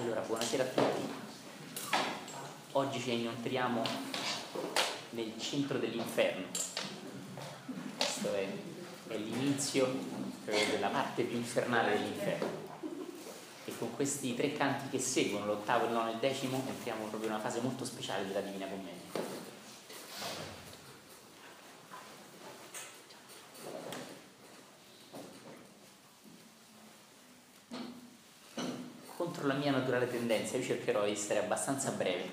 Allora, buonasera a tutti. Oggi ci inoltriamo nel centro dell'inferno. Questo è l'inizio della parte più infernale dell'inferno. E con questi tre canti che seguono, l'ottavo, il nono e il decimo, entriamo proprio in una fase molto speciale della Divina Commedia. Contro la mia naturale tendenza, io cercherò di essere abbastanza breve.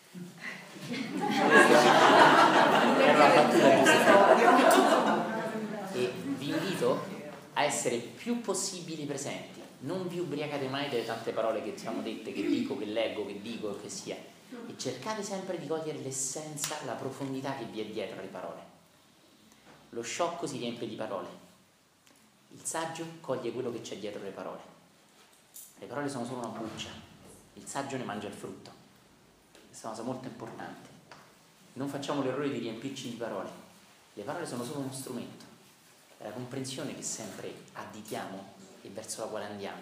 Era una battuta e vi invito a essere più possibili presenti. Non vi ubriacate mai delle tante parole che siamo dette, che dico, che leggo, che dico, che sia. E cercate sempre di cogliere l'essenza, la profondità che vi è dietro le parole. Lo sciocco si riempie di parole. Il saggio coglie quello che c'è dietro le parole. Le parole sono solo una buccia, il saggio ne mangia il frutto. Questa è una cosa molto importante. Non facciamo l'errore di riempirci di parole. Le parole sono solo uno strumento, è la comprensione che sempre additiamo e verso la quale andiamo.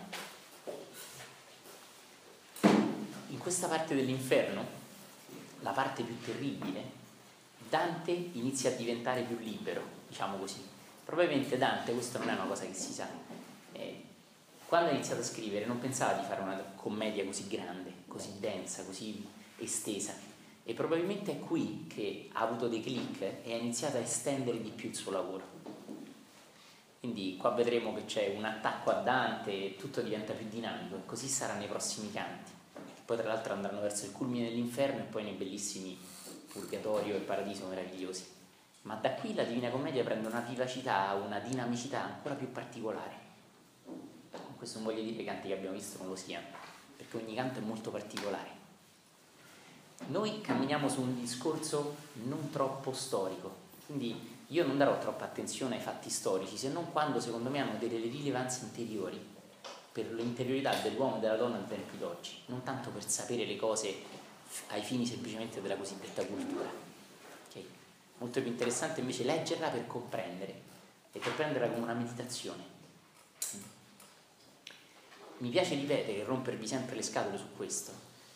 In questa parte dell'inferno, la parte più terribile, Dante inizia a diventare più libero, diciamo così. Probabilmente Dante, questo non è una cosa che si sa, quando ha iniziato a scrivere non pensava di fare una commedia così grande, così densa, così estesa, e probabilmente è qui che ha avuto dei click e ha iniziato a estendere di più il suo lavoro. Quindi qua vedremo che c'è un attacco a Dante e tutto diventa più dinamico, e così sarà nei prossimi canti, che poi tra l'altro andranno verso il culmine dell'inferno e poi nei bellissimi Purgatorio e Paradiso meravigliosi. Ma da qui la Divina Commedia prende una vivacità, una dinamicità ancora più particolare. Questo non voglio dire che i canti che abbiamo visto non lo siano, perché ogni canto è molto particolare. Noi camminiamo su un discorso non troppo storico, quindi io non darò troppa attenzione ai fatti storici, se non quando secondo me hanno delle rilevanze interiori per l'interiorità dell'uomo e della donna ai tempi d'oggi, non tanto per sapere le cose ai fini semplicemente della cosiddetta cultura. Okay? Molto più interessante invece leggerla per comprendere e per prenderla come una meditazione. Mi piace ripetere e rompervi sempre le scatole su questo,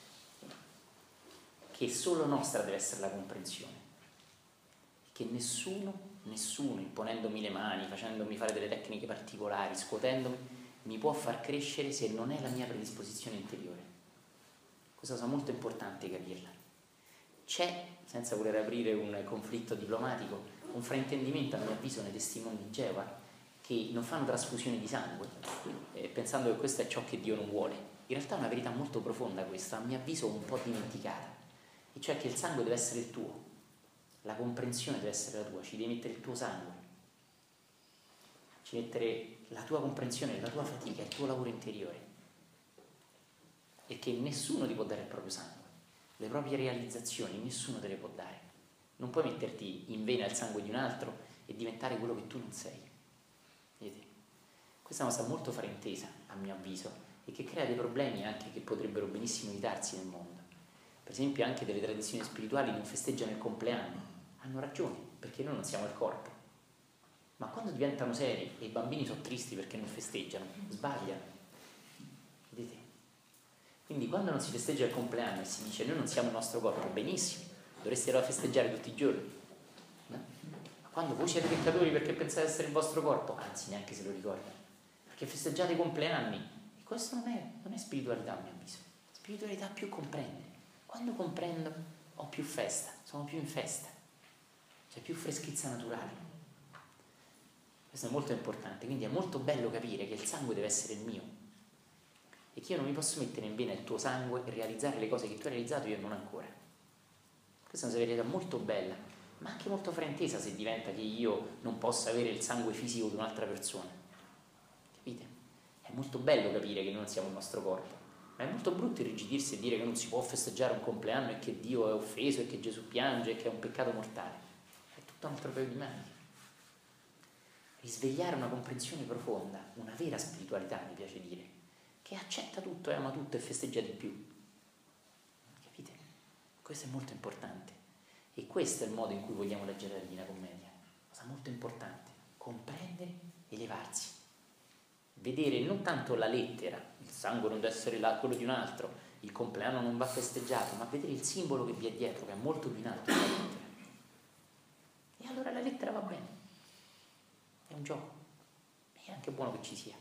che solo nostra deve essere la comprensione, che nessuno, imponendomi le mani, facendomi fare delle tecniche particolari, scuotendomi, mi può far crescere se non è la mia predisposizione interiore. Questa cosa molto importante capirla. C'è, senza voler aprire un conflitto diplomatico, un fraintendimento a mio avviso nei testimoni di Geova, che non fanno trasfusione di sangue, pensando che questo è ciò che Dio non vuole. In realtà è una verità molto profonda questa, a mio avviso un po' dimenticata, e cioè che il sangue deve essere il tuo, la comprensione deve essere la tua, ci devi mettere il tuo sangue, ci mettere la tua comprensione, la tua fatica, il tuo lavoro interiore, e che nessuno ti può dare il proprio sangue, le proprie realizzazioni nessuno te le può dare. Non puoi metterti in vena il sangue di un altro e diventare quello che tu non sei. Vedete? Questa è una cosa molto fraintesa a mio avviso e che crea dei problemi anche che potrebbero benissimo evitarsi nel mondo. Per esempio anche delle tradizioni spirituali non festeggiano il compleanno, hanno ragione, perché noi non siamo il corpo, ma quando diventano seri e i bambini sono tristi perché non festeggiano, sbagliano. Vedete? Quindi quando non si festeggia il compleanno e si dice noi non siamo il nostro corpo, benissimo, dovreste allora festeggiare tutti i giorni. Quando voi siete peccatori perché pensate di essere il vostro corpo, anzi neanche se lo ricordate, perché festeggiate i compleanni, e questo non è spiritualità a mio avviso. Spiritualità più comprendere. Quando comprendo ho più festa, sono più in festa, c'è più freschezza naturale. Questo è molto importante, quindi è molto bello capire che il sangue deve essere il mio e che io non mi posso mettere in vena il tuo sangue e realizzare le cose che tu hai realizzato io non ancora. Questa è una verità molto bella, ma anche molto fraintesa se diventa che io non possa avere il sangue fisico di un'altra persona. Capite? È molto bello capire che noi non siamo il nostro corpo, ma è molto brutto irrigidirsi e dire che non si può festeggiare un compleanno e che Dio è offeso e che Gesù piange e che è un peccato mortale. È tutto un altro paio di maniche. Risvegliare una comprensione profonda, una vera spiritualità, mi piace dire, che accetta tutto e ama tutto e festeggia di più. Capite? Questo è molto importante. E questo è il modo in cui vogliamo leggere la Divina Commedia. Cosa molto importante, comprendere, elevarsi. vedere non tanto la lettera, il sangue non deve essere quello di un altro, il compleanno non va festeggiato, ma vedere il simbolo che vi è dietro, che è molto più in alto della lettera. E allora la lettera va bene, è un gioco, è anche buono che ci sia.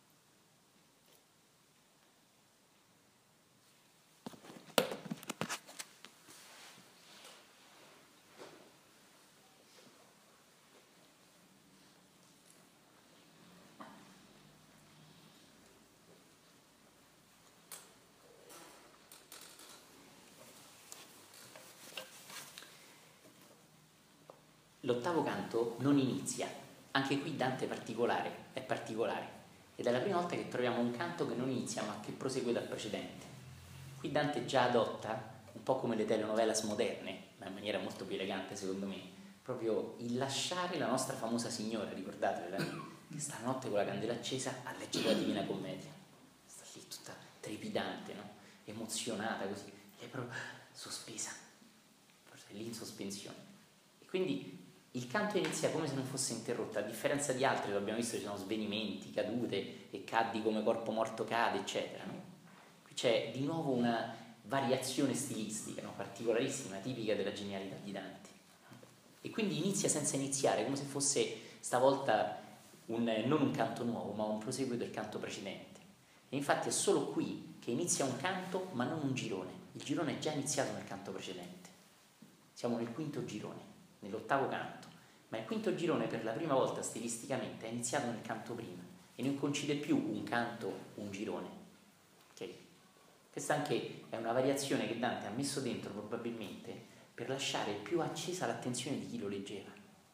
L'ottavo canto non inizia, anche qui Dante è particolare, ed è la prima volta che troviamo un canto che non inizia ma che prosegue dal precedente. Qui Dante già adotta, un po' come le telenovelas moderne, ma in maniera molto più elegante secondo me, proprio il lasciare la nostra famosa signora, ricordatela, che stanotte con la candela accesa a leggere la Divina Commedia, sta lì tutta trepidante, no? Emozionata così, lei è proprio sospesa, è lì in sospensione. E quindi il canto inizia come se non fosse interrotto, a differenza di altri, lo abbiamo visto, ci sono svenimenti, cadute, e caddi come corpo morto cade, eccetera, no? Qui c'è di nuovo una variazione stilistica, no? Particolarissima, tipica della genialità di Dante. E quindi inizia senza iniziare, come se fosse stavolta non un canto nuovo, ma un proseguo del canto precedente. E infatti è solo qui che inizia un canto, ma non un girone. Il girone è già iniziato nel canto precedente. Siamo nel quinto girone, nell'ottavo canto, ma il quinto girone per la prima volta stilisticamente è iniziato nel canto prima e non coincide più un canto, un girone. Okay? Questa anche è una variazione che Dante ha messo dentro probabilmente per lasciare più accesa l'attenzione di chi lo leggeva.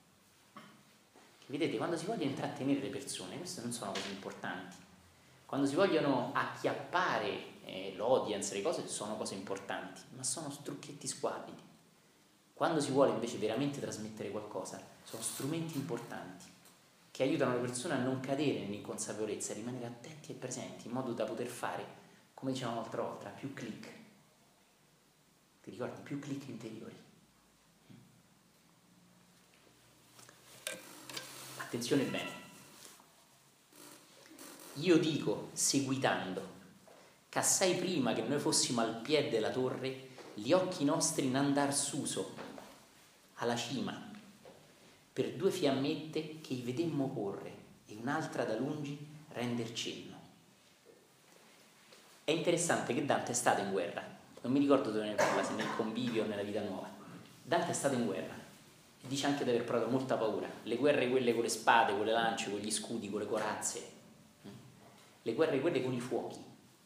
Che vedete, quando si vogliono intrattenere le persone, queste non sono cose importanti. Quando si vogliono acchiappare l'audience, le cose sono cose importanti, ma sono trucchetti squallidi. Quando si vuole invece veramente trasmettere qualcosa, sono strumenti importanti che aiutano le persone a non cadere nell'inconsapevolezza, a rimanere attenti e presenti, in modo da poter fare, come dicevamo l'altra volta, più click. Ti ricordi? Più click interiori. Attenzione bene. Io dico, seguitando, che assai prima che noi fossimo al piede della torre, gli occhi nostri n'andar suso alla cima, per due fiammette che i vedemmo porre e un'altra da lungi render cenno. È interessante che Dante è stato in guerra, non mi ricordo dove ne parla, se nel Convivio o nella Vita Nuova. Dante è stato in guerra e dice anche di aver provato molta paura. Le guerre quelle con le spade, con le lance, con gli scudi, con le corazze, le guerre quelle con i fuochi,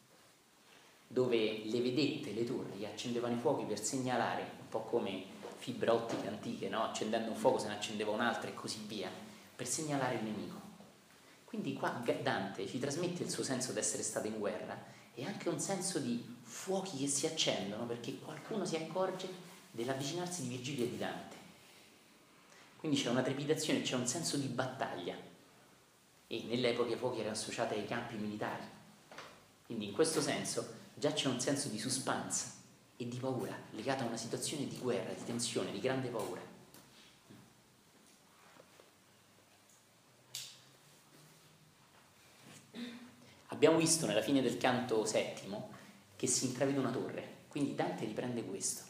dove le vedette, le torri accendevano i fuochi per segnalare, un po' come fibre ottiche antiche, no? Accendendo un fuoco se ne accendeva un altro e così via, per segnalare il nemico. Quindi qua Dante ci trasmette il suo senso di essere stato in guerra e anche un senso di fuochi che si accendono perché qualcuno si accorge dell'avvicinarsi di Virgilio e di Dante. Quindi c'è una trepidazione, c'è un senso di battaglia e nell'epoca i fuochi erano associati ai campi militari. Quindi in questo senso già c'è un senso di suspense e di paura legato a una situazione di guerra, di tensione, di grande paura. Abbiamo visto nella fine del canto settimo che si intravede una torre, quindi Dante riprende questo.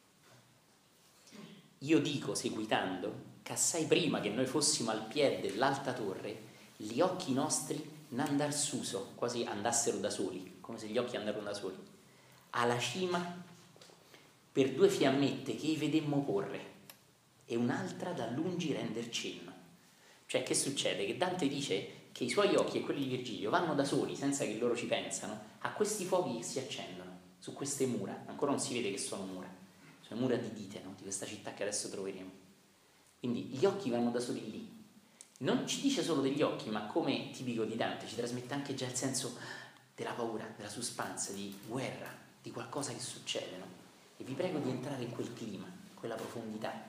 Io dico, seguitando, che assai prima che noi fossimo al piede dell'alta torre, gli occhi nostri n'andar suso, quasi andassero da soli, come se gli occhi andarono da soli, alla cima per due fiammette che i vedemmo porre e un'altra da lungi render cenno. Cioè, che succede? Che Dante dice che i suoi occhi e quelli di Virgilio vanno da soli, senza che loro ci pensano, a questi fuochi che si accendono su queste mura. Ancora non si vede che sono mura, sono mura di dite, no? Di questa città che adesso troveremo. Quindi gli occhi vanno da soli lì. Non ci dice solo degli occhi, ma come tipico di Dante ci trasmette anche già il senso della paura, della suspense, di guerra, di qualcosa che succede, no? E vi prego di entrare in quel clima, in quella profondità.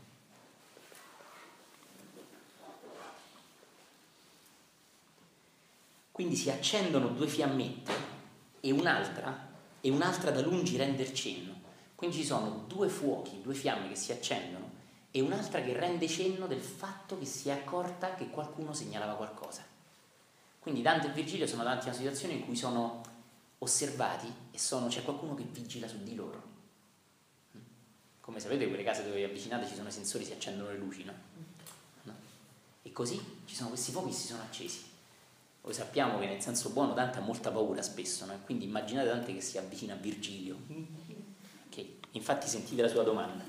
Quindi si accendono due fiammette e un'altra da lungi render cenno. Quindi ci sono due fuochi, due fiamme che si accendono e un'altra che rende cenno del fatto che si è accorta che qualcuno segnalava qualcosa. Quindi Dante e Virgilio sono davanti a una situazione in cui sono osservati e c'è qualcuno che vigila su di loro. Come sapete, quelle case dove vi avvicinate ci sono i sensori, si accendono le luci, no? E così ci sono questi fuochi che si sono accesi. Noi sappiamo che nel senso buono Dante ha molta paura spesso, no? E quindi immaginate Dante che si avvicina a Virgilio, che infatti sentite la sua domanda.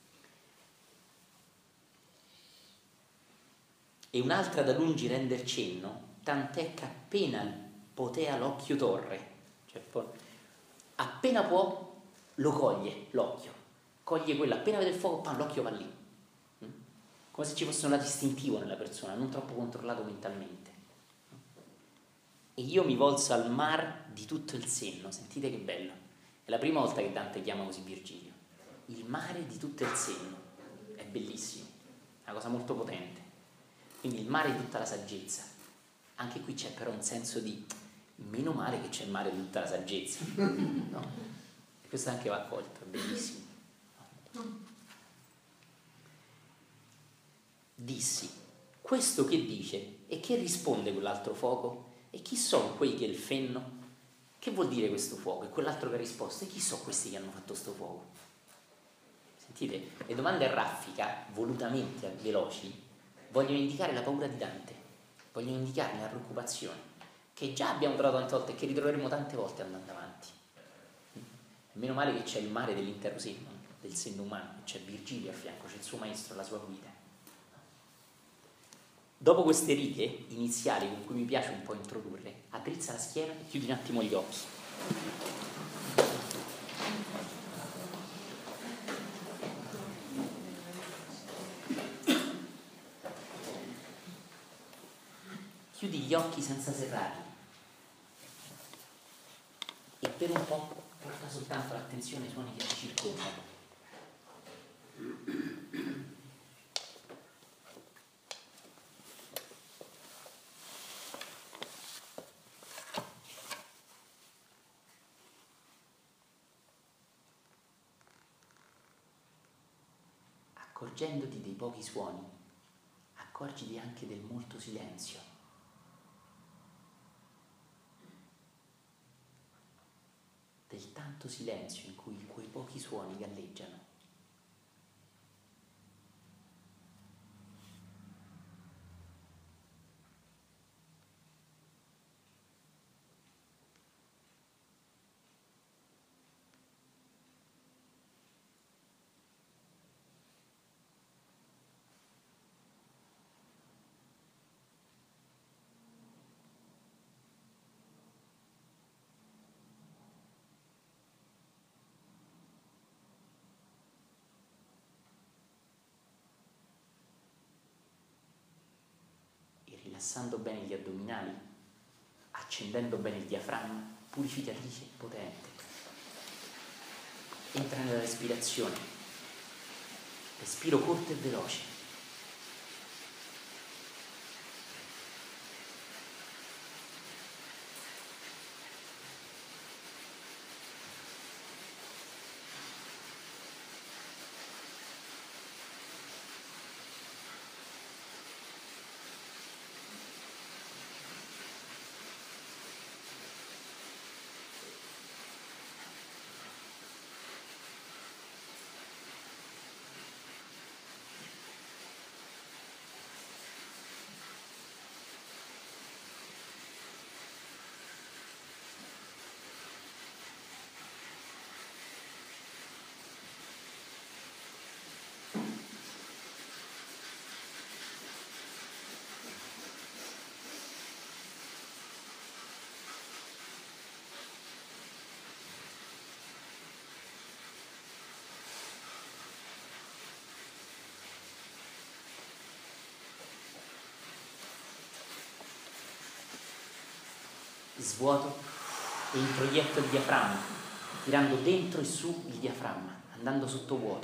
E un'altra da lungi render cenno, tant'è che appena potea l'occhio torre, cioè appena può lo coglie l'occhio, coglie quello, appena vede il fuoco, pam, l'occhio va lì, come se ci fosse un lato istintivo nella persona, non troppo controllato mentalmente. E io mi volso al mar di tutto il senno, sentite che bello, è la prima volta che Dante chiama così Virgilio, il mare di tutto il senno, è bellissimo, è una cosa molto potente. Quindi il mare di tutta la saggezza. Anche qui c'è però un senso di meno male che c'è il mare di tutta la saggezza, no? E questo anche va accolto, è bellissimo. Dissi, questo che dice e che risponde quell'altro fuoco? E chi sono quei che il fenno? Che vuol dire questo fuoco? E quell'altro che ha risposto, e chi sono questi che hanno fatto sto fuoco? Sentite, le domande a raffica, volutamente veloci, vogliono indicare la paura di Dante, vogliono indicare la preoccupazione, che già abbiamo trovato tante volte e che ritroveremo tante volte andando avanti. Meno male che c'è il mare dell'intero senno, del senno umano, c'è Virgilio a fianco, c'è il suo maestro, la sua guida. Dopo queste righe iniziali con cui mi piace un po' introdurre, addrizza la schiena e chiudi un attimo gli occhi. Chiudi gli occhi senza serrarli e per un po' porta soltanto l'attenzione ai suoni che ti circondano. Accorgendoti dei pochi suoni, accorgiti anche del molto silenzio. Del tanto silenzio in cui quei pochi suoni galleggiano. Rilassando bene gli addominali, accendendo bene il diaframma, purificatrice e potente. Entra nella respirazione, respiro corto e veloce. Svuoto e introietto il diaframma, tirando dentro e su il diaframma, andando sotto vuoto.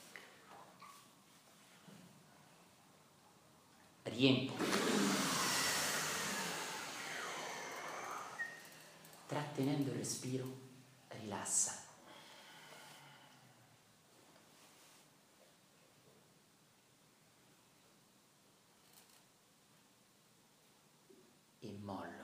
Riempio. Trattenendo il respiro, rilassa. E molla.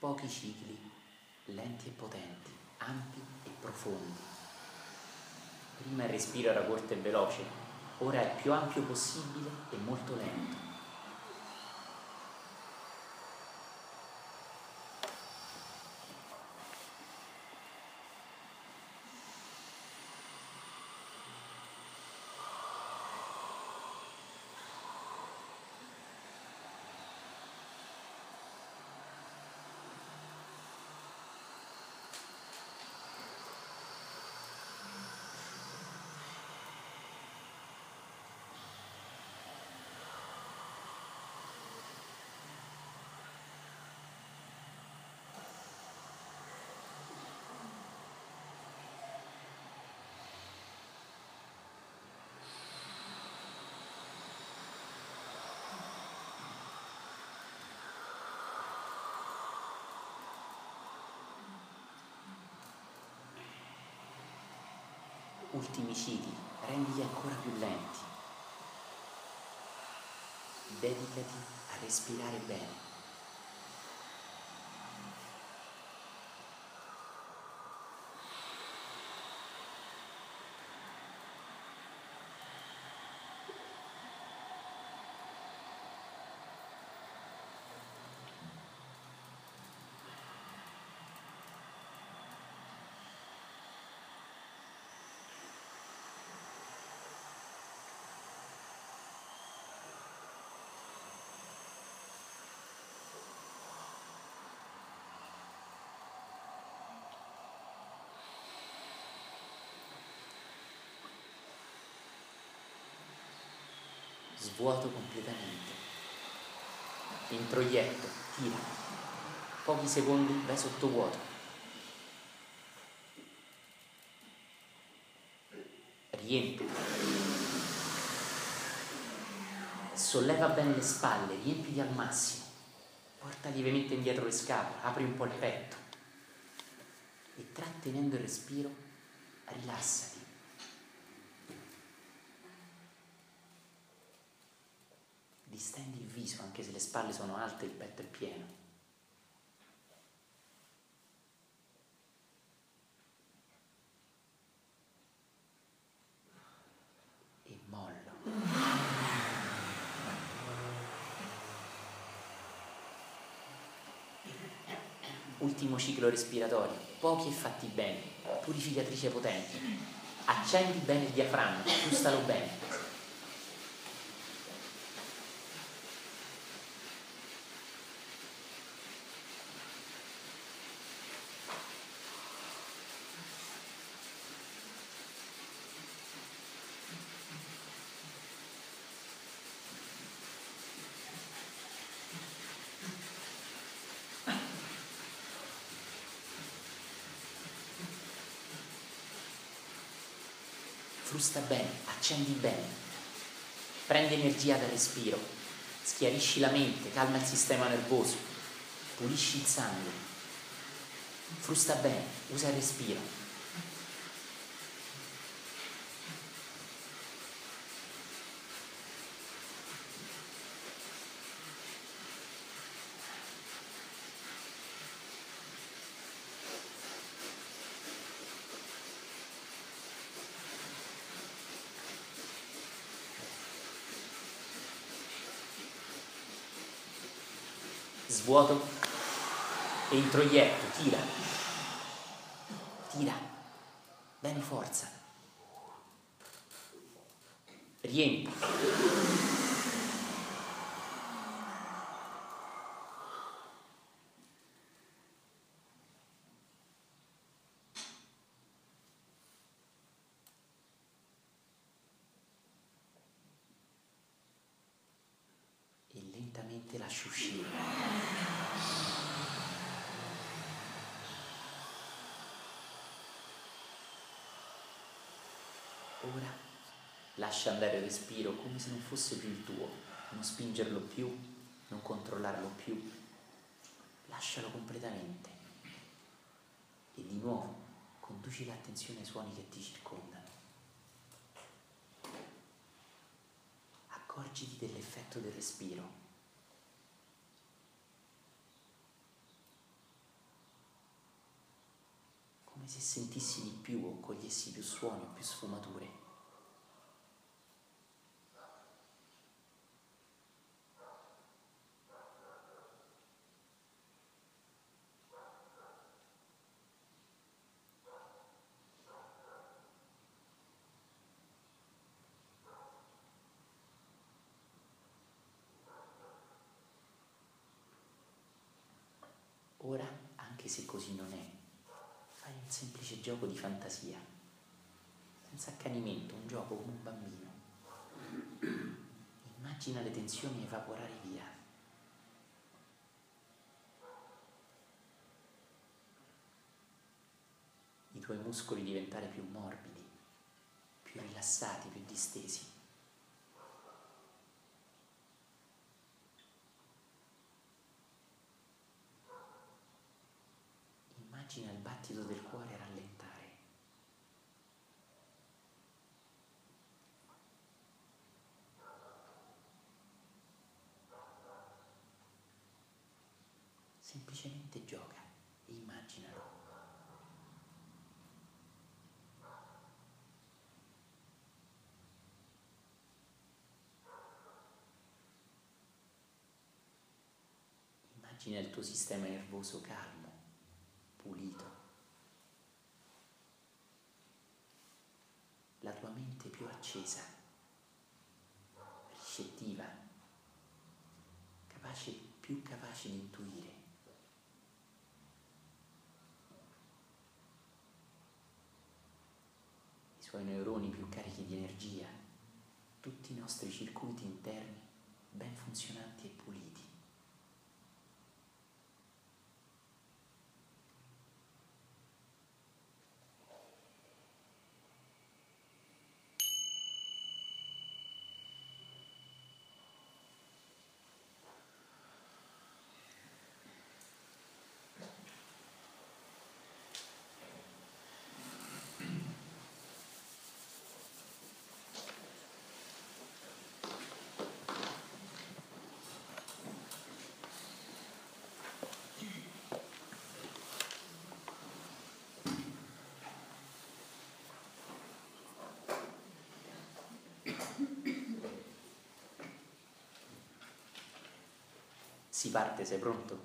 pochi cicli, lenti e potenti, ampi e profondi. Prima il respiro era corto e veloce, ora è più ampio possibile e molto lento. Ultimi cicli, rendili ancora più lenti. Dedicati a respirare bene. Svuoto completamente. Introietto, tira. Pochi secondi vai sotto vuoto. Riempi. Solleva bene le spalle, riempiti al massimo. Porta lievemente indietro le scapole, apri un po' il petto. E trattenendo il respiro, rilassati. Distendi il viso, anche se le spalle sono alte e il petto è pieno. E mollo. Ultimo ciclo respiratorio, pochi e fatti bene, purificatrice potente. Accendi bene il diaframma, aggiustalo bene. Frusta bene, accendi bene, prendi energia dal respiro, schiarisci la mente, calma il sistema nervoso, pulisci il sangue, frusta bene, usa il respiro. Svuoto e introietto, tira, bene forza, riempi, e lentamente lasci uscire. Ora lascia andare il respiro come se non fosse più il tuo, non spingerlo più, non controllarlo più, lascialo completamente e di nuovo conduci l'attenzione ai suoni che ti circondano. Accorgiti dell'effetto del respiro. come se sentissi di più o cogliessi più suoni o più sfumature. Ora, anche se così non è, fai un semplice gioco di fantasia, senza accanimento, un gioco come un bambino. Immagina le tensioni evaporare via. I tuoi muscoli diventare più morbidi, più rilassati, più distesi. Immagina il battito del cuore rallentare. Semplicemente gioca e immaginalo. Immagina il tuo sistema nervoso calmo, pulito. La tua mente più accesa, ricettiva, più capace di intuire. I suoi neuroni più carichi di energia, tutti i nostri circuiti interni ben funzionanti e puliti. Si parte, sei pronto?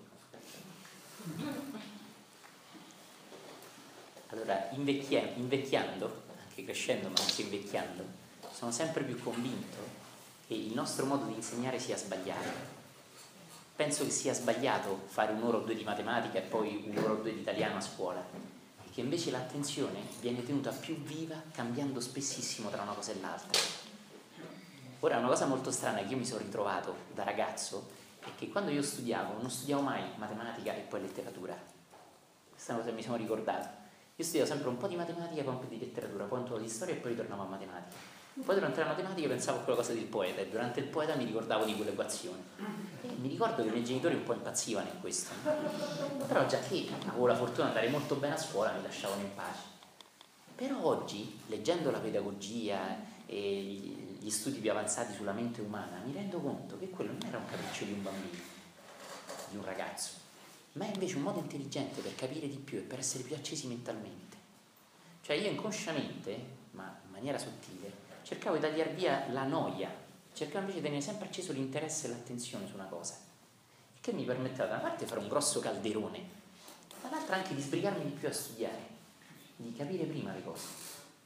Allora, invecchiando, anche crescendo ma anche invecchiando, sono sempre più convinto che il nostro modo di insegnare sia sbagliato. Penso che sia sbagliato fare 1 ora o 2 di matematica e poi 1 ora o 2 di italiano a scuola, e che invece l'attenzione viene tenuta più viva cambiando spessissimo tra una cosa e l'altra. Ora, una cosa molto strana che io mi sono ritrovato da ragazzo è che quando io studiavo, non studiavo mai matematica e poi letteratura. Questa è una cosa che mi sono ricordato. Io studiavo sempre un po' di matematica, poi un po' di letteratura, poi un po' di storia e poi ritornavo a matematica. Poi durante la matematica pensavo a quella cosa del poeta e durante il poeta mi ricordavo di quelle equazioni. E mi ricordo che i miei genitori un po' impazzivano in questo. Però già che avevo la fortuna di andare molto bene a scuola, mi lasciavano in pace. Però oggi, leggendo la pedagogia e gli studi più avanzati sulla mente umana, mi rendo conto che quello non era un capriccio di un bambino, di un ragazzo, ma è invece un modo intelligente per capire di più e per essere più accesi mentalmente. Cioè io inconsciamente, ma in maniera sottile, cercavo di tagliare via la noia, cercavo invece di tenere sempre acceso l'interesse e l'attenzione su una cosa, che mi permetteva da una parte di fare un grosso calderone, dall'altra anche di sbrigarmi di più a studiare, di capire prima le cose.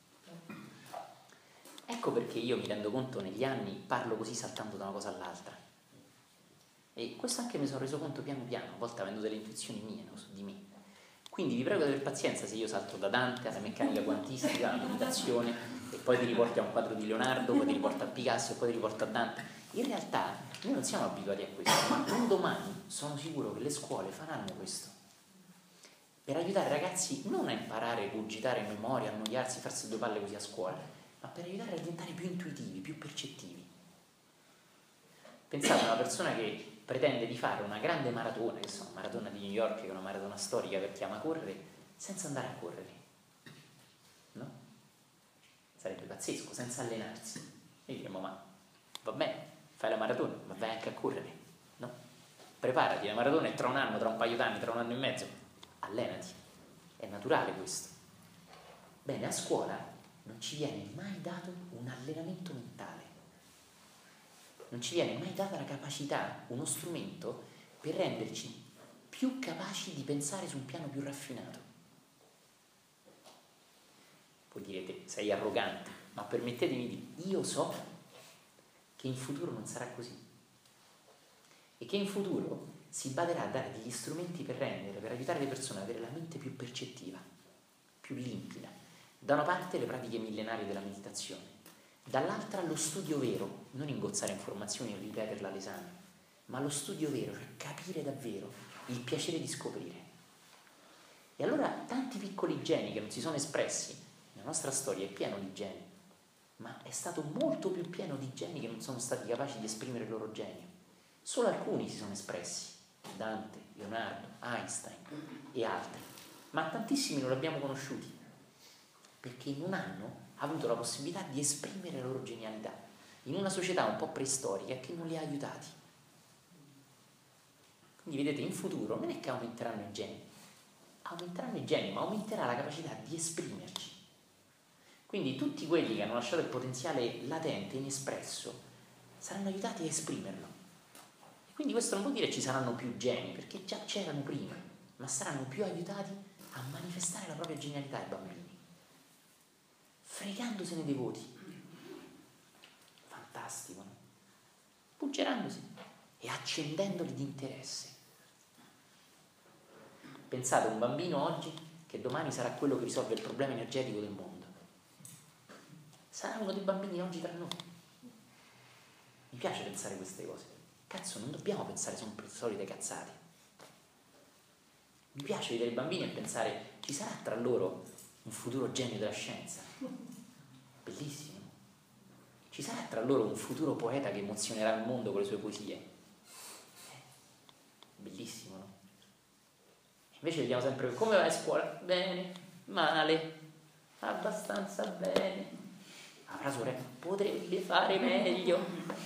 Ecco perché io mi rendo conto negli anni parlo così saltando da una cosa all'altra. E questo anche mi sono reso conto piano piano, a volte avendo delle intuizioni mie, no, su di me. Quindi vi prego di aver pazienza se io salto da Dante alla meccanica quantistica, alla meditazione, e poi ti riporti a un quadro di Leonardo, poi ti riporto a Picasso e poi ti riporto a Dante. In realtà noi non siamo abituati a questo, ma un domani sono sicuro che le scuole faranno questo. Per aiutare i ragazzi non a imparare, cogitare in memoria, annoiarsi, farsi 2 palle così a scuola, ma per aiutare a diventare più intuitivi, più percettivi. Pensate a una persona che pretende di fare una grande maratona, che sono maratona di New York, che è una maratona storica per chi ama correre, senza andare a correre, no? Sarebbe pazzesco, senza allenarsi. E diremmo, ma va bene, fai la maratona, ma vai anche a correre, no? Preparati, la maratona è tra un anno, tra un paio d'anni, tra un anno e mezzo, allenati, è naturale questo. Bene, a scuola non ci viene mai dato un allenamento mentale, non ci viene mai data la capacità, uno strumento per renderci più capaci di pensare su un piano più raffinato. Voi direte, sei arrogante, ma permettetemi di dire, io so che in futuro non sarà così e che in futuro si baderà a dare degli strumenti per aiutare le persone ad avere la mente più percettiva, più limpida. Da una parte le pratiche millenarie della meditazione, dall'altra lo studio vero, non ingozzare informazioni e ripeterla all'esame, ma lo studio vero, cioè capire davvero il piacere di scoprire. E allora tanti piccoli geni che non si sono espressi, la nostra storia è piena di geni, ma è stato molto più pieno di geni che non sono stati capaci di esprimere il loro genio. Solo alcuni si sono espressi, Dante, Leonardo, Einstein e altri, ma tantissimi non li abbiamo conosciuti, perché non hanno avuto la possibilità di esprimere la loro genialità in una società un po' preistorica che non li ha aiutati. Quindi vedete, in futuro non è che aumenteranno i geni, ma aumenterà la capacità di esprimerci. Quindi tutti quelli che hanno lasciato il potenziale latente, inespresso, saranno aiutati a esprimerlo. E quindi questo non vuol dire che ci saranno più geni, perché già c'erano prima, ma saranno più aiutati a manifestare la propria genialità ai bambini, fregandosene dei voti. Fantastico, no? Buggerandosi e accendendoli di interesse. Pensate a un bambino oggi che domani sarà quello che risolve il problema energetico del mondo. Sarà uno dei bambini oggi tra noi. Mi piace pensare queste cose. Cazzo, non dobbiamo pensare sempre solite cazzate. Mi piace vedere i bambini e pensare, ci sarà tra loro un futuro genio della scienza. Bellissimo. Ci sarà tra loro un futuro poeta che emozionerà il mondo con le sue poesie. Bellissimo, no? Invece vediamo sempre, come vai a scuola? Bene, male, abbastanza bene. Avrà sorella, potrebbe fare meglio.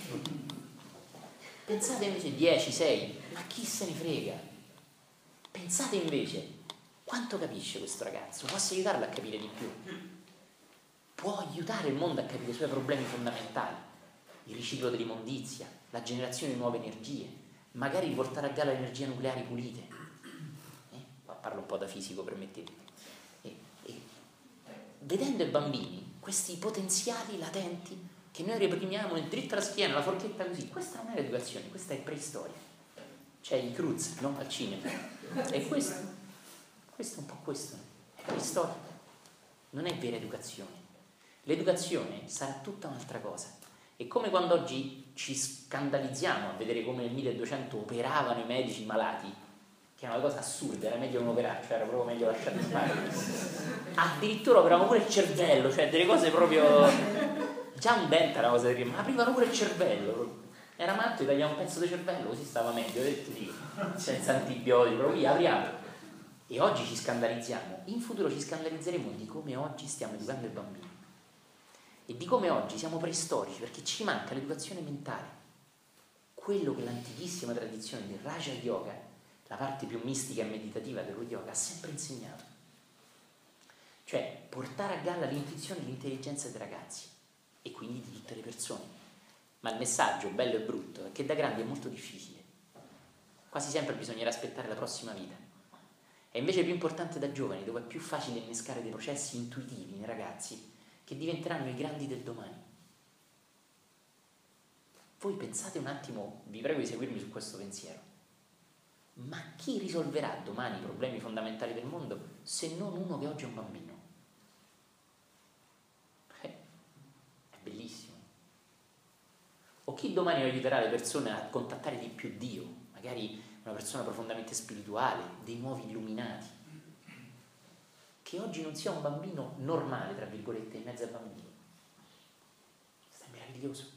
Pensate invece 10, 6, ma chi se ne frega? Pensate invece quanto capisce questo ragazzo, posso aiutarlo a capire di più, può aiutare il mondo a capire i suoi problemi fondamentali, il riciclo dell'immondizia, la generazione di nuove energie, magari riportare a galla le energie nucleari pulite. Parlo un po' da fisico, permettetemi. Vedendo i bambini, questi potenziali latenti che noi reprimiamo nel dritto alla schiena, la forchetta così, questa non è l'educazione, questa è preistoria. C'è i Cruz, no? Al cinema. E questo è un po' questo, è preistoria. Non è vera educazione. L'educazione sarà tutta un'altra cosa. È come quando oggi ci scandalizziamo a vedere come nel 1200 operavano i medici malati, che è una cosa assurda, era meglio non operare, cioè era proprio meglio lasciarli fare. Addirittura operavano pure il cervello, cioè delle cose proprio... Già un dente era una cosa terribile, ma aprivano pure il cervello. Era matto, gli tagliamo un pezzo di cervello, così stava meglio, ho detto dico, senza antibiotici, proprio via, apriamo. E oggi ci scandalizziamo, in futuro ci scandalizzeremo di come oggi stiamo educando i bambini. E di come oggi siamo preistorici, perché ci manca l'educazione mentale. Quello che l'antichissima tradizione del Raja Yoga, la parte più mistica e meditativa dello yoga, ha sempre insegnato. Cioè, portare a galla l'intuizione e l'intelligenza dei ragazzi, e quindi di tutte le persone. Ma il messaggio, bello e brutto, è che da grandi è molto difficile. Quasi sempre bisognerà aspettare la prossima vita. È invece più importante da giovani, dove è più facile innescare dei processi intuitivi nei ragazzi, che diventeranno i grandi del domani. Voi pensate un attimo, vi prego di seguirmi su questo pensiero. Ma chi risolverà domani i problemi fondamentali del mondo se non uno che oggi è un bambino? È bellissimo. O chi domani aiuterà le persone a contattare di più Dio, magari una persona profondamente spirituale, dei nuovi illuminati, che oggi non sia un bambino normale, tra virgolette, in mezzo ai bambini. Questo è meraviglioso.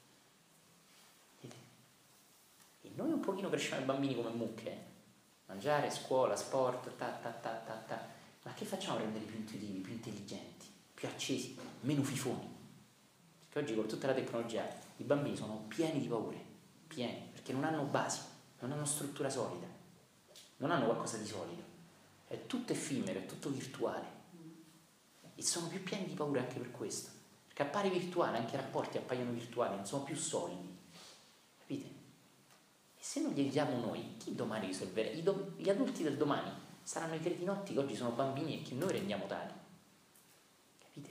E noi un pochino cresciamo i bambini come mucche, mangiare, scuola, sport, ma che facciamo per renderli più intuitivi, più intelligenti, più accesi, meno fifoni? Perché oggi con tutta la tecnologia i bambini sono pieni di paure, pieni, perché non hanno basi, non hanno struttura solida, non hanno qualcosa di solido, è tutto effimero, è tutto virtuale. e sono più pieni di paura anche per questo, perché appare virtuale, anche i rapporti appaiono virtuali, non sono più solidi, capite? E se non li diamo noi, chi domani risolverà? Gli adulti del domani saranno i cretinotti che oggi sono bambini e che noi rendiamo tali, capite?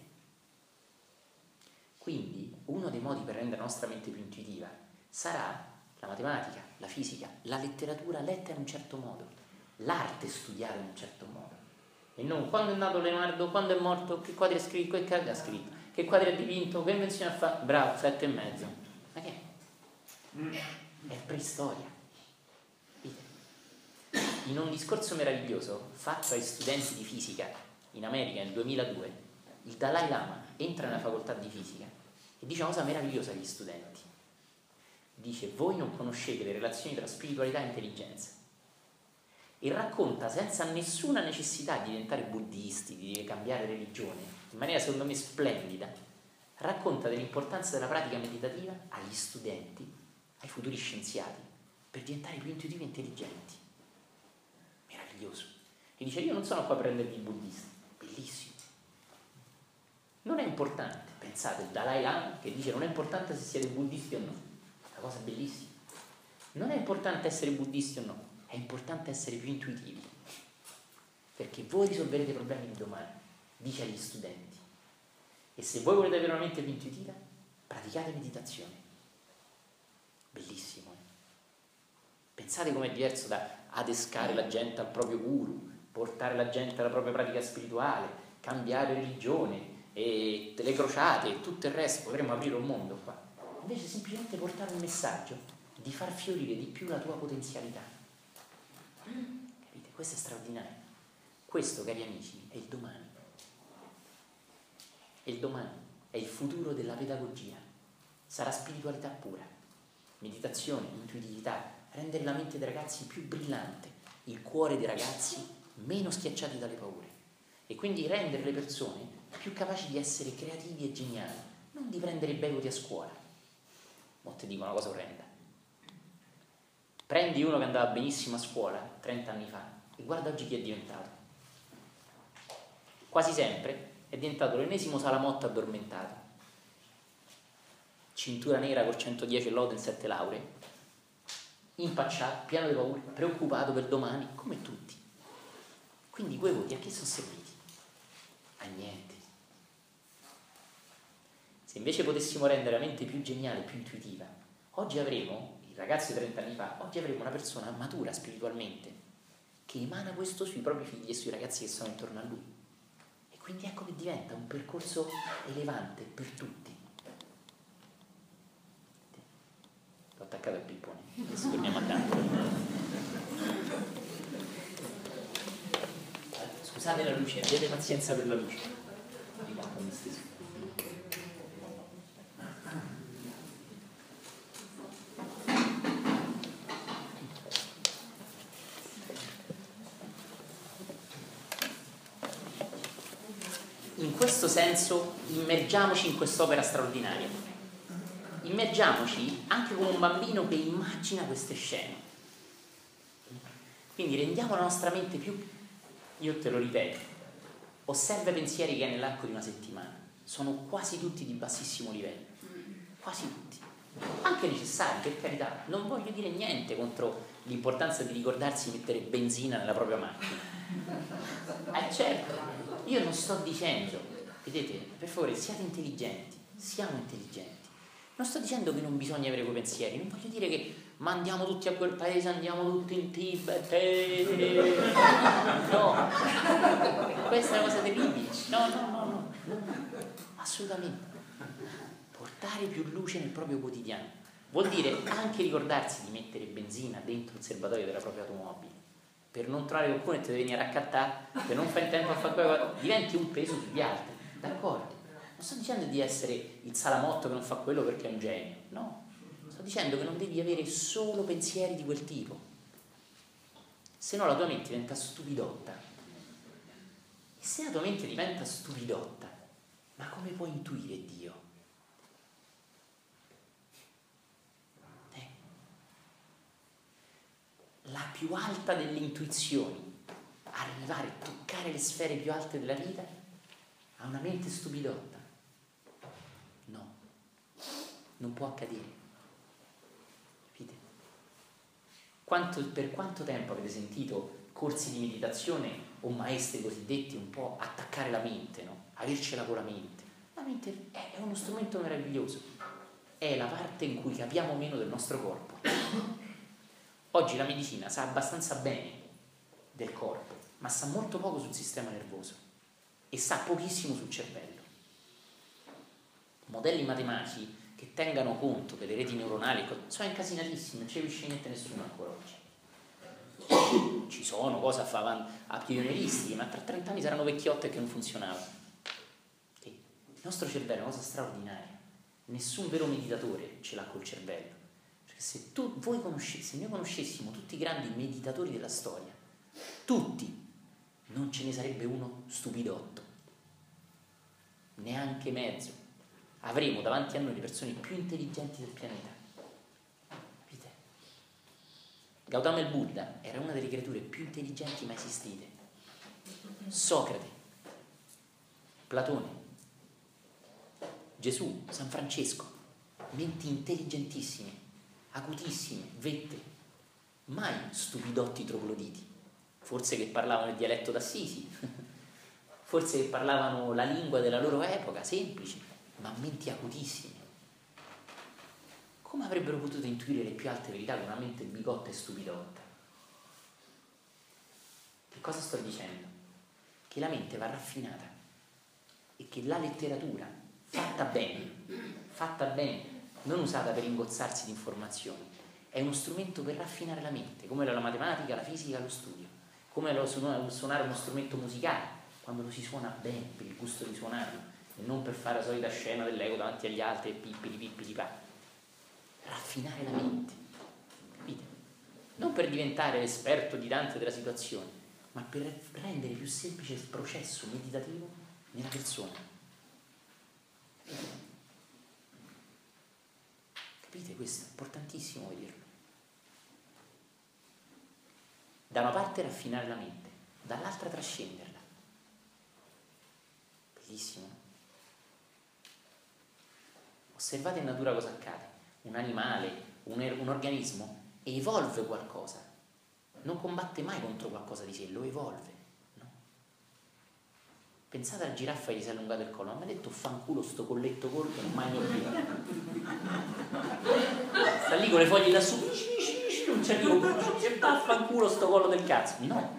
Quindi uno dei modi per rendere la nostra mente più intuitiva sarà la matematica, la fisica, la letteratura letta in un certo modo, l'arte studiata in un certo modo, e non quando è nato Leonardo, quando è morto, che quadri ha scritto, che ha scritto, che quadri ha dipinto, che invenzione ha fatto, bravo, 7,5. Ma che è preistoria. In un discorso meraviglioso fatto ai studenti di fisica in America nel 2002, il Dalai Lama entra nella facoltà di fisica e dice una cosa meravigliosa agli studenti. Dice: voi non conoscete le relazioni tra spiritualità e intelligenza, e racconta senza nessuna necessità di diventare buddisti, di cambiare religione, in maniera secondo me splendida, racconta dell'importanza della pratica meditativa agli studenti, ai futuri scienziati, per diventare più intuitivi e intelligenti. Meraviglioso. E dice: io non sono qua a prendervi i buddisti. Bellissimo. Non è importante, pensate, il Dalai Lama che dice: non è importante se siete buddisti o no. Una cosa bellissima. Non è importante essere buddisti o no, è importante essere più intuitivi, perché voi risolverete i problemi di domani, dice agli studenti. E se voi volete avere una mente più intuitiva, praticate meditazione. Bellissimo, eh? Pensate com'è diverso da adescare la gente al proprio guru, portare la gente alla propria pratica spirituale, cambiare religione, e le crociate e tutto il resto. Potremmo aprire un mondo qua. Invece semplicemente portare un messaggio di far fiorire di più la tua potenzialità. Capite? Questo è straordinario. Questo, cari amici, è il domani. È il domani, è il futuro della pedagogia. Sarà spiritualità pura, meditazione, intuitività, rendere la mente dei ragazzi più brillante, il cuore dei ragazzi meno schiacciati dalle paure, e quindi rendere le persone più capaci di essere creativi e geniali, non di prendere i bei voti a scuola. Mo ti dico una cosa orrenda. Prendi uno che andava benissimo a scuola 30 anni fa e guarda oggi chi è diventato. Quasi sempre è diventato l'ennesimo Salamotto addormentato, cintura nera con 110 lode in 7 lauree, impacciato, pieno di paura, preoccupato per domani, come tutti. Quindi quei voti a che sono serviti? A niente. Se invece potessimo rendere la mente più geniale, più intuitiva, oggi avremo, il ragazzo di 30 anni fa, oggi avremo una persona matura spiritualmente che emana questo sui propri figli e sui ragazzi che sono intorno a lui. E quindi ecco che diventa un percorso elevante per tutti. L'ho attaccato al pippone, adesso torniamo a Dante. Scusate la luce, abbiate pazienza per la luce. Riguardo me stesso. In questo senso immergiamoci in quest'opera straordinaria, immergiamoci anche come un bambino che immagina queste scene, quindi rendiamo la nostra mente più, io te lo ripeto, osserva i pensieri che hai nell'arco di una settimana, sono quasi tutti di bassissimo livello, quasi tutti, anche necessari, per carità, non voglio dire niente contro l'importanza di ricordarsi di mettere benzina nella propria macchina, certo. Io non sto dicendo, vedete, per favore, siate intelligenti, siamo intelligenti. Non sto dicendo che non bisogna avere quei pensieri, non voglio dire che ma andiamo tutti a quel paese, andiamo tutti in Tibet. No, questa è una cosa terribile. No, assolutamente. Portare più luce nel proprio quotidiano vuol dire anche ricordarsi di mettere benzina dentro il serbatoio della propria automobile, per non trovare qualcuno e te devi venire a raccattare, per non fare in tempo a fare quella, diventi un peso sugli altri, d'accordo? Non sto dicendo di essere il Salamotto che non fa quello perché è un genio, no, sto dicendo che non devi avere solo pensieri di quel tipo, se no la tua mente diventa stupidotta, e se la tua mente diventa stupidotta, ma come puoi intuire Dio? La più alta delle intuizioni, arrivare a toccare le sfere più alte della vita, Ha una mente stupidotta? No, non può accadere. Capite? Per quanto tempo avete sentito corsi di meditazione o maestri cosiddetti un po' attaccare la mente, no? Avercela con la mente. La mente è uno strumento meraviglioso, è la parte in cui capiamo meno del nostro corpo. Oggi la medicina sa abbastanza bene del corpo, ma sa molto poco sul sistema nervoso e sa pochissimo sul cervello. Modelli matematici che tengano conto delle reti neuronali sono incasinatissimi, non ci riesce niente nessuno ancora oggi. Ci sono cose a pionieristiche, ma tra 30 anni saranno vecchiotte che non funzionavano. Il nostro cervello è una cosa straordinaria, nessun vero meditatore ce l'ha col cervello, perché se noi conoscessimo tutti i grandi meditatori della storia, tutti, non ce ne sarebbe uno stupidotto, neanche mezzo. Avremo davanti a noi le persone più intelligenti del pianeta. Capite? Gautama il Buddha era una delle creature più intelligenti mai esistite. Socrate, Platone, Gesù, San Francesco, menti intelligentissime, acutissime, vette, mai stupidotti trogloditi, forse che parlavano il dialetto d'Assisi, forse che parlavano la lingua della loro epoca, semplice, ma menti acutissime. Come avrebbero potuto intuire le più alte verità con una mente bigotta e stupidotta? Che cosa sto dicendo? Che la mente va raffinata e che la letteratura fatta bene, non usata per ingozzarsi di informazioni, è uno strumento per raffinare la mente, come la matematica, la fisica, lo studio, come suonare uno strumento musicale, quando lo si suona bene, per il gusto di suonarlo, e non per fare la solita scena dell'ego davanti agli altri e pippili pa. Raffinare la mente, capite? Non per diventare l'esperto di Dante della situazione, ma per rendere più semplice il processo meditativo nella persona. Capite questo? È importantissimo vederlo. Da una parte raffinare la mente, dall'altra trascenderla. Bellissimo. Osservate in natura cosa accade. Un animale, un organismo evolve qualcosa, non combatte mai contro qualcosa di sé, lo evolve. Pensate alla giraffa che gli si è allungato il collo, ma mi ha detto fanculo sto colletto corto, non mai più. Sta lì con le foglie lassù, non c'è più, fanculo sto collo del cazzo. No.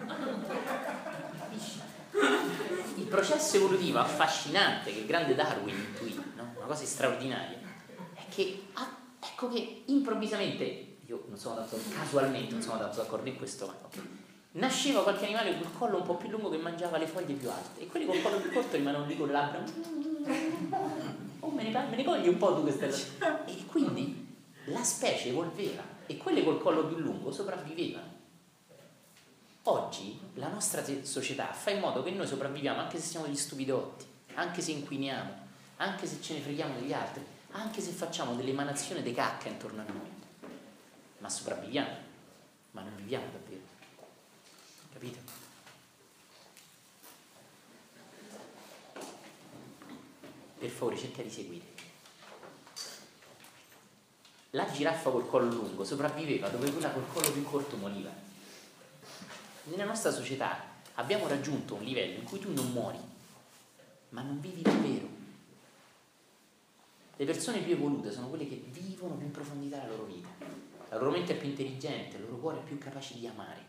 Il processo evolutivo affascinante che il grande Darwin intuì, no? Una cosa straordinaria, è che ecco che improvvisamente, io non sono tanto casualmente, non sono tanto d'accordo in questo, ma okay, nasceva qualche animale col collo un po' più lungo che mangiava le foglie più alte e quelli col collo più corto rimanevano lì con le labbra. Oh, me ne cogli un po' tu queste. E quindi la specie evolveva e quelle col collo più lungo sopravvivevano. Oggi la nostra società fa in modo che noi sopravviviamo anche se siamo degli stupidotti, anche se inquiniamo, anche se ce ne freghiamo degli altri, anche se facciamo delle emanazioni di cacca intorno a noi. Ma sopravviviamo, ma non viviamo davvero. Capito? Per favore cerca di seguire. La giraffa col collo lungo sopravviveva dove quella col collo più corto moriva. Nella nostra società abbiamo raggiunto un livello in cui tu non muori, ma non vivi davvero. Le persone più evolute sono quelle che vivono più in profondità la loro vita. La loro mente è più intelligente, il loro cuore è più capace di amare.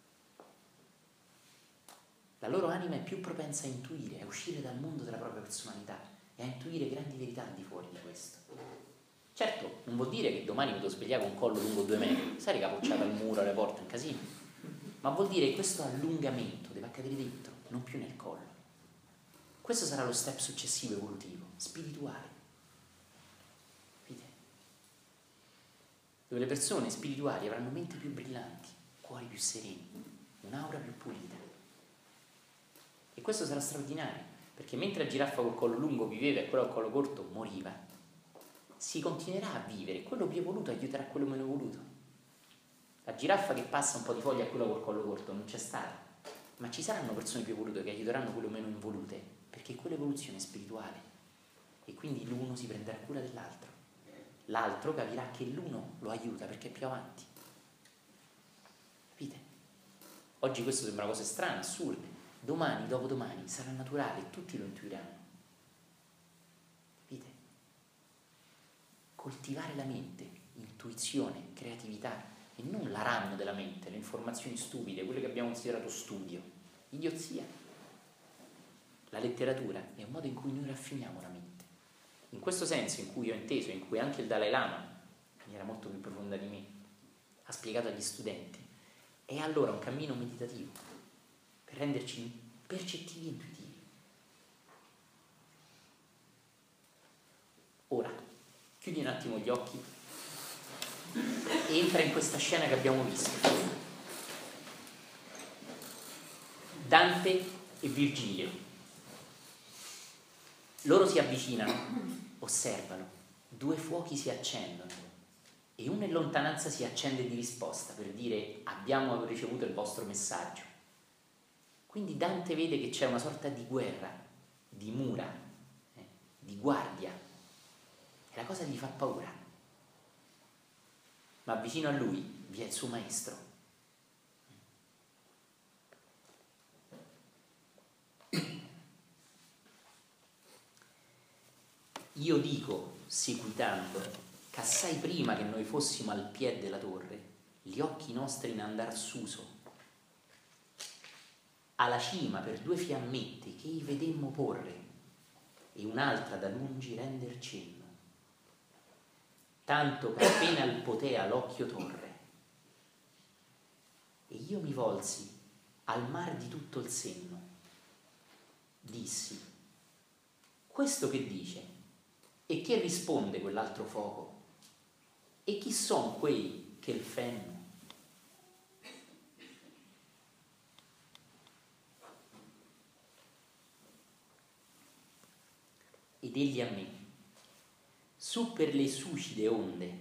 La loro anima è più propensa a intuire, a uscire dal mondo della propria personalità e a intuire grandi verità al di fuori di questo. Certo, non vuol dire che domani mi devo svegliare con un collo lungo 2 metri, sai capocciata al muro, alle porte, un casino, ma vuol dire che questo allungamento deve accadere dentro, non più nel collo. Questo sarà lo step successivo evolutivo, spirituale. Capite? Dove le persone spirituali avranno menti più brillanti, cuori più sereni, un'aura più pulita. E questo sarà straordinario, perché mentre la giraffa col collo lungo viveva e quella col collo corto moriva, si continuerà a vivere, quello più evoluto aiuterà quello meno evoluto. La giraffa che passa un po' di foglie a quello col collo corto non c'è stata, ma ci saranno persone più evolute che aiuteranno quello meno involute perché quell'evoluzione è spirituale e quindi l'uno si prenderà cura dell'altro, l'altro capirà che l'uno lo aiuta perché è più avanti. Capite? Oggi questo sembra cose strane, assurde, domani, dopodomani sarà naturale, tutti lo intuiranno. Capite? Coltivare la mente, intuizione, creatività, e non la RAM della mente, le informazioni stupide, quelle che abbiamo considerato studio, idiozia. La letteratura è un modo in cui noi raffiniamo la mente. In questo senso, in cui ho inteso, in cui anche il Dalai Lama, in maniera molto più profonda di me, ha spiegato agli studenti, è allora un cammino meditativo per renderci percettivi e intuitivi. Ora, chiudi un attimo gli occhi e entra in questa scena che abbiamo visto. Dante e Virgilio. Loro si avvicinano, osservano, due fuochi si accendono e uno in lontananza si accende di risposta per dire abbiamo ricevuto il vostro messaggio. Quindi Dante vede che c'è una sorta di guerra, di mura, di guardia, e la cosa gli fa paura. Ma vicino a lui vi è il suo maestro. Io dico, seguitando, che assai prima che noi fossimo al piede della torre, gli occhi nostri in andar suso, alla cima per due fiammette che i vedemmo porre, e un'altra da lungi render cenno, tanto che appena il potea l'occhio torre. E io mi volsi al mar di tutto il senno, dissi, questo che dice? E che risponde quell'altro fuoco? E chi son quei che il fenno? Ed egli a me, su per le suicide onde,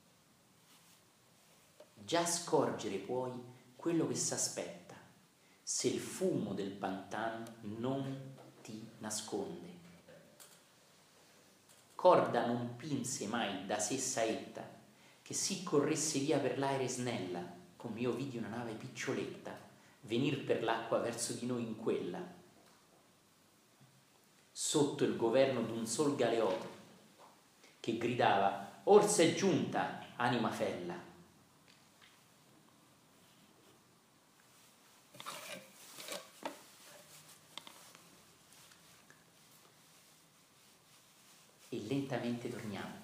già scorgere puoi quello che s'aspetta, se il fumo del pantan non ti nasconde. Corda non pinse mai da sé saetta, che si corresse via per l'aere snella, come io vidi una nave piccioletta venir per l'acqua verso di noi in quella, sotto il governo d'un sol galeotto, che gridava, orsa è giunta, anima fella. E lentamente torniamo.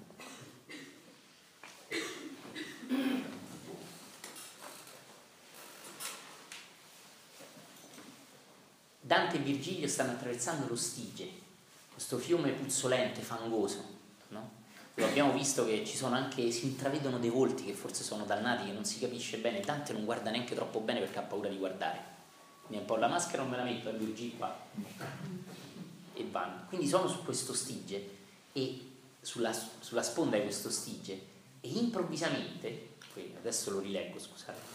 Dante e Virgilio stanno attraversando lo Stige, questo fiume puzzolente, fangoso, no? Dove abbiamo visto che ci sono anche, si intravedono dei volti che forse sono dannati, che non si capisce bene. Dante non guarda neanche troppo bene perché ha paura di guardare. Quindi un po' la maschera non me la metto, a Virgilio qua. E vanno. Quindi sono su questo Stige e sulla sponda di questo Stige e improvvisamente, adesso lo rileggo, scusate,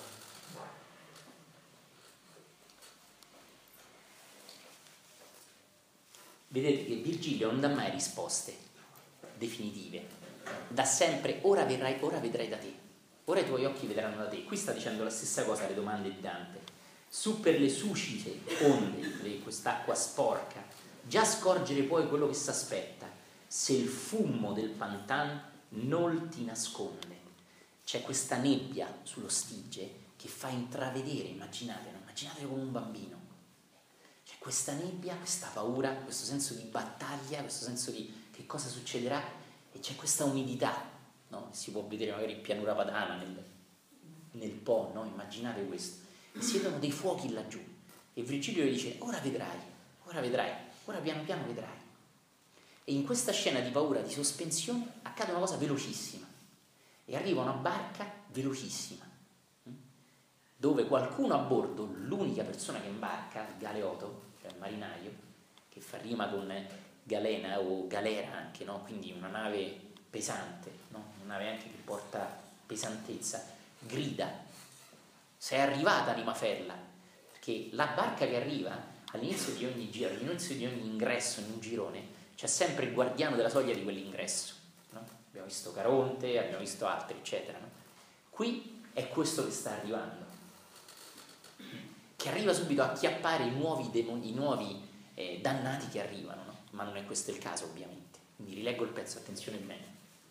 vedete che Virgilio non dà mai risposte definitive, dà sempre ora vedrai da te, ora i tuoi occhi vedranno da te. Qui sta dicendo la stessa cosa alle domande di Dante. Su per le sucite onde, quest'acqua sporca, già scorgere poi quello che s'aspetta, se il fumo del pantan non ti nasconde. C'è questa nebbia sullo Stige che fa intravedere, immaginatelo come un bambino. C'è questa nebbia, questa paura, questo senso di battaglia, questo senso di che cosa succederà, e c'è questa umidità, no? Si può vedere magari in pianura padana, nel Po, no? Immaginate questo. E si vedono dei fuochi laggiù e Virgilio gli dice ora vedrai, ora piano piano vedrai. E in questa scena di paura, di sospensione, accade una cosa velocissima e arriva una barca velocissima dove qualcuno a bordo, l'unica persona che imbarca, il galeoto, cioè il marinaio, che fa rima con galena o galera anche, no? Quindi una nave pesante, no? Una nave anche che porta pesantezza, grida, sei arrivata anima fella, perché la barca che arriva all'inizio di ogni giro, all'inizio di ogni ingresso in un girone, c'è sempre il guardiano della soglia di quell'ingresso, no? Abbiamo visto Caronte, abbiamo visto altri, eccetera, no? Qui è questo che sta arrivando, che arriva subito a acchiappare i nuovi dannati che arrivano, no? Ma non è questo il caso, ovviamente. Quindi rileggo il pezzo, attenzione bene.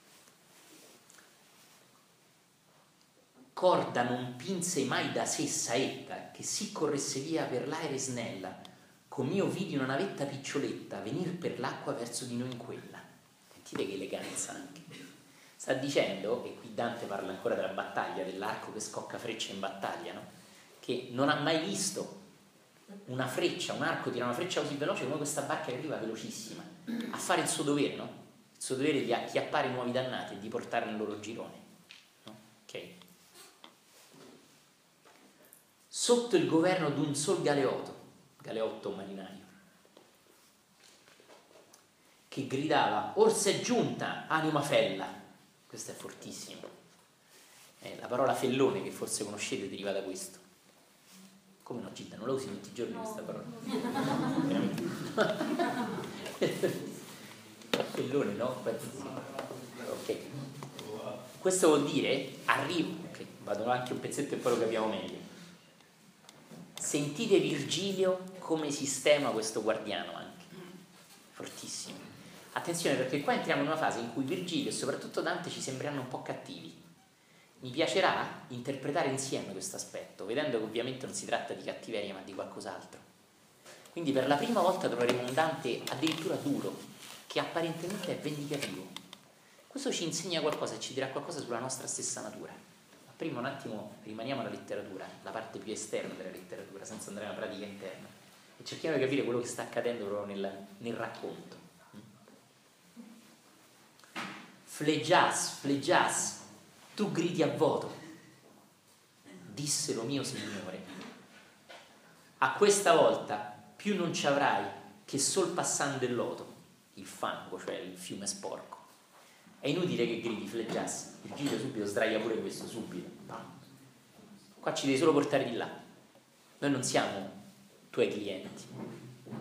Corda non pinse mai da sé saetta, che si corresse via per l'aere snella, com'io vidi una navetta piccioletta venir per l'acqua verso di noi in quella. Sentite che eleganza anche. Sta dicendo, e qui Dante parla ancora della battaglia, dell'arco che scocca frecce in battaglia, no? Che non ha mai visto una freccia, un arco tirare una freccia così veloce come questa barca che arriva velocissima a fare il suo dovere, no? Il suo dovere di acchiappare i nuovi dannati e di portare nel loro girone, no? Ok? Sotto il governo d'un sol galeotto marinaio, che gridava: "Orsa è giunta, anima fella". Questo è fortissimo. La parola fellone, che forse conoscete, deriva da questo. Come no, Gilda? Non la usi tutti i giorni questa parola? Fellone, no? Ok. Questo vuol dire arrivo. Ok, vado avanti un pezzetto e poi lo capiamo meglio. Sentite Virgilio come sistema questo guardiano anche. Fortissimo. Attenzione, perché qua entriamo in una fase in cui Virgilio e soprattutto Dante ci sembreranno un po' cattivi. Mi piacerà interpretare insieme questo aspetto, vedendo che ovviamente non si tratta di cattiveria ma di qualcos'altro. Quindi per la prima volta troveremo un Dante addirittura duro, che apparentemente è vendicativo. Questo ci insegna qualcosa e ci dirà qualcosa sulla nostra stessa natura. Ma prima un attimo rimaniamo alla letteratura, la parte più esterna della letteratura, senza andare alla pratica interna, e cerchiamo di capire quello che sta accadendo proprio nel racconto. Fleggias, tu gridi a voto, disselo mio signore. A questa volta più non ci avrai che sol passando il loto, il fango, cioè il fiume sporco. È inutile che gridi Fleggias, Virgilio subito sdraia pure questo, subito. Qua ci devi solo portare di là. Noi non siamo tuoi clienti.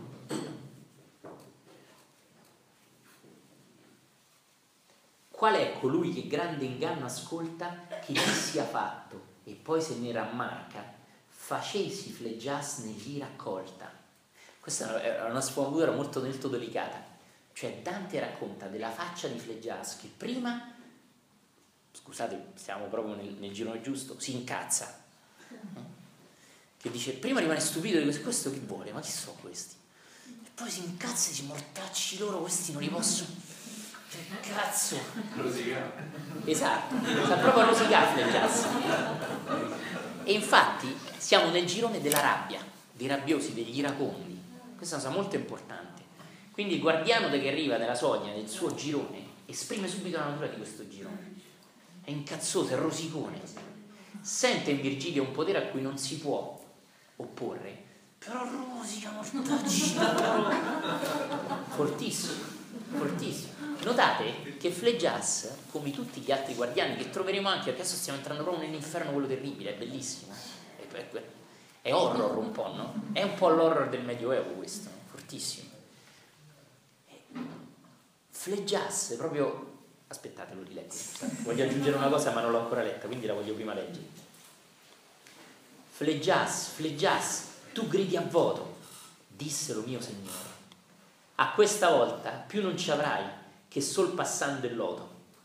Qual è colui che grande inganno ascolta, che gli sia fatto e poi se ne rammarca? Facesi Fleggias negli raccolta. Questa è una sfumatura molto delicata. Cioè Dante racconta della faccia di Fleggias che prima, scusate, siamo proprio nel girone giusto, si incazza. Che dice, prima rimane stupito di questo che vuole, ma chi sono questi? E poi si incazza e si mortacci loro, questi non li posso... Che cazzo? Rosicare. Esatto, sta proprio a rosicare Fleggias. E infatti siamo nel girone della rabbia, dei rabbiosi, degli iracondi. Questa è una cosa molto importante. Quindi il guardiano che arriva nella soglia del suo girone esprime subito la natura di questo girone. È incazzoso, è rosicone. Sente in Virgilio un potere a cui non si può opporre, però rosica, mortacci. Fortissimo, fortissimo. Notate che Fleggias, come tutti gli altri guardiani che troveremo anche, perché adesso stiamo entrando proprio nell'inferno, quello terribile, è bellissimo, è horror un po', no? È un po' l'horror del Medioevo questo, fortissimo. Fleggias proprio, aspettate, lo rileggo, voglio aggiungere una cosa ma non l'ho ancora letta, quindi la voglio prima leggere. Fleggias, tu gridi a voto, disselo mio signore. A questa volta più non ci avrai che sol passando il loto.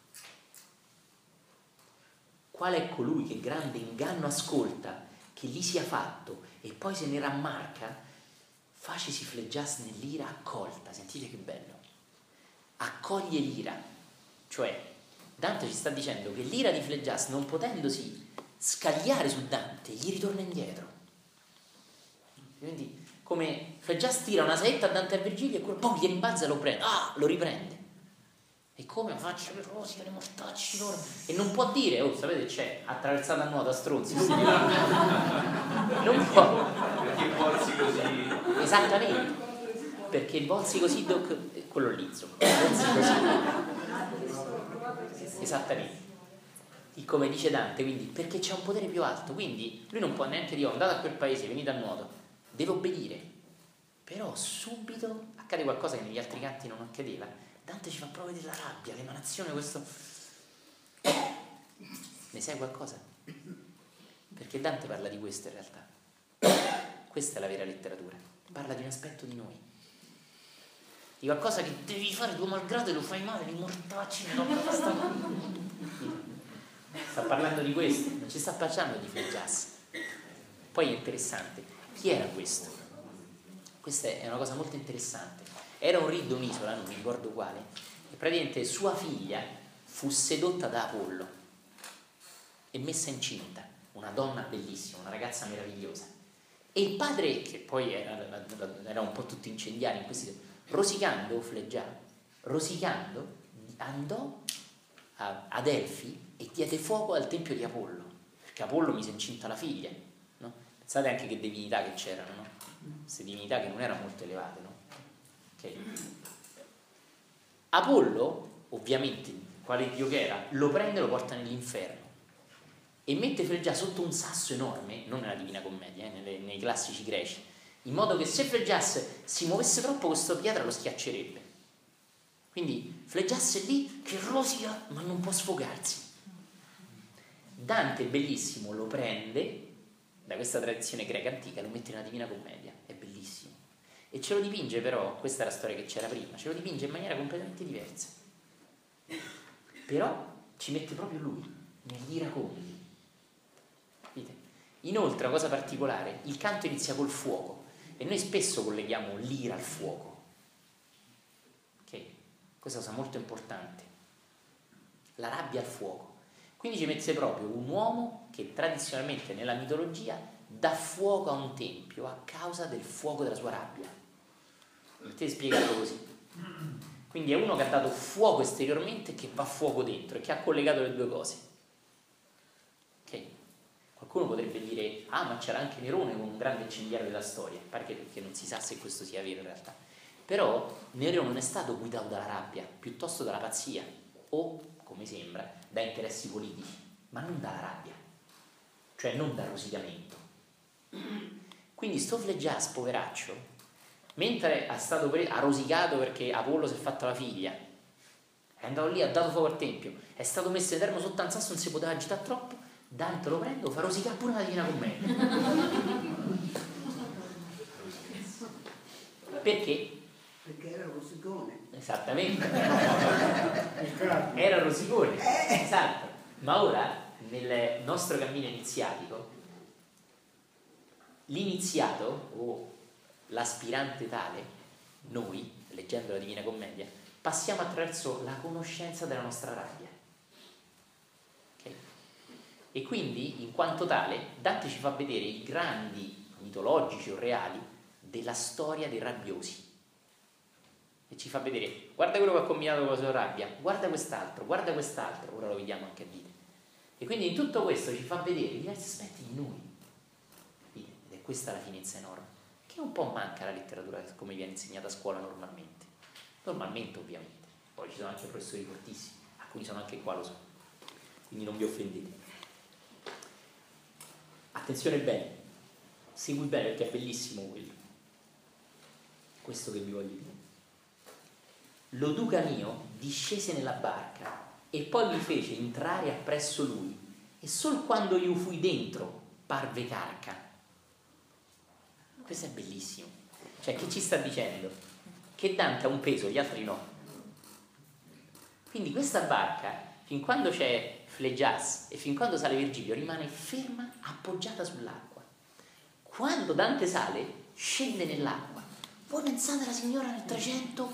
Qual è colui che grande inganno ascolta, che gli sia fatto e poi se ne rammarca? Facesi Fleggias nell'ira accolta. Sentite che bello. Accoglie l'ira. Cioè, Dante ci sta dicendo che l'ira di Fleggias, non potendosi scagliare su Dante, gli ritorna indietro. Quindi, come Fleggias tira una saetta a Dante e a Virgilio e quello poi gli rimbalza e lo prende. Lo riprende. E come faccio le rosiche, le mortacci loro? E non può dire, oh, sapete c'è, attraversata a nuoto a stronzi. Non può. Perché i polsi così... Esattamente. Perché il Bolsico Sidoc, quello lizzo. Esattamente. Come dice Dante, quindi, perché c'è un potere più alto. Quindi lui non può neanche dire, andate a quel paese, venite a nuoto. Deve obbedire. Però subito accade qualcosa che negli altri canti non accadeva. Dante ci fa proprio vedere la rabbia, l'emanazione, questo... Ne sai qualcosa? Perché Dante parla di questo in realtà. Questa è la vera letteratura. Parla di un aspetto di noi. Di qualcosa che devi fare tuo malgrado e lo fai male, li mortacci, no? Sta parlando di questo, non ci sta parlando di Fleggias. Poi è interessante, chi era questo? Questa è una cosa molto interessante. Era un re d'un'isola, non mi ricordo quale, e praticamente sua figlia fu sedotta da Apollo e messa incinta, una donna bellissima, una ragazza meravigliosa. E il padre, che poi era un po' tutto incendiario in questi, rosicando andò a Delfi e diede fuoco al tempio di Apollo, perché Apollo mise incinta la figlia, no? Pensate anche che divinità che c'erano, no? Queste divinità che non erano molto elevate, no? Okay. Apollo, ovviamente, quale dio che era, lo prende e lo porta nell'inferno e mette Fleggià sotto un sasso enorme, non nella Divina Commedia, nei classici greci, in modo che se Fleggias si muovesse troppo questa pietra lo schiaccerebbe. Quindi Fleggias è lì che rosica ma non può sfogarsi. Dante, bellissimo, lo prende da questa tradizione greca antica, lo mette nella Divina Commedia, è bellissimo. E ce lo dipinge però, questa è la storia che c'era prima, ce lo dipinge in maniera completamente diversa. Però ci mette proprio lui, negli racconti. Capite? Inoltre, una cosa particolare, il canto inizia col fuoco e noi spesso colleghiamo l'ira al fuoco. Ok? Questa è una cosa molto importante. La rabbia al fuoco. Quindi ci mette proprio un uomo che tradizionalmente nella mitologia dà fuoco a un tempio a causa del fuoco della sua rabbia. Potete spiegarlo così? Quindi è uno che ha dato fuoco esteriormente e che va fuoco dentro e che ha collegato le due cose. Ok? Qualcuno potrebbe dire, ah, ma c'era anche Nerone con un grande incendiario della storia, perché non si sa se questo sia vero in realtà. Però Nerone non è stato guidato dalla rabbia, piuttosto dalla pazzia, o, come sembra, da interessi politici, ma non dalla rabbia, cioè non dal rosicamento. Quindi sto Fleggias, poveraccio, mentre ha rosicato perché Apollo si è fatta la figlia, è andato lì, ha dato fuoco al tempio, è stato messo in eterno sotto un sasso, non si poteva agitare troppo, Dante lo prende, lo fa rosicare pure la Divina Commedia. Perché? Perché era rosicone. Esattamente. Era rosicone. Esatto. Ma ora, nel nostro cammino iniziatico, l'iniziato o l'aspirante tale, noi, leggendo la Divina Commedia, passiamo attraverso la conoscenza della nostra rabbia. Okay? E quindi, in quanto tale, Dante ci fa vedere i grandi mitologici o reali della storia dei rabbiosi. E ci fa vedere, guarda quello che ha combinato con la sua rabbia, guarda quest'altro, ora lo vediamo anche a dite. E quindi in tutto questo ci fa vedere diversi aspetti di noi. Ed è questa la finezza enorme, che un po' manca la letteratura come viene insegnata a scuola normalmente. Normalmente, ovviamente. Poi ci sono anche professori fortissimi, alcuni sono anche qua, lo so. Quindi non vi offendete. Attenzione bene, segui bene perché è bellissimo quello. Questo che vi voglio dire. Lo duca mio discese nella barca e poi mi fece entrare appresso lui e sol quando io fui dentro parve carca. Questo è bellissimo. Cioè, che ci sta dicendo? Che Dante ha un peso, gli altri no. Quindi questa barca, fin quando c'è Fleggias e fin quando sale Virgilio, rimane ferma, appoggiata sull'acqua. Quando Dante sale, scende nell'acqua. Voi pensate alla signora nel 300?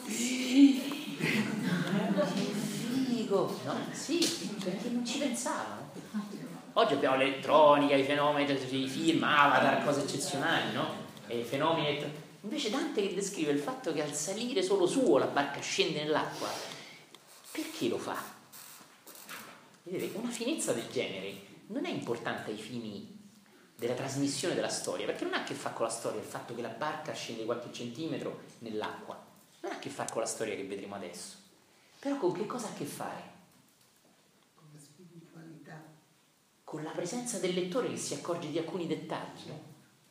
Figo! No? Sì, perché non ci pensavano. Oggi abbiamo l'elettronica, i fenomeni, i film, Avatar, cose eccezionali, no? E i fenomeni. Invece Dante che descrive il fatto che al salire solo suo la barca scende nell'acqua. Perché lo fa? Vedete, una finezza del genere non è importante ai fini della trasmissione della storia, perché non ha a che fare con la storia il fatto che la barca scende qualche centimetro nell'acqua, non ha a che fare con la storia che vedremo adesso, però con che cosa ha a che fare? Con la spiritualità. Con la presenza del lettore che si accorge di alcuni dettagli, no?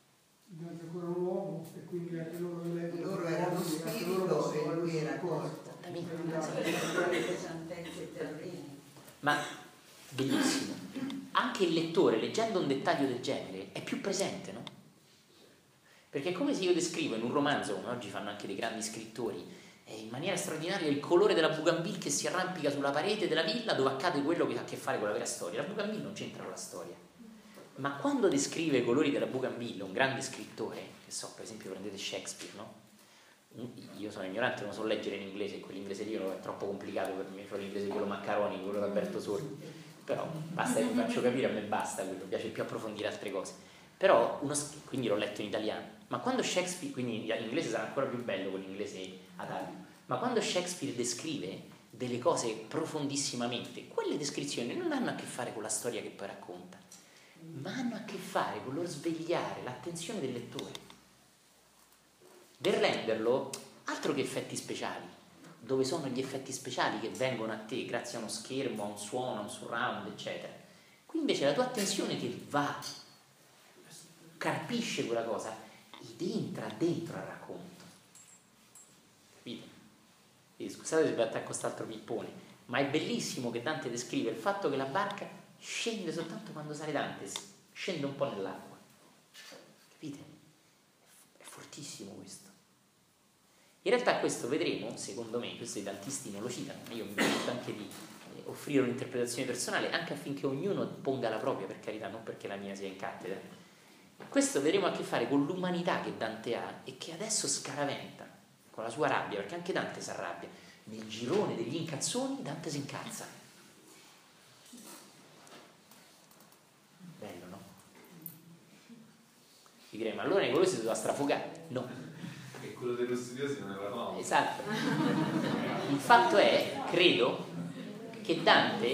Dante ancora un uomo e quindi anche loro Loro erano spirito e lui era corpo. Pesantezze terrene. Ma bellissimo. Anche il lettore, leggendo un dettaglio del genere, è più presente, no? Perché è come se io descrivo in un romanzo, come oggi fanno anche dei grandi scrittori, in maniera straordinaria il colore della bougainville che si arrampica sulla parete della villa dove accade quello che ha a che fare con la vera storia. La bougainville non c'entra con la storia. Ma quando descrive i colori della bougainville un grande scrittore, che so, per esempio prendete Shakespeare, no? Io sono ignorante, non so leggere in inglese, quell'inglese lì è troppo complicato per me, l'inglese di quello Maccaroni, quello di Alberto Sordi, però basta che mi faccio capire, a me basta quello, mi piace più approfondire altre cose. Però quindi l'ho letto in italiano, ma quando Shakespeare, quindi in inglese sarà ancora più bello con l'inglese adario, ma quando Shakespeare descrive delle cose profondissimamente, quelle descrizioni non hanno a che fare con la storia che poi racconta, ma hanno a che fare con lo svegliare l'attenzione del lettore, del renderlo altro che effetti speciali. Dove sono gli effetti speciali che vengono a te grazie a uno schermo, a un suono, a un surround, eccetera. Qui invece la tua attenzione ti va, carpisce quella cosa ed entra dentro al racconto. Capite? E scusate se vi attacco quest'altro pippone, ma è bellissimo che Dante descrive il fatto che la barca scende soltanto quando sale Dante, scende un po' nell'acqua. Capite? È fortissimo questo. In realtà questo vedremo, secondo me, questo i dantisti non lo citano, ma io mi permetto anche di offrire un'interpretazione personale, anche affinché ognuno ponga la propria, per carità, non perché la mia sia in cattedra. Questo vedremo a che fare con l'umanità che Dante ha e che adesso scaraventa con la sua rabbia, perché anche Dante si arrabbia. Nel girone degli incazzoni Dante si incazza. Bello, no? Vi direi, ma allora Nicolosi si doveva strafogare? No. E quello dello studioso non era nuovo. Esatto. Il fatto è, credo, che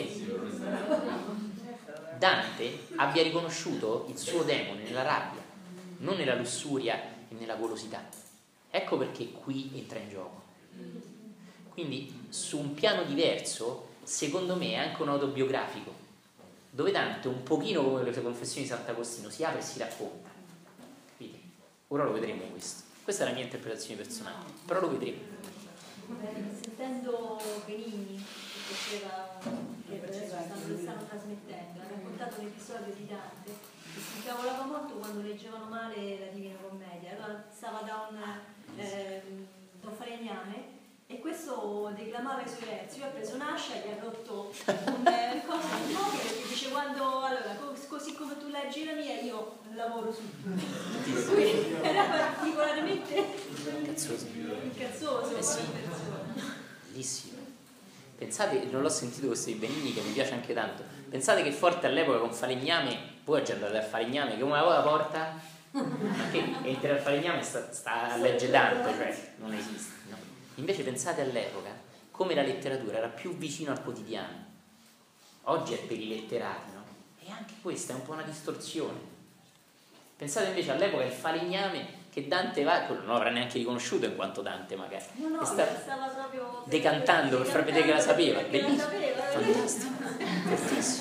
Dante abbia riconosciuto il suo demone nella rabbia, non nella lussuria e nella golosità. Ecco perché qui entra in gioco. Quindi su un piano diverso, secondo me, è anche un autobiografico, dove Dante, un pochino come le confessioni di Sant'Agostino, si apre e si racconta. Capite? Ora lo vedremo questo. Questa è la mia interpretazione personale, però lo vedremo. Sentendo Benigni, che stanno trasmettendo, ha raccontato l'episodio di Dante, che si incavolava molto quando leggevano male la Divina Commedia. Allora stava da un falegname e questo declamava i suoi versi. Io ho preso un'ascia e gli ha rotto un poker e gli dice così come tu leggi la mia io lavoro su tutto. Era particolarmente incazzoso Sì. Bellissimo. Pensate, non l'ho sentito questo di Benigni che mi piace anche tanto, pensate che forte all'epoca con falegname, voi oggi andate al falegname che come la porta, ma che entra al falegname sta a leggere Dante, cioè non esiste, no? Invece pensate all'epoca come la letteratura era più vicino al quotidiano. Oggi è per i letterati, no? E anche questa è un po' una distorsione. Pensate invece all'epoca il falegname che Dante va, quello non l'avrà neanche riconosciuto in quanto Dante magari, no, stava proprio decantando per far vedere che la sapeva. Bellissimo, fantastico, fortissimo.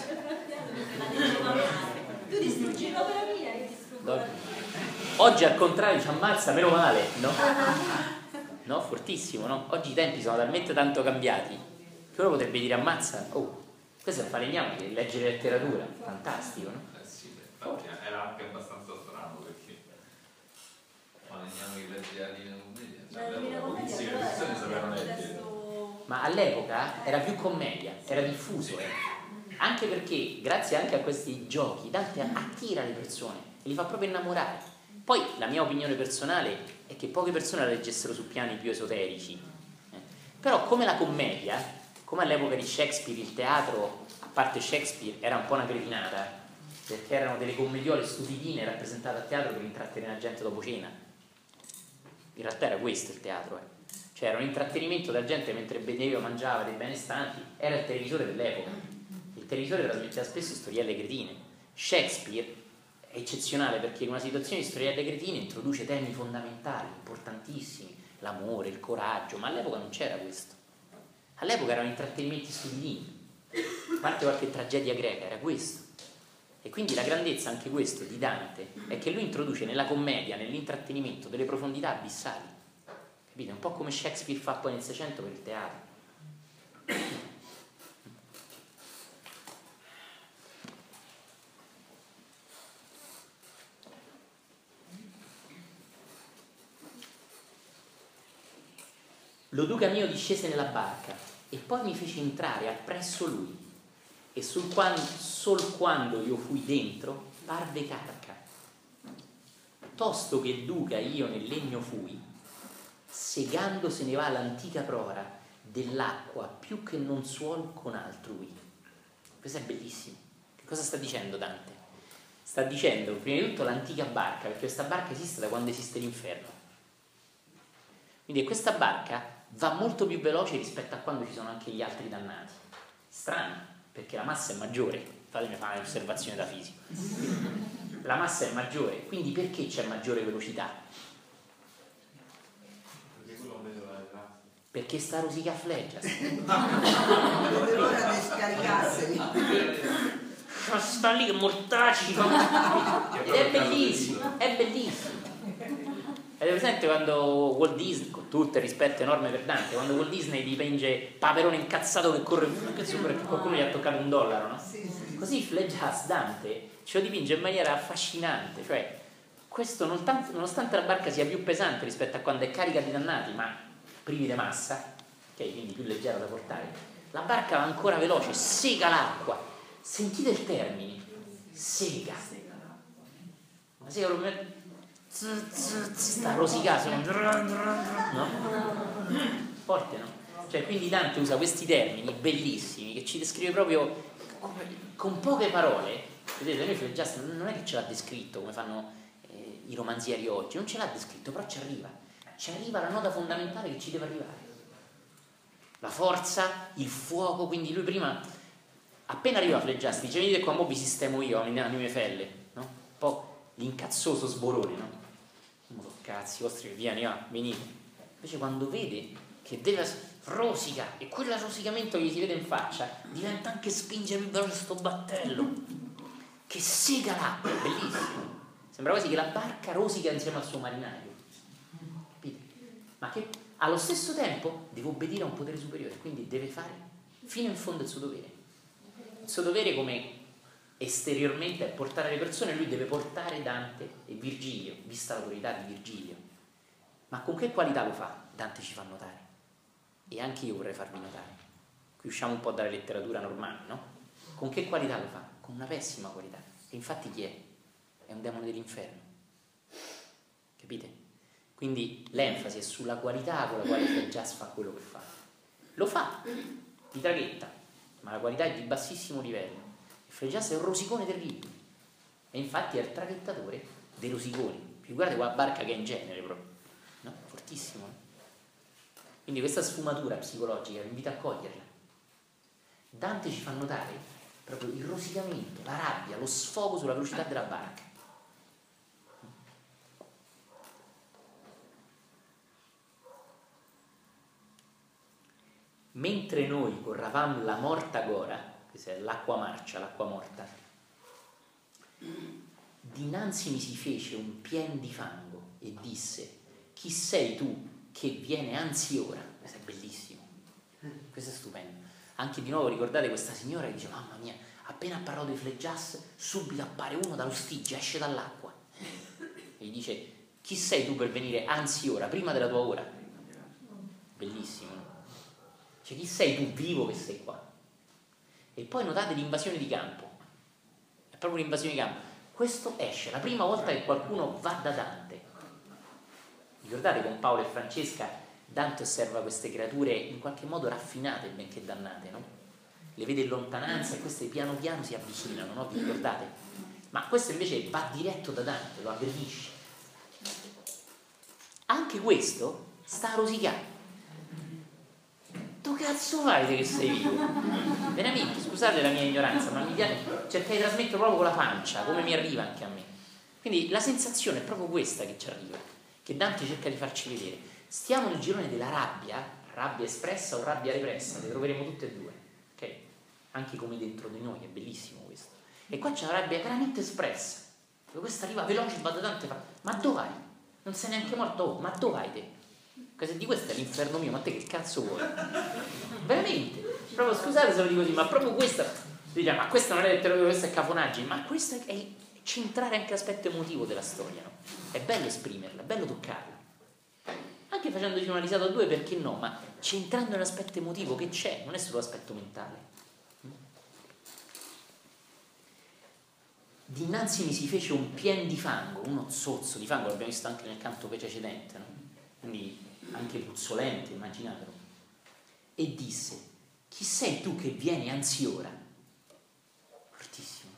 Tu distruggi l'opera mia e distruggo la mia. Oggi al contrario ci ammazza, meno male, no? No, fortissimo, no? Oggi i tempi sono talmente tanto cambiati che uno potrebbe dire ammazza, oh, questo è un falegname che legge letteratura, fantastico, no? Sì, infatti era anche abbastanza strano perché falegname che legge la Divina Commedia, cioè avevano pochissime persone sapevano leggere. Ma all'epoca era più commedia, era diffuso, anche perché grazie anche a questi giochi Dante attira le persone e li fa proprio innamorare. Poi la mia opinione personale è che poche persone la leggessero su piani più esoterici, però come la commedia, come all'epoca di Shakespeare il teatro, a parte Shakespeare, era un po' una cretinata, perché erano delle commediole stupidine rappresentate a teatro per intrattenere la gente dopo cena. In realtà era questo il teatro, cioè era un intrattenimento della gente mentre beveva, mangiava dei benestanti, era il televisore dell'epoca. Il televisore trasmetteva spesso storielle cretine. Shakespeare è eccezionale perché in una situazione di storielle cretine introduce temi fondamentali, importantissimi, l'amore, il coraggio, ma all'epoca non c'era questo. All'epoca erano intrattenimenti stupidini, a parte qualche tragedia greca, era questo. E quindi la grandezza, anche questo, di Dante è che lui introduce nella commedia, nell'intrattenimento, delle profondità abissali. Capite? Un po' come Shakespeare fa poi nel Seicento per il teatro. Lo duca mio discese nella barca e poi mi fece entrare appresso lui, e sol quando io fui dentro parve carca. Tosto che duca io nel legno fui, segando se ne va l'antica prora dell'acqua più che non suol con altrui. Questo è bellissimo. Che cosa sta dicendo Dante? Sta dicendo prima di tutto l'antica barca, perché questa barca esiste da quando esiste l'inferno. Quindi questa barca va molto più veloce rispetto a quando ci sono anche gli altri dannati. Strano, perché la massa è maggiore. Fatemi fare un'osservazione da fisico. La massa è maggiore, quindi perché c'è maggiore velocità? Perché sta rosica Fleggias. Non vedo l'ora di scaricarseli. Sta lì che mortacino. Ed è bellissimo, è bellissimo. Avete presente quando Walt Disney, con tutto il rispetto enorme per Dante, quando Walt Disney dipinge Paperone incazzato che corre perché qualcuno gli ha toccato $1, no? Sì. Così Fleggias, Dante, ce lo dipinge in maniera affascinante, cioè questo nonostante la barca sia più pesante rispetto a quando è carica di dannati, ma privi di massa, ok, quindi più leggera da portare, la barca va ancora veloce, sega l'acqua. Sentite il termine, sega. Ma sega proprio sta rosicato, no? Forte, no? Cioè, quindi Dante usa questi termini bellissimi che ci descrive proprio con poche parole. Vedete, noi Fleggias non è che ce l'ha descritto come fanno i romanzieri oggi, non ce l'ha descritto, però ci arriva la nota fondamentale che ci deve arrivare, la forza, il fuoco. Quindi lui prima, appena arriva Fleggias, dice: venite qua, mo vi sistemo io nelle mie felle, no? Un po' l'incazzoso sborone, no? Cazzi vostri, vieni, venite. Invece quando vede che deve rosica, e quel rosicamento che gli si vede in faccia diventa anche spingere più veloce sto battello che sega l'acqua, è bellissimo. Sembra quasi che la barca rosica insieme al suo marinaio, capite? Ma che allo stesso tempo deve obbedire a un potere superiore, quindi deve fare fino in fondo il suo dovere. Il suo dovere, come esteriormente, è portare le persone. Lui deve portare Dante e Virgilio, vista l'autorità di Virgilio. Ma con che qualità lo fa? Dante ci fa notare, e anche io vorrei farvi notare. Qui usciamo un po' dalla letteratura normale, no? Con che qualità lo fa? Con una pessima qualità. E infatti chi è? È un demone dell'inferno, capite? Quindi l'enfasi è sulla qualità con la quale Fleggias fa quello che fa. Lo fa di traghetta, ma la qualità è di bassissimo livello. Fleggias è un rosicone terribile, e infatti è il traghettatore dei rosiconi. Guardate qua barca che è in genere proprio, no? Fortissimo, no? Quindi questa sfumatura psicologica vi invito a coglierla. Dante ci fa notare proprio il rosicamento, la rabbia, lo sfogo sulla velocità della barca. Mentre noi corravam la morta gora, questa è l'acqua marcia, l'acqua morta, dinanzi mi si fece un pien di fango e disse: chi sei tu che viene anzi ora? Questo è bellissimo, questo è stupendo. Anche di nuovo ricordate questa signora che dice: mamma mia, appena ha parlato di Fleggias subito appare uno dallo Stigia, esce dall'acqua e gli dice: chi sei tu per venire anzi ora, prima della tua ora? Bellissimo, no? Cioè, chi sei tu vivo che sei qua? E poi notate l'invasione di campo, è proprio l'invasione di campo. Questo esce la prima volta che qualcuno va da Dante. Ricordate, con Paolo e Francesca Dante osserva queste creature in qualche modo raffinate benché dannate, no? Le vede in lontananza e queste piano piano si avvicinano, no? Vi ricordate? Ma questo invece va diretto da Dante, lo aggredisce. Anche questo sta a rosicare. Tu cazzo fai che sei vivo? Veramente, scusate la mia ignoranza, ma mi piace, cercai di trasmetterlo proprio con la pancia, come mi arriva anche a me. Quindi la sensazione è proprio questa che ci arriva, che Dante cerca di farci vedere. Stiamo nel girone della rabbia espressa o rabbia repressa, le troveremo tutte e due, ok? Anche come dentro di noi, è bellissimo questo. E qua c'è una rabbia veramente espressa. Questa arriva veloce, va da Dante e fa: ma dove vai? Non sei neanche morto, oh, ma dove vai te? Se di questo è l'inferno mio, ma te che cazzo vuoi? Veramente, proprio scusate se lo dico così, ma proprio questa, diciamo, ma questa non è letteratura, questa è cafonaggine, ma questo è centrare anche l'aspetto emotivo della storia, no? È bello esprimerla, è bello toccarla, anche facendoci una risata o due, perché no, ma centrando l'aspetto emotivo che c'è, non è solo l'aspetto mentale. Dinanzi mi si fece un pien di fango, uno zozzo di fango, l'abbiamo visto anche nel canto precedente, no? Quindi anche puzzolente, immaginatelo, e disse: chi sei tu che vieni anzi ora? Fortissimo.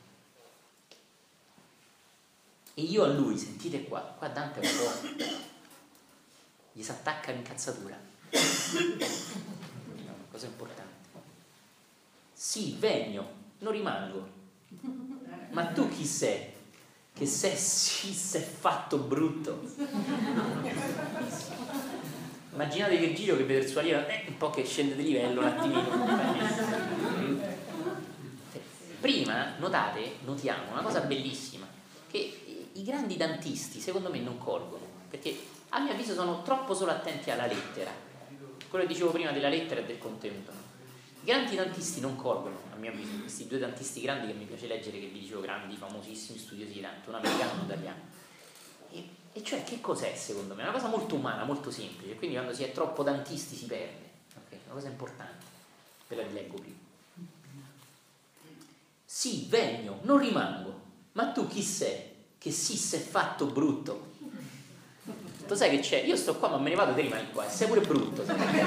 E io a lui, sentite qua Dante è un po', gli si attacca l'incazzatura, una cosa importante. Sì, vegno, non rimango, ma tu chi sei? Che sei fatto brutto. Immaginate Virgilio che vede il suo allievo un po' che scende di livello un attimino. Prima notiamo una cosa bellissima che i grandi dantisti secondo me non colgono, perché a mio avviso sono troppo solo attenti alla lettera, quello che dicevo prima della lettera e del contenuto. I grandi dantisti non colgono, a mio avviso, questi due dantisti grandi che mi piace leggere, che vi dicevo, grandi, famosissimi, studiosi di Dante, un americano e un italiano. E cioè, che cos'è secondo me? È una cosa molto umana, molto semplice, quindi quando si è troppo dantisti si perde. Okay? Una cosa importante, ve la rileggo prima. Sì, vegno, non rimango, ma tu chi sei? Che si è fatto brutto. Tu sai che c'è? Io sto qua ma me ne vado, te rimani qua, e sei pure brutto.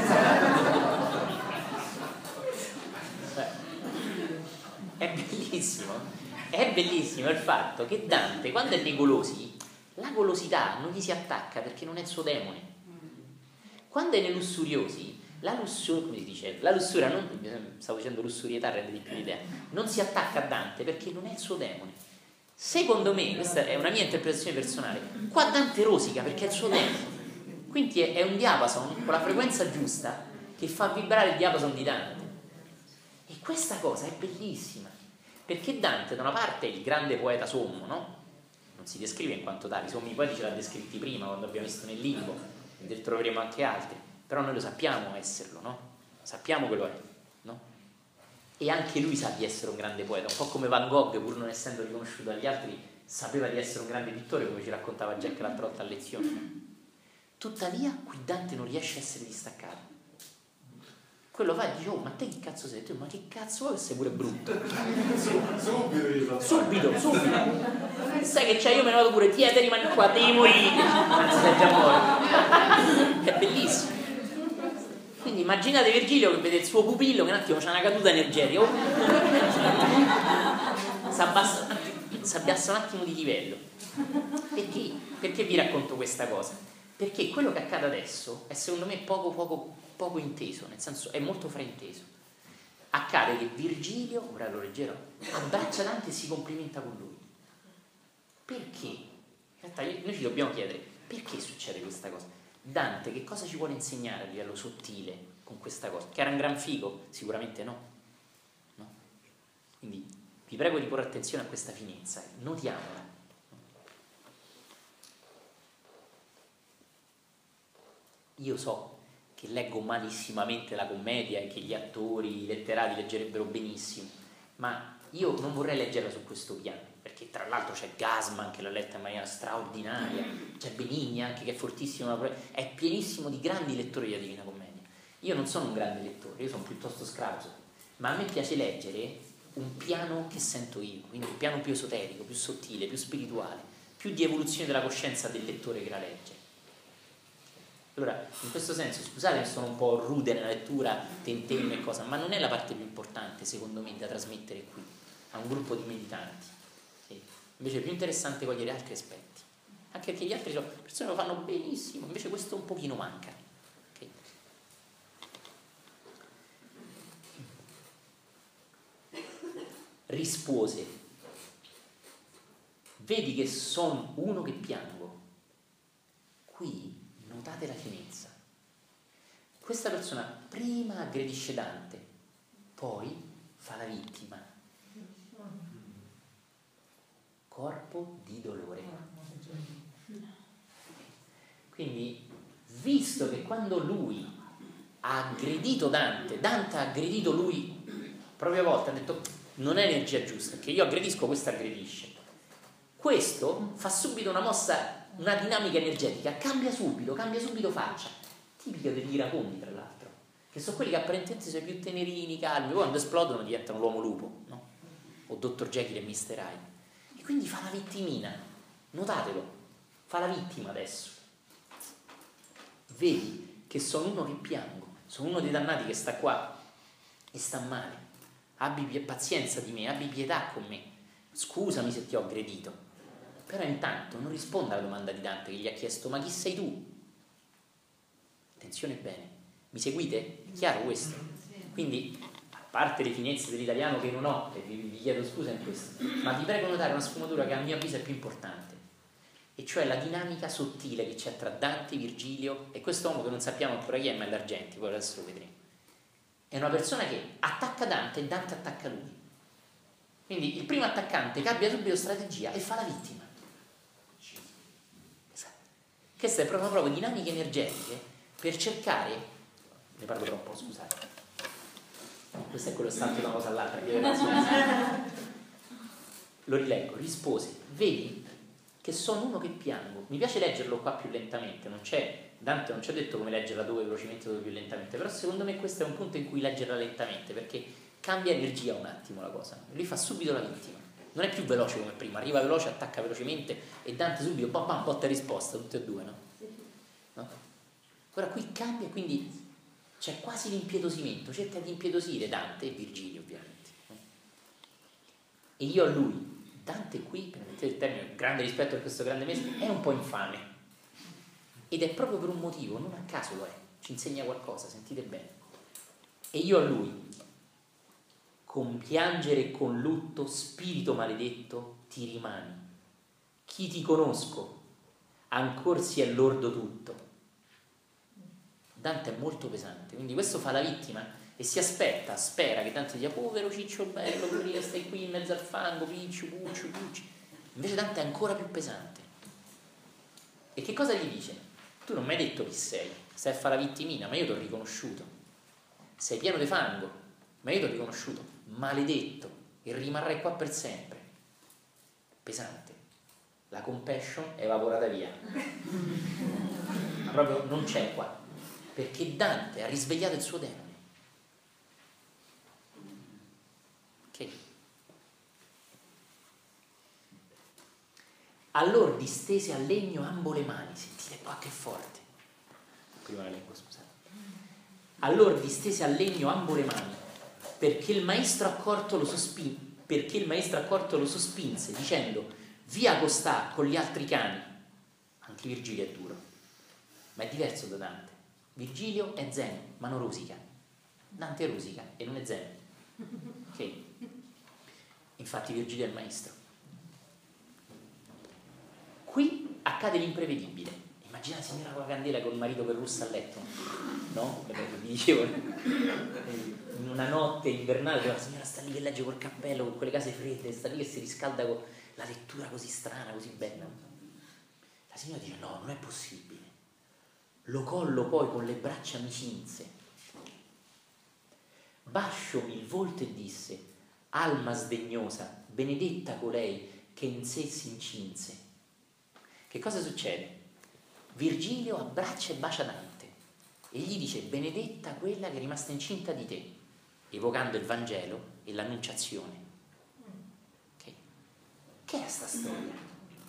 È bellissimo il fatto che Dante, quando è nei Golosi, la golosità non gli si attacca perché non è il suo demone. Quando è nei Lussuriosi, la lussuria non, stavo dicendo lussurietà, rende di più l'idea, non si attacca a Dante perché non è il suo demone. Secondo me, questa è una mia interpretazione personale, qua Dante rosica perché è il suo demone. Quindi è un diapason con la frequenza giusta che fa vibrare il diapason di Dante. E questa cosa è bellissima, perché Dante da una parte è il grande poeta sommo, no? Non si descrive in quanto tale, i sommi poeti ce l'ha descritti prima quando abbiamo visto nel Limbo, ne troveremo anche altri, però noi lo sappiamo esserlo, no? Sappiamo che lo è, no? E anche lui sa di essere un grande poeta, un po' come Van Gogh, pur non essendo riconosciuto dagli altri, sapeva di essere un grande pittore, come ci raccontava Jack l'altra volta a lezione, no? Tuttavia qui Dante non riesce a essere distaccato. Quello va e dice: oh, ma te che cazzo sei? Tu, ma che cazzo vuoi che sei pure brutto? Subito. Sai che c'è, io me ne vado pure, ti rimani qua, devi morire. Anzi, sei già morto. È bellissimo. Quindi immaginate Virgilio che vede il suo pupillo che un attimo c'ha una caduta energetica. Si abbassa un attimo di livello. Perché vi racconto questa cosa? Perché quello che accade adesso è secondo me poco inteso, nel senso è molto frainteso. Accade che Virgilio, ora lo leggerò, abbraccia Dante e si complimenta con lui. Perché? In realtà noi ci dobbiamo chiedere perché succede questa cosa. Dante che cosa ci vuole insegnare a livello sottile con questa cosa? Che era un gran figo? Sicuramente no. Quindi vi prego di porre attenzione a questa finezza, notiamola. Io so che leggo malissimamente la commedia e che gli attori, i letterati leggerebbero benissimo, ma io non vorrei leggerla su questo piano, perché tra l'altro c'è Gassman che l'ha letta in maniera straordinaria, c'è Benigni anche che è fortissimo, è pienissimo di grandi lettori della Divina Commedia. Io non sono un grande lettore, io sono piuttosto scrauso, ma a me piace leggere un piano che sento io, quindi un piano più esoterico, più sottile, più spirituale, più di evoluzione della coscienza del lettore che la legge. Allora, in questo senso, scusate che sono un po' rude nella lettura, tentenne e cosa, ma non è la parte più importante, secondo me, da trasmettere qui a un gruppo di meditanti. Invece è più interessante cogliere altri aspetti, anche perché gli altri persone lo fanno benissimo, invece questo un pochino manca. Okay? Rispose: vedi che son uno che piango. Qui notate la finezza. Questa persona prima aggredisce Dante, poi fa la vittima. corpo di dolore. Quindi, visto che quando lui ha aggredito Dante ha aggredito lui propria volta, ha detto non è energia giusta, che io aggredisco, questo aggredisce. Questo fa subito una mossa, una dinamica energetica, cambia subito faccia, tipica degli iracondi tra l'altro, che sono quelli che apparentemente sono più tenerini, calmi, poi quando esplodono diventano l'uomo lupo, no? O Dr. Jekyll e Mr. Hyde. E quindi fa la vittimina, notatelo, fa la vittima adesso. Vedi che sono uno che piango, sono uno dei dannati che sta qua e sta male, abbi pazienza di me, abbi pietà con me, scusami se ti ho aggredito. Però intanto non risponda alla domanda di Dante che gli ha chiesto ma chi sei tu? Attenzione bene, mi seguite? È chiaro questo? Quindi, a parte le finezze dell'italiano che non ho, e vi chiedo scusa in questo, ma vi prego notare una sfumatura che a mio avviso è più importante, e cioè la dinamica sottile che c'è tra Dante, Virgilio e quest'uomo che non sappiamo ancora chi è, ma è l'Argenti, poi adesso lo vedremo. È una persona che attacca Dante e Dante attacca lui. Quindi il primo attaccante cambia subito strategia e fa la vittima. Queste sono proprio dinamiche energetiche per cercare, ne parlo troppo, scusate, questo è quello salto da una cosa all'altra, lo rileggo, rispose, vedi che sono uno che piango, mi piace leggerlo qua più lentamente, Dante non ci ha detto come leggerla dove velocemente, dove più lentamente, però secondo me questo è un punto in cui leggerla lentamente, perché cambia energia un attimo la cosa, lui fa subito la vittima, non è più veloce come prima, arriva veloce, attacca velocemente e Dante subito botta e risposta, tutte e due, no? Ora qui cambia, quindi c'è quasi l'impietosimento, cerca di impietosire Dante e Virgilio ovviamente, e io a lui, Dante qui, permettete il termine, grande rispetto per questo grande maestro, è un po' infame, ed è proprio per un motivo, non a caso lo è, ci insegna qualcosa, sentite bene, e io a lui, con piangere e con lutto, spirito maledetto, ti rimani, chi ti conosco, ancor si è lordo tutto. Dante è molto pesante, quindi questo fa la vittima e si spera che Dante dica povero ciccio bello, che stai qui in mezzo al fango, picciu. Invece Dante è ancora più pesante. E che cosa gli dice? Tu non mi hai detto chi sei, stai a fare la vittimina, ma io ti ho riconosciuto. Sei pieno di fango, ma io ti ho riconosciuto, maledetto, e rimarrai qua per sempre. Pesante. La compassion è evaporata via. Ma proprio non c'è qua. Perché Dante ha risvegliato il suo demone. Ok? Allora distese al legno ambo le mani, sentite qua che forte. Prima la lingua, scusate. Allora distese al legno ambo le mani, perché il maestro accorto lo sospinse, dicendo: via costà con gli altri cani. Anche Virgilio è duro, ma è diverso da Dante. Virgilio è zen, ma non rosica. Dante è rosica e non è zen. Ok? Infatti Virgilio è il maestro. Qui accade l'imprevedibile. Immagina la signora con la candela con il marito che russa a letto, no? Vi dicevo, in una notte invernale la signora sta lì che legge col cappello, con quelle case fredde, sta lì che si riscalda con la lettura così strana, così bella. La signora dice: no, non è possibile. Lo collo poi con le braccia mi cinse, basciomi il volto e disse: alma sdegnosa, benedetta colei che in sé si incinse. Che cosa succede? Virgilio abbraccia e bacia Dante e gli dice: benedetta quella che è rimasta incinta di te, evocando il Vangelo e l'Annunciazione. Okay. Che è sta storia?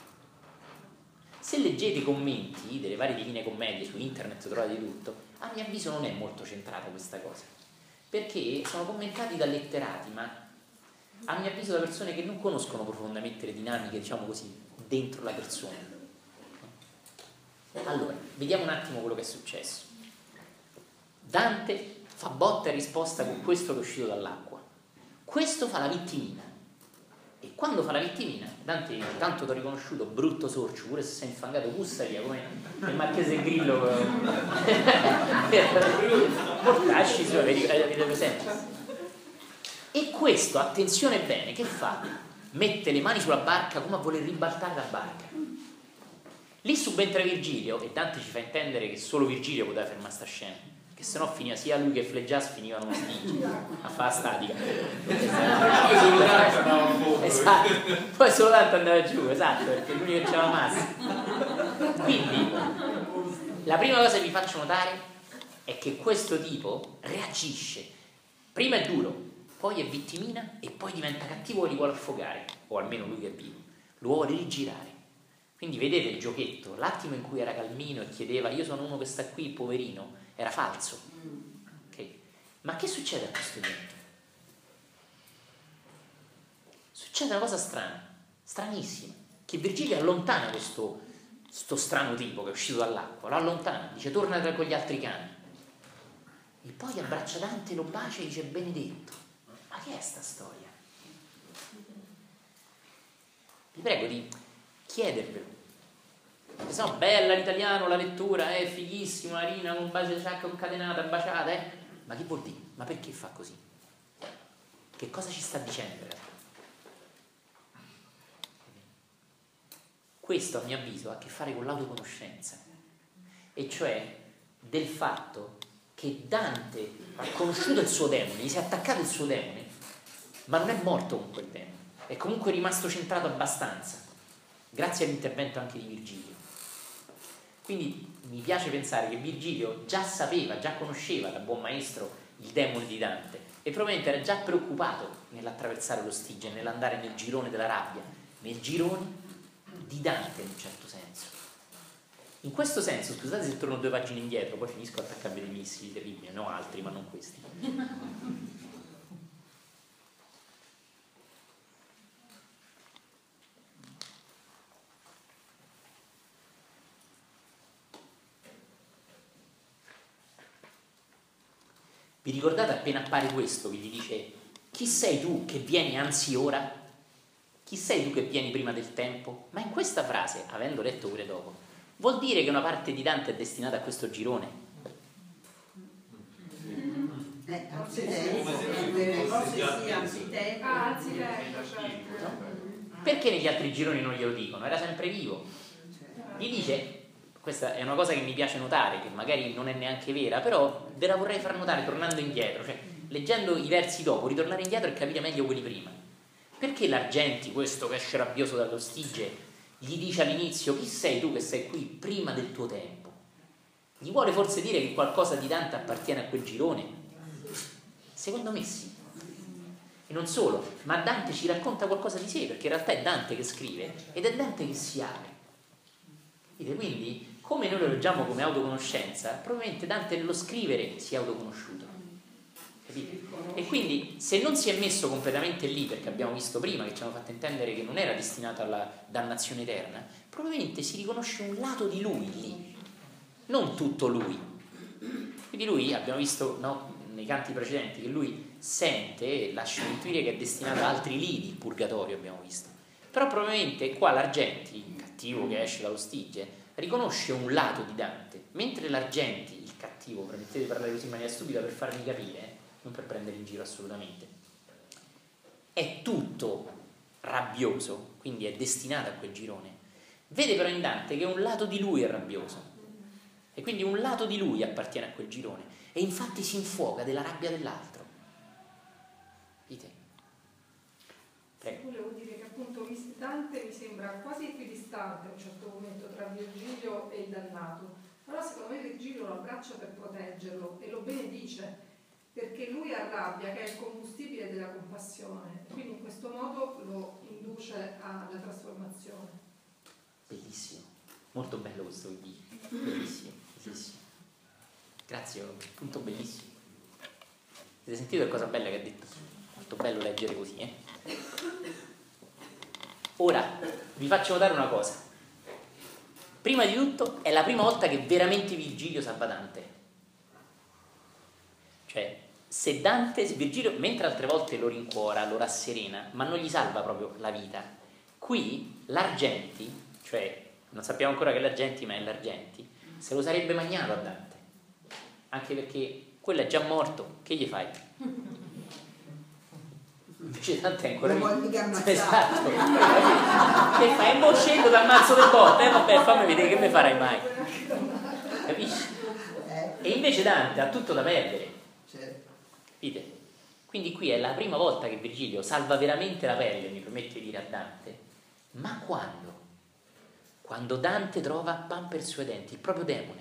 Se leggete i commenti delle varie Divine Commedie su internet trovate di tutto, a mio avviso non è molto centrata questa cosa, perché sono commentati da letterati, ma a mio avviso da persone che non conoscono profondamente le dinamiche, diciamo così, dentro la persona. Allora, vediamo un attimo quello che è successo. Dante fa botta e risposta con questo che è uscito dall'acqua. Questo fa la vittimina. E quando fa la vittimina, Dante, tanto ti ho riconosciuto, brutto sorcio, pure se sei infangato, bussa via, come il Marchese Grillo. Mortacci, avete presente? E questo, attenzione bene, che fa? mette le mani sulla barca come a voler ribaltare la barca. Lì subentra Virgilio e Dante ci fa intendere che solo Virgilio poteva fermare sta scena, che sennò finiva sia lui che Fleggias finivano una stige a fare statica. Esatto, poi solo Dante andava giù, esatto, perché è l'unico che c'era la massa. Quindi la prima cosa che vi faccio notare è che questo tipo reagisce, prima è duro, poi è vittimina e poi diventa cattivo e li vuole affogare, o almeno lui che è vivo, lo vuole rigirare. Quindi vedete il giochetto, l'attimo in cui era calmino e chiedeva io sono uno che sta qui, poverino, era falso. Okay. Ma che succede a questo punto? Succede una cosa strana, stranissima, che Virgilio allontana questo strano tipo che è uscito dall'acqua, lo allontana, dice torna con gli altri cani. E poi abbraccia Dante, lo bacia e dice benedetto. Ma che è sta storia? Vi prego di chiedervelo. Perché sennò bella l'italiano, la lettura, è fighissimo, la rina con base sciacca concatenata, baciata, ma che vuol dire? Ma perché fa così? Che cosa ci sta dicendo in realtà? Questo a mio avviso ha a che fare con l'autoconoscenza, e cioè del fatto che Dante ha conosciuto il suo demone, gli si è attaccato il suo demone, ma non è morto con quel demone, è comunque rimasto centrato abbastanza, grazie all'intervento anche di Virgilio. Quindi mi piace pensare che Virgilio già sapeva, già conosceva da buon maestro il demone di Dante e probabilmente era già preoccupato nell'attraversare lo Stige, nell'andare nel girone della rabbia, nel girone di Dante in un certo senso. In questo senso, scusate se torno 2 pagine indietro, poi finisco a attaccarvi dei missili terribili, ne ho altri ma non questi. Vi ricordate appena appare questo che gli dice chi sei tu che vieni anzi ora? Chi sei tu che vieni prima del tempo? Ma in questa frase, avendo letto pure dopo, vuol dire che una parte di Dante è destinata a questo girone? Perché negli altri gironi non glielo dicono? Era sempre vivo. Gli dice, questa è una cosa che mi piace notare, che magari non è neanche vera, però ve la vorrei far notare tornando indietro, cioè leggendo i versi dopo, ritornare indietro e capire meglio quelli prima. Perché l'Argenti, questo che esce rabbioso dallo Stige, gli dice all'inizio chi sei tu che sei qui prima del tuo tempo? Gli vuole forse dire che qualcosa di Dante appartiene a quel girone? Secondo me sì. E non solo, ma Dante ci racconta qualcosa di sé, perché in realtà è Dante che scrive ed è Dante che si apre. Quindi, come noi lo leggiamo come autoconoscenza, probabilmente Dante nello scrivere si è autoconosciuto. Capite? E quindi se non si è messo completamente lì, perché abbiamo visto prima che ci hanno fatto intendere che non era destinato alla dannazione eterna, probabilmente si riconosce un lato di lui lì, non tutto lui. Quindi lui, abbiamo visto nei canti precedenti, che lui sente e lascia intuire che è destinato ad altri lidi, il purgatorio abbiamo visto. Però probabilmente qua l'Argenti, il cattivo che esce dallo Stige, riconosce un lato di Dante, mentre l'Argenti, il cattivo, permettete di parlare così in maniera stupida per farmi capire, non per prendere in giro assolutamente, è tutto rabbioso, quindi è destinato a quel girone. Vede però in Dante che un lato di lui è rabbioso e quindi un lato di lui appartiene a quel girone e infatti si infuoca della rabbia dell'altro. Dite? Volevo dire che appunto Dante mi sembra quasi equidistante a un certo momento tra Virgilio e il dannato, però secondo me Virgilio lo abbraccia per proteggerlo e lo benedice, perché lui ha rabbia che è il combustibile della compassione, quindi in questo modo lo induce alla trasformazione. Bellissimo, molto bello questo video, bellissimo, bellissimo. Grazie, è un punto bellissimo. Avete sentito che cosa bella che ha detto? Molto bello leggere così, Ora, vi faccio notare una cosa. Prima di tutto, è la prima volta che veramente Virgilio salva Dante. Cioè, se Virgilio, mentre altre volte lo rincuora, lo rasserena, ma non gli salva proprio la vita, qui l'Argenti, cioè, non sappiamo ancora che è l'Argenti, ma è l'Argenti, se lo sarebbe magnato a Dante. Anche perché quello è già morto, che gli fai? Invece Dante è ancora Non lì. vuoi mica ammazzare. Esatto. Che fai? Mo scendo dal mazzo del botte, vabbè, fammi vedere che mi farai mai. Capisci? E invece Dante ha tutto da perdere. Certo. Capite? Quindi qui è la prima volta che Virgilio salva veramente la pelle, mi permette di dire a Dante. Ma quando? Quando Dante trova pan per i suoi denti, il proprio demone.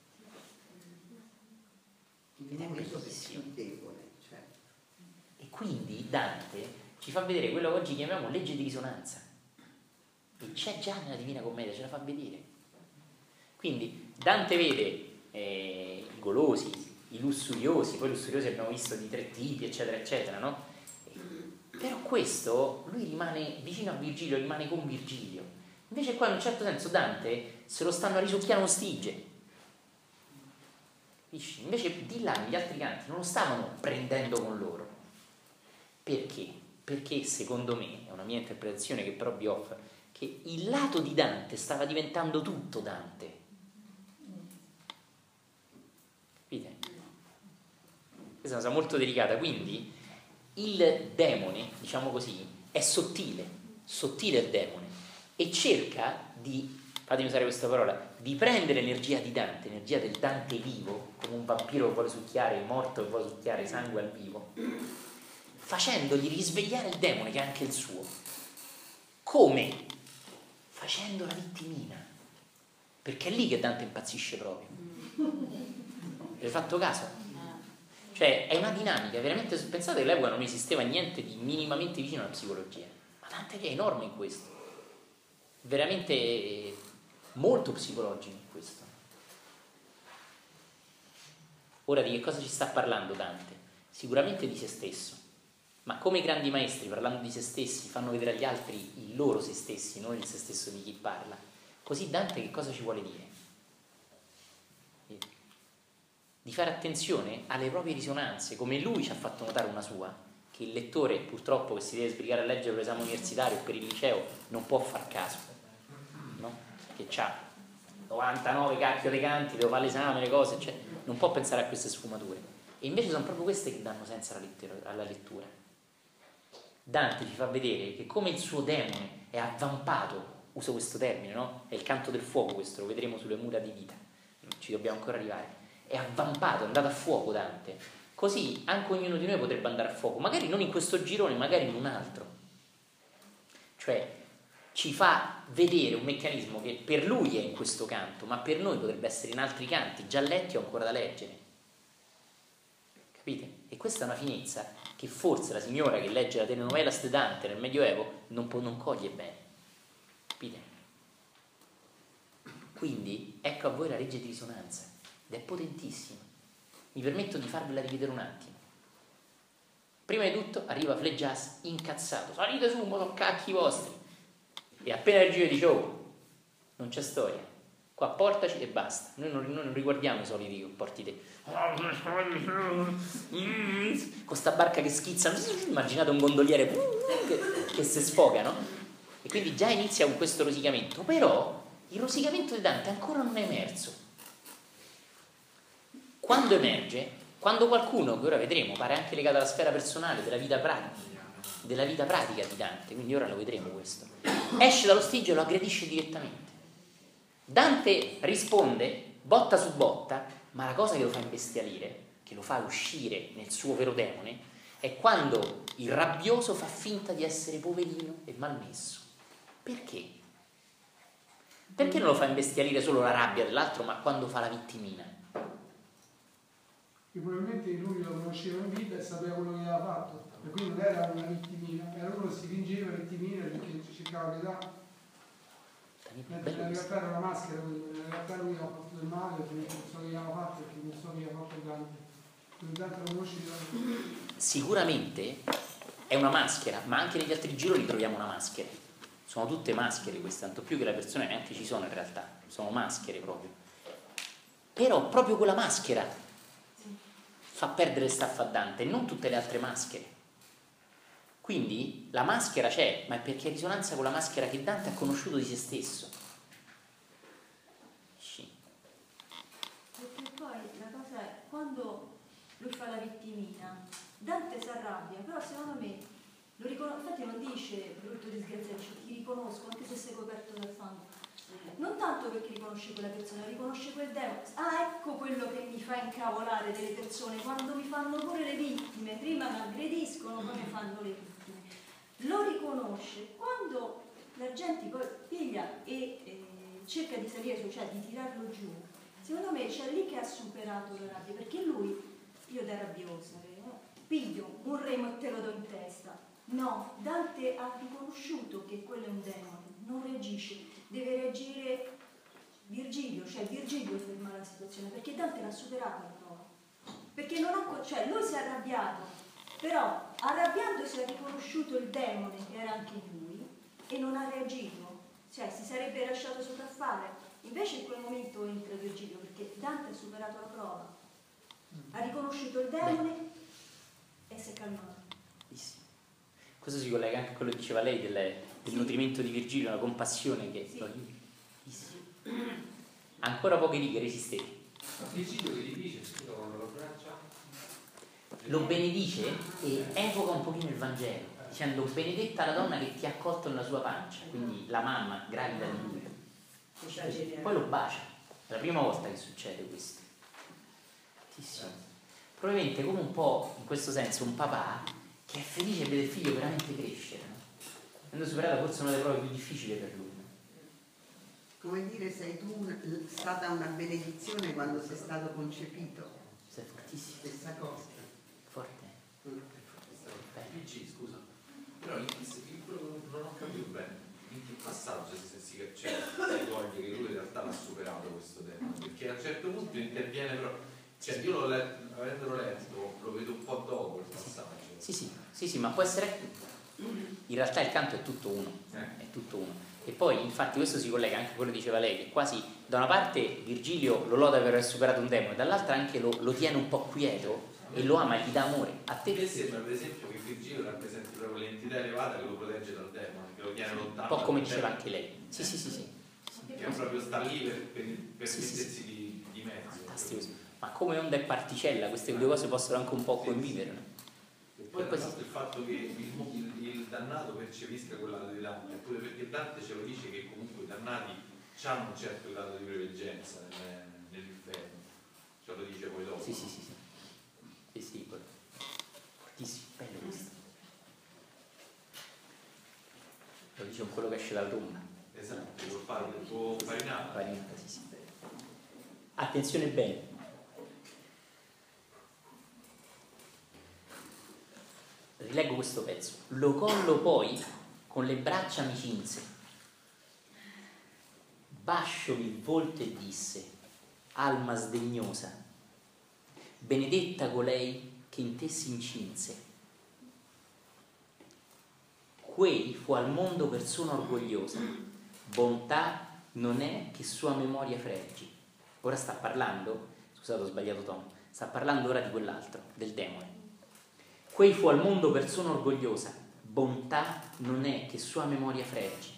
Il momento più debole, cioè. E quindi Dante ci fa vedere quello che oggi chiamiamo legge di risonanza. E c'è già nella Divina Commedia, ce la fa vedere. Quindi Dante vede i golosi, i lussuriosi, poi lussuriosi abbiamo visto di 3 tipi, eccetera, eccetera, no? Però questo, lui rimane vicino a Virgilio, rimane con Virgilio. Invece qua in un certo senso Dante se lo stanno a risucchiare uno stige. Capisci? Invece di là negli altri canti non lo stavano prendendo con loro. Perché? Perché secondo me, è una mia interpretazione che però vi offro, che il lato di Dante stava diventando tutto Dante. Capite? Questa è una cosa molto delicata, quindi il demone, diciamo così, è sottile il demone, e cerca di, fatemi usare questa parola, di prendere l'energia di Dante, l'energia del Dante vivo, come un vampiro che vuole succhiare il morto, che vuole succhiare sangue al vivo, facendogli risvegliare il demone che è anche il suo. Come? Facendo la vittimina, perché è lì che Dante impazzisce proprio. Avete fatto caso? Cioè è una dinamica veramente, pensate che all'epoca non esisteva niente di minimamente vicino alla psicologia, ma Dante è enorme in questo, veramente molto psicologico in questo. Ora di che cosa ci sta parlando Dante? Sicuramente di se stesso, ma come i grandi maestri parlando di se stessi fanno vedere agli altri il loro se stessi, non il se stesso di chi parla, così Dante che cosa ci vuole dire? Di fare attenzione alle proprie risonanze, come lui ci ha fatto notare una sua, che il lettore purtroppo che si deve sbrigare a leggere per l'esame universitario o per il liceo non può far caso, no? Che c'ha 99 cacchio dei canti, devo fare l'esame, le cose, cioè, non può pensare a queste sfumature, e invece sono proprio queste che danno senso alla lettura. Dante ci fa vedere che come il suo demone è avvampato, uso questo termine, no? È il canto del fuoco, questo lo vedremo sulle mura di vita, ci dobbiamo ancora arrivare. È avvampato, è andato a fuoco Dante, così anche ognuno di noi potrebbe andare a fuoco, magari non in questo girone, magari in un altro. Cioè ci fa vedere un meccanismo che per lui è in questo canto, ma per noi potrebbe essere in altri canti già letti o ancora da leggere. Capite? E questa è una finezza che forse la signora che legge la telenovela di Dante nel Medioevo non coglie bene. Capite? Quindi ecco a voi la legge di risonanza. Ed è potentissima. Mi permetto di farvela rivedere un attimo. Prima di tutto arriva Fleggias incazzato, salite su, mo sono cacchi vostri, e appena il giro dice oh, non c'è storia, qua portaci e basta. Noi non riguardiamo i soliti porti te con sta barca che schizza, immaginate un gondoliere che si sfoga, no? E quindi già inizia con questo rosicamento, però il rosicamento di Dante ancora non è emerso. Quando emerge? Quando qualcuno, che ora vedremo, pare anche legato alla sfera personale della vita pratica di Dante, quindi ora lo vedremo questo, esce dallo stige e lo aggredisce direttamente. Dante risponde botta su botta, ma la cosa che lo fa imbestialire, che lo fa uscire nel suo vero demone, è quando il rabbioso fa finta di essere poverino e malmesso. Perché? Perché non lo fa imbestialire solo la rabbia dell'altro, ma quando fa la vittimina? Che probabilmente lui lo conosceva in vita e sapeva quello che aveva fatto, e quindi non era una vittimina, era uno che si fingeva vittimina perché cercava pietà. In realtà era una maschera, in realtà lui aveva fatto del male perché non so che gli aveva fatto, perché non so che gli aveva fatto Dante. Quindi Dante lo conosceva. Sicuramente è una maschera, ma anche negli altri gironi troviamo una maschera. Sono tutte maschere queste, tanto più che le persone neanche ci sono in realtà, sono maschere proprio. Però proprio quella maschera fa perdere il staff a Dante, non tutte le altre maschere. Quindi la maschera c'è, ma è perché è risonanza con la maschera che Dante ha conosciuto di se stesso. Sì. Perché poi la cosa è, quando lui fa la vittimina, Dante si arrabbia, però secondo me lo infatti non dice brutto disgraziato, dice ti riconosco anche se sei coperto dal fango. Non tanto perché riconosce quella persona, riconosce quel demone. Ah, ecco quello che mi fa incavolare delle persone, quando mi fanno pure le vittime, prima mi aggrediscono, poi mi fanno le vittime. Lo riconosce. Quando la gente poi piglia e cerca di salire su, cioè di tirarlo giù, secondo me c'è lì che ha superato la rabbia, perché lui, io da rabbiosa, piglio un remo e te lo do in testa. No, Dante ha riconosciuto che quello è un demone, non reagisce, deve reagire Virgilio, cioè Virgilio ferma la situazione, perché Dante l'ha superata la prova. Perché non ha, cioè lui si è arrabbiato, però arrabbiandosi ha riconosciuto il demone che era anche in lui e non ha reagito, cioè si sarebbe lasciato sopraffare. Invece in quel momento entra Virgilio, perché Dante ha superato la prova, ha riconosciuto il demone e si è calmato. Questo si collega anche a quello che diceva lei del nutrimento di Virgilio, una compassione che ancora poche righe resistete. Ma Virgilio che gli dice, scusa, quando lo abbraccia? Lo benedice e evoca un pochino il Vangelo, dicendo benedetta la donna che ti ha accolto nella sua pancia, quindi la mamma gravida di lui. Poi lo bacia, è la prima volta che succede questo. Probabilmente come un po', in questo senso, un papà che è felice e vede il figlio veramente crescere, no? Avendo superato forse una delle prove più difficili per lui. No? Come dire, sei tu stata una benedizione quando sei stato concepito. Sei fortissimo. Stessa cosa. Forte. PG, scusa. Però non ho capito bene. In che passaggio si coglie che lui in realtà l'ha superato questo tema? Perché a un certo punto interviene però. Cioè io avendolo letto, lo vedo un po' dopo il passaggio. Sì, ma può essere. In realtà il canto è tutto uno. È tutto uno. E poi, infatti, questo si collega anche a quello che diceva lei, che quasi da una parte Virgilio lo loda per aver superato un demone, dall'altra anche lo tiene un po' quieto e lo ama e gli dà amore. A te sembra per esempio che Virgilio rappresenti proprio l'entità elevata che lo protegge dal demone, che lo tiene lontano. Un po' come diceva anche lei. Sì. Che proprio sta lì per mettersi di mezzo. Fantastico. Ma come onda e particella, queste due cose possono anche un po' convivere, no? E poi il fatto che il dannato percepisca quella di Dante, pure perché Dante ce lo dice che comunque i dannati hanno un certo grado di preveggenza nell'inferno, ce lo dice poi dopo. Sì, fortissimo, bello questo. Lo dice un quello che esce dalla tomba. Esatto, il tuo farinato. Sì. Attenzione bene. Rileggo questo pezzo. Lo collo poi con le braccia mi cinse, basciomi il volto e disse: alma sdegnosa, benedetta colei che in te si incinse. Quei fu al mondo persona orgogliosa, bontà non è che sua memoria freggi. Ora sta parlando, scusate ho sbagliato tono, sta parlando ora di quell'altro, del demone. Quei fu al mondo persona orgogliosa, bontà non è che sua memoria freggi.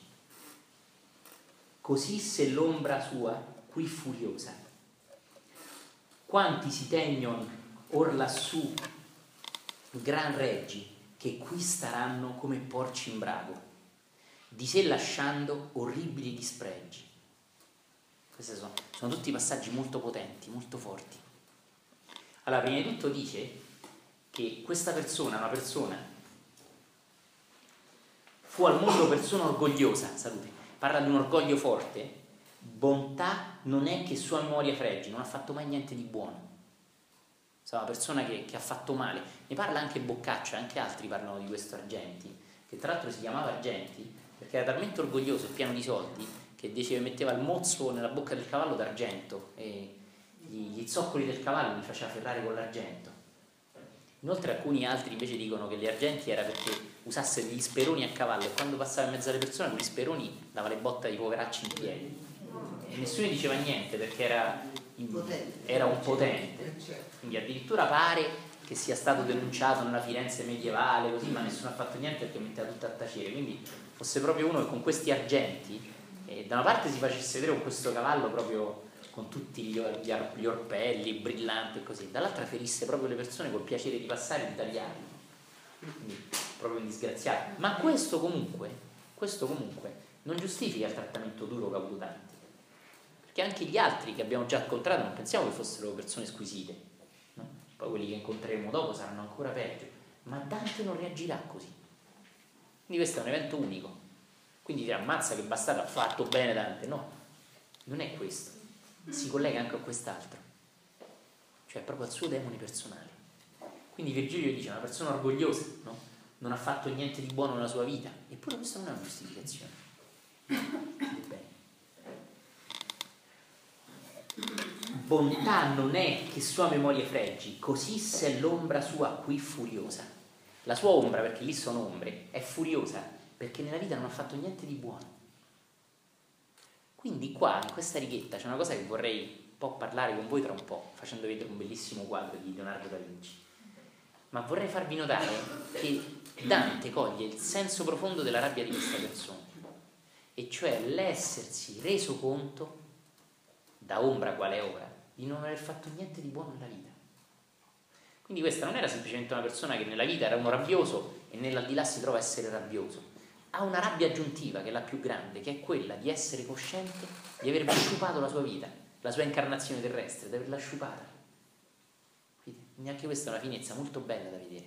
Così se l'ombra sua qui furiosa. Quanti si tegnon or lassù gran reggi, che qui staranno come porci in brago, di sé lasciando orribili dispregi. Questi sono tutti passaggi molto potenti, molto forti. Allora, prima di tutto dice che questa persona, una persona, fu al mondo persona orgogliosa, salute, parla di un orgoglio forte, bontà non è che sua memoria freggi, non ha fatto mai niente di buono. È una persona che ha fatto male. Ne parla anche Boccaccio, anche altri parlano di questo Argenti, che tra l'altro si chiamava Argenti perché era talmente orgoglioso e pieno di soldi che metteva il mozzo nella bocca del cavallo d'argento e gli zoccoli del cavallo li faceva ferrare con l'argento. Inoltre alcuni altri invece dicono che gli argenti era perché usasse degli speroni a cavallo e quando passava in mezzo alle persone con gli speroni dava le botte ai poveracci in piedi e nessuno diceva niente perché era un potente. Quindi addirittura pare che sia stato denunciato nella Firenze medievale così, ma nessuno ha fatto niente perché metteva tutto a tacere. Quindi fosse proprio uno che con questi argenti da una parte si facesse vedere con questo cavallo proprio con tutti gli orpelli, brillante e così, dall'altra ferisse proprio le persone col piacere di passare e di tagliarli. quindi proprio un disgraziato. Ma questo comunque non giustifica il trattamento duro che ha avuto Dante, perché anche gli altri che abbiamo già incontrato non pensiamo che fossero persone squisite, no? Poi quelli che incontreremo dopo saranno ancora peggio, ma Dante non reagirà così. Quindi questo è un evento unico. Quindi ti ammazza che bastardo, ha fatto bene Dante. No, non è questo. Si collega anche a quest'altro, cioè proprio al suo demone personale. Quindi Virgilio dice: una persona orgogliosa, no? Non ha fatto niente di buono nella sua vita. Eppure questa non è una giustificazione. Bontà non è che sua memoria freggi, così se l'ombra sua qui furiosa. La sua ombra, perché lì sono ombre, è furiosa perché nella vita non ha fatto niente di buono. Quindi qua, in questa righetta, c'è una cosa che vorrei un po' parlare con voi tra un po', facendo vedere un bellissimo quadro di Leonardo da Vinci. Ma vorrei farvi notare che Dante coglie il senso profondo della rabbia di questa persona, e cioè l'essersi reso conto, da ombra quale è ora, di non aver fatto niente di buono nella vita. Quindi questa non era semplicemente una persona che nella vita era uno rabbioso e nell'aldilà si trova a essere rabbioso. Ha una rabbia aggiuntiva che è la più grande, che è quella di essere cosciente di aver sciupato la sua vita, la sua incarnazione terrestre, di averla sciupata. Quindi anche questa è una finezza molto bella da vedere.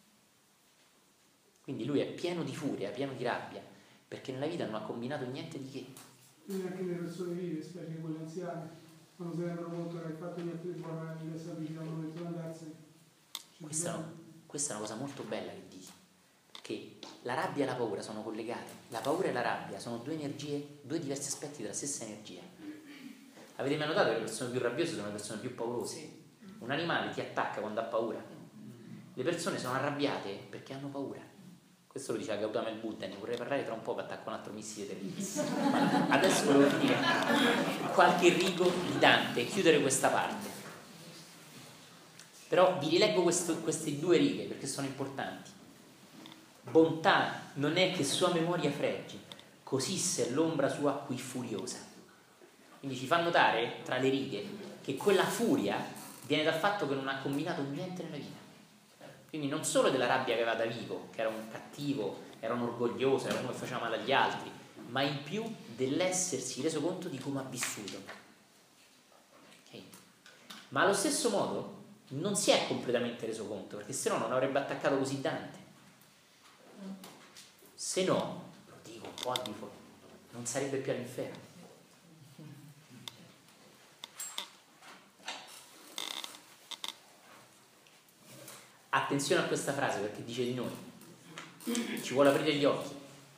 Quindi lui è pieno di furia, pieno di rabbia, perché nella vita non ha combinato niente di che. Quindi anche le persone vive, specie quelle anziane, quando si rendono conto che hai fatto niente di buono nella vita, si avvicinano un momento di andarsene. Questa è una cosa molto bella che dici, che la rabbia e la paura sono collegate. La paura e la rabbia sono due energie, due diversi aspetti della stessa energia. Avete mai notato che le persone più rabbiose sono le persone più paurose? Un animale ti attacca quando ha paura. Le persone sono arrabbiate perché hanno paura. Questo lo diceva Gautama il Buddha, ne vorrei parlare tra un po', per attaccare un altro missile terribile. Ma adesso volevo finire qualche rigo di Dante e chiudere questa parte. Però vi rileggo queste due righe perché sono importanti. Bontà non è che sua memoria freggi, così se l'ombra sua qui furiosa. Quindi ci fa notare tra le righe che quella furia viene dal fatto che non ha combinato niente nella vita. Quindi non solo della rabbia che aveva da vivo, che era un cattivo, era un orgoglioso, era uno che faceva male agli altri, ma in più dell'essersi reso conto di come ha vissuto. Okay. Ma allo stesso modo non si è completamente reso conto, perché se no non avrebbe attaccato così Dante. Se no, lo dico un po' al di fuori, non sarebbe più all'inferno. Attenzione a questa frase perché dice di noi, ci vuole aprire gli occhi.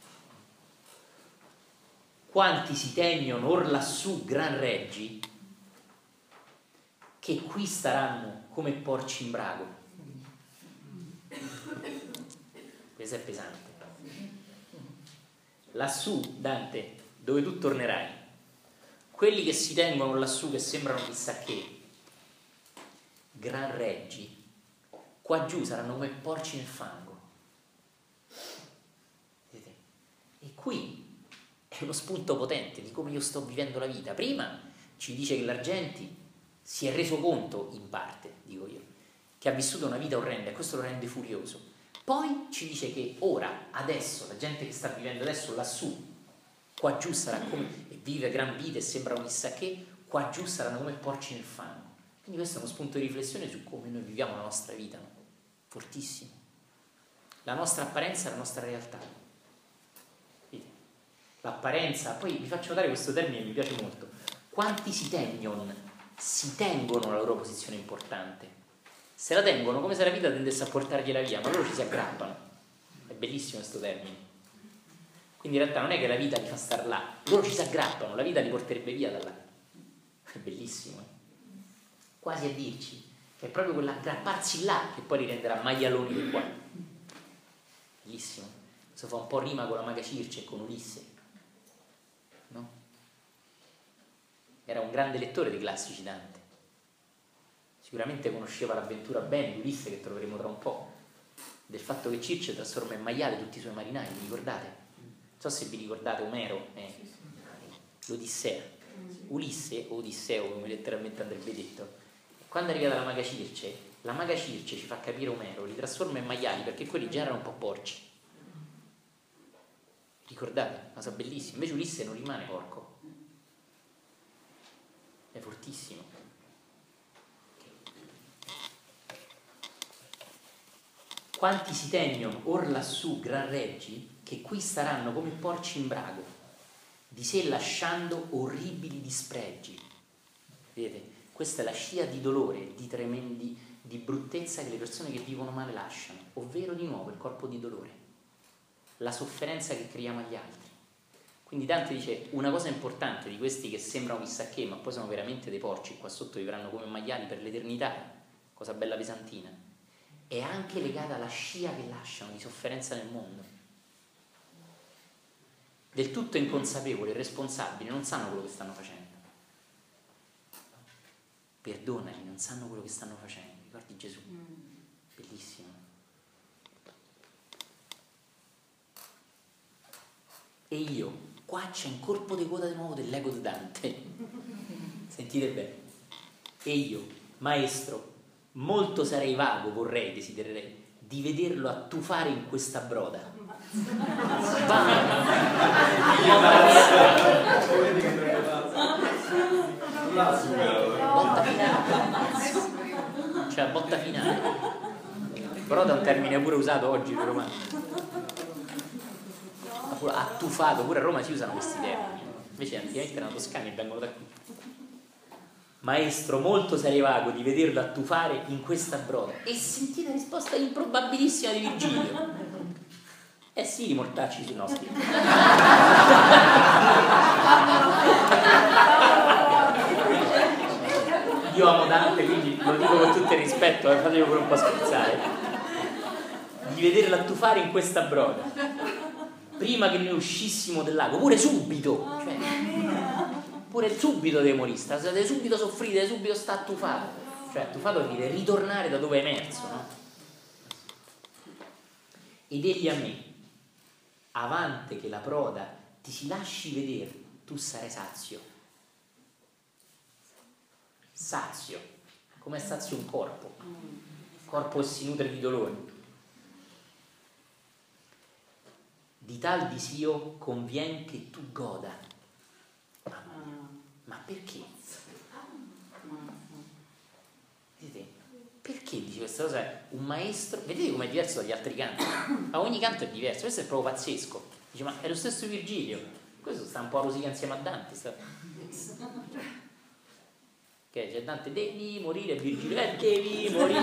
Quanti si tegnono or lassù gran reggi, che qui staranno come porci in brago. Questo è pesante. Lassù, Dante, dove tu tornerai, quelli che si tengono lassù, che sembrano chissà che, gran reggi, qua giù saranno come porci nel fango. Vedete? E qui è uno spunto potente di come io sto vivendo la vita. Prima ci dice che l'Argenti si è reso conto, in parte, dico io, che ha vissuto una vita orrenda e questo lo rende furioso. Poi ci dice che ora, adesso, la gente che sta vivendo adesso lassù, qua giù sarà come, e vive gran vita e sembra un chissà che, qua giù saranno come porci nel fango. Quindi questo è uno spunto di riflessione su come noi viviamo la nostra vita, no? Fortissimo. La nostra apparenza è la nostra realtà. L'apparenza, poi vi faccio notare questo termine, mi piace molto. Quanti si tengono la loro posizione importante. Se la tengono come se la vita tendesse a portargliela via, ma loro ci si aggrappano. È bellissimo questo termine. Quindi in realtà non è che la vita li fa star là, loro ci si aggrappano, la vita li porterebbe via da là. È bellissimo, quasi a dirci che è proprio quell'aggrapparsi là che poi li renderà maialoni di qua. Bellissimo. Questo fa un po' rima con la maga Circe e con Ulisse, no? Era un grande lettore dei classici Dante. Sicuramente conosceva l'avventura bene di Ulisse, che troveremo tra un po', del fatto che Circe trasforma in maiale tutti i suoi marinai, vi ricordate? Non so se vi ricordate Omero, l'Odissea. Ulisse, o Odisseo come letteralmente andrebbe detto, quando è arrivata la maga Circe la maga Circe ci fa capire Omero, li trasforma in maiali perché quelli già erano un po' porci. Ricordate? Cosa bellissima. Invece Ulisse non rimane porco, è fortissimo. Quanti si tegnon or lassù gran reggi, che qui staranno come porci in brago, di sé lasciando orribili dispregi. Vedete? Questa è la scia di dolore, di tremendi, di bruttezza che le persone che vivono male lasciano, ovvero di nuovo il corpo di dolore, la sofferenza che creiamo agli altri. Quindi Dante dice una cosa importante di questi che sembrano chissà che, ma poi sono veramente dei porci, qua sotto vivranno come maiali per l'eternità, cosa bella pesantina, è anche legata alla scia che lasciano di sofferenza nel mondo. Del tutto inconsapevoli e responsabili, non sanno quello che stanno facendo. Perdonali, non sanno quello che stanno facendo. Ricordi Gesù? Bellissimo. E io, qua c'è un corpo di quota di nuovo dell'ego di Dante. Sentite bene. E io, maestro, molto sarei vago, vorrei, desidererei, di vederlo attufare in questa broda. Botta finale. Cioè botta finale. Broda è un termine pure usato oggi per romano. Attufato, pure a Roma si usano questi termini. Invece anticamente erano toscani e vengono da qui. Maestro, molto sarei vago di vederlo attufare in questa broda. E sentite la risposta improbabilissima di Virgilio. Eh sì, di mortacci sui nostri. Io amo Dante, quindi lo dico con tutto il rispetto, fatemi pure un po' scherzare. Di vederlo attufare in questa broda. Prima che noi uscissimo del lago, pure subito. Cioè, pure subito deve morire, deve subito soffrire, deve subito sta attufato. Cioè attufato vuol dire ritornare da dove è emerso, no? Ed egli a me, avante che la proda ti si lasci vedere, tu sarai sazio. Sazio, come è sazio un corpo. Il corpo si nutre di dolore. Di tal disio convien che tu goda. Ma perché? Vedete? Perché dice questa cosa? Un maestro, vedete com'è diverso dagli altri canti? Ma ogni canto è diverso, questo è proprio pazzesco. Dice, ma è lo stesso Virgilio, questo sta un po' a rosica insieme a Dante. Che c'è Dante, devi morire, Virgilio, devi morire.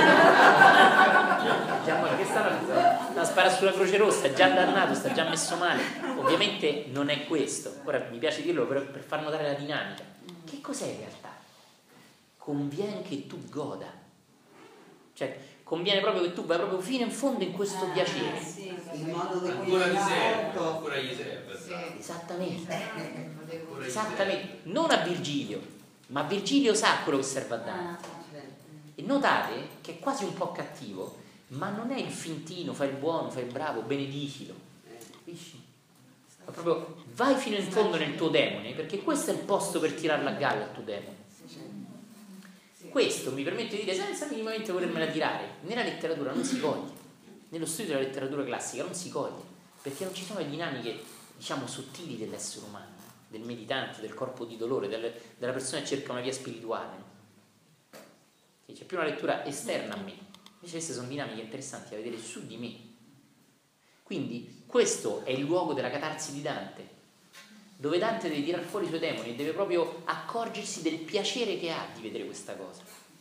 Già, che sta sparare sulla Croce Rossa, è già dannato, sta già messo male. Ovviamente non è questo. Ora mi piace dirlo per far notare la dinamica. Che cos'è in realtà? Conviene che tu goda. Cioè, conviene proprio che tu vai proprio fino in fondo in questo piacere. Il modo di Ancora gli serve. Esattamente. Esattamente. Non a Virgilio, ma Virgilio sa quello che serve a Dante. E notate che è quasi un po' cattivo, ma non è il fintino, fai il buono, fai il bravo, benedicilo. Capisci? Ma proprio vai fino in fondo nel tuo demone, perché questo è il posto per tirarla a galla al tuo demone. Questo mi permette di dire, senza minimamente volermela tirare, nella letteratura non si coglie, nello studio della letteratura classica non si coglie, perché non ci sono le dinamiche, diciamo, sottili dell'essere umano, del meditante, del corpo di dolore, della persona che cerca una via spirituale. C'è più una lettura esterna a me, invece queste sono dinamiche interessanti da vedere su di me. Quindi questo è il luogo della catarsi di Dante, dove Dante deve tirare fuori i suoi demoni e deve proprio accorgersi del piacere che ha di vedere questa cosa.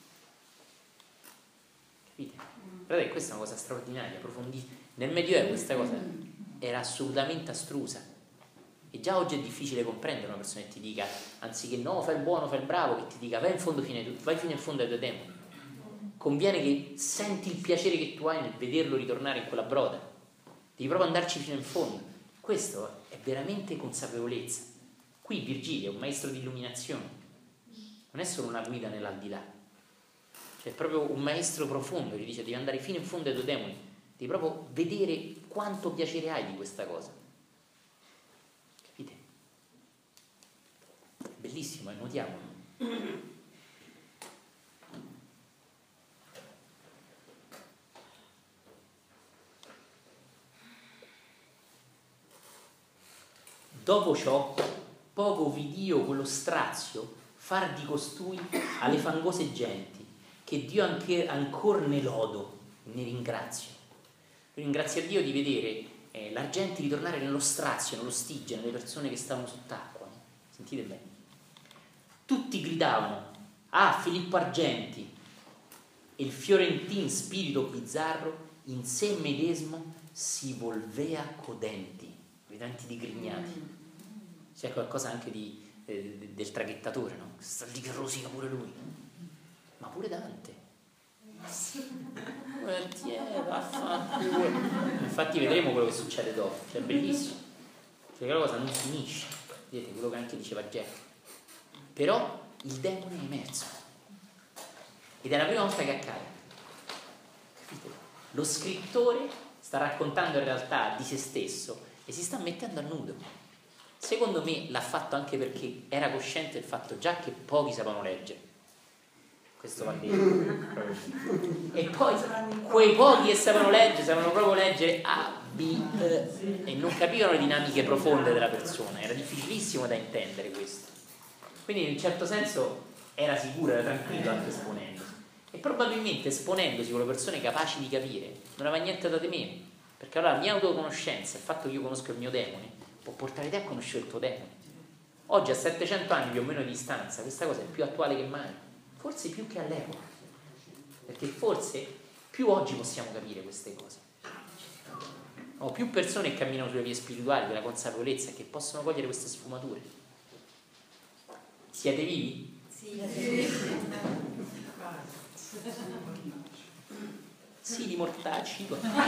Capite? Guardate, questa è una cosa straordinaria, approfondita. Nel Medioevo questa cosa era assolutamente astrusa e già oggi è difficile comprendere una persona che ti dica, anziché no, fai il buono, fai il bravo, che ti dica vai fino in fondo ai tuoi demoni. Conviene che senti il piacere che tu hai nel vederlo ritornare in quella broda, devi proprio andarci fino in fondo. Questo è veramente consapevolezza. Qui Virgilio è un maestro di illuminazione, non è solo una guida nell'aldilà, cioè è proprio un maestro profondo che dice devi andare fino in fondo ai tuoi demoni, devi proprio vedere quanto piacere hai di questa cosa. Capite? Bellissimo, notiamolo. dopo ciò poco vidi io quello strazio far di costui alle fangose genti, che Dio anche ancor ne lodo, ne ringrazio. Ringrazio a Dio di vedere l'argenti ritornare nello strazio, nello stige, nelle persone che stavano sott'acqua. Sentite bene. Tutti gridavano: ah, Filippo Argenti! E il fiorentin spirito bizzarro in sé medesimo si volvea codenti, i denti digrignati. C'è qualcosa anche del traghettatore, no? Sta lì che rosica pure lui, ma pure Dante. Infatti vedremo quello che succede dopo, cioè è bellissimo, cioè quella cosa non finisce, vedete quello che anche diceva Jack. Però il demone è emerso ed è la prima volta che accade. Capite? Lo scrittore sta raccontando in realtà di se stesso e si sta mettendo a nudo. Secondo me l'ha fatto anche perché era cosciente del fatto già che pochi sapevano leggere. Questo va detto. E poi quei pochi che sapevano proprio leggere A, B, e non capivano le dinamiche profonde della persona. Era difficilissimo da intendere questo. Quindi in un certo senso era sicuro, era tranquillo anche esponendosi. E probabilmente esponendosi con le persone capaci di capire non aveva niente da temere. Perché allora la mia autoconoscenza, il fatto che io conosco il mio demone, può portare te a conoscere il tuo demone. Oggi a 700 anni più o meno di distanza questa cosa è più attuale che mai, forse più che all'epoca, perché forse più oggi possiamo capire queste cose. Ho più persone che camminano sulle vie spirituali della consapevolezza e che possono cogliere queste sfumature. Siete vivi? Sì. Sì, di mortacci.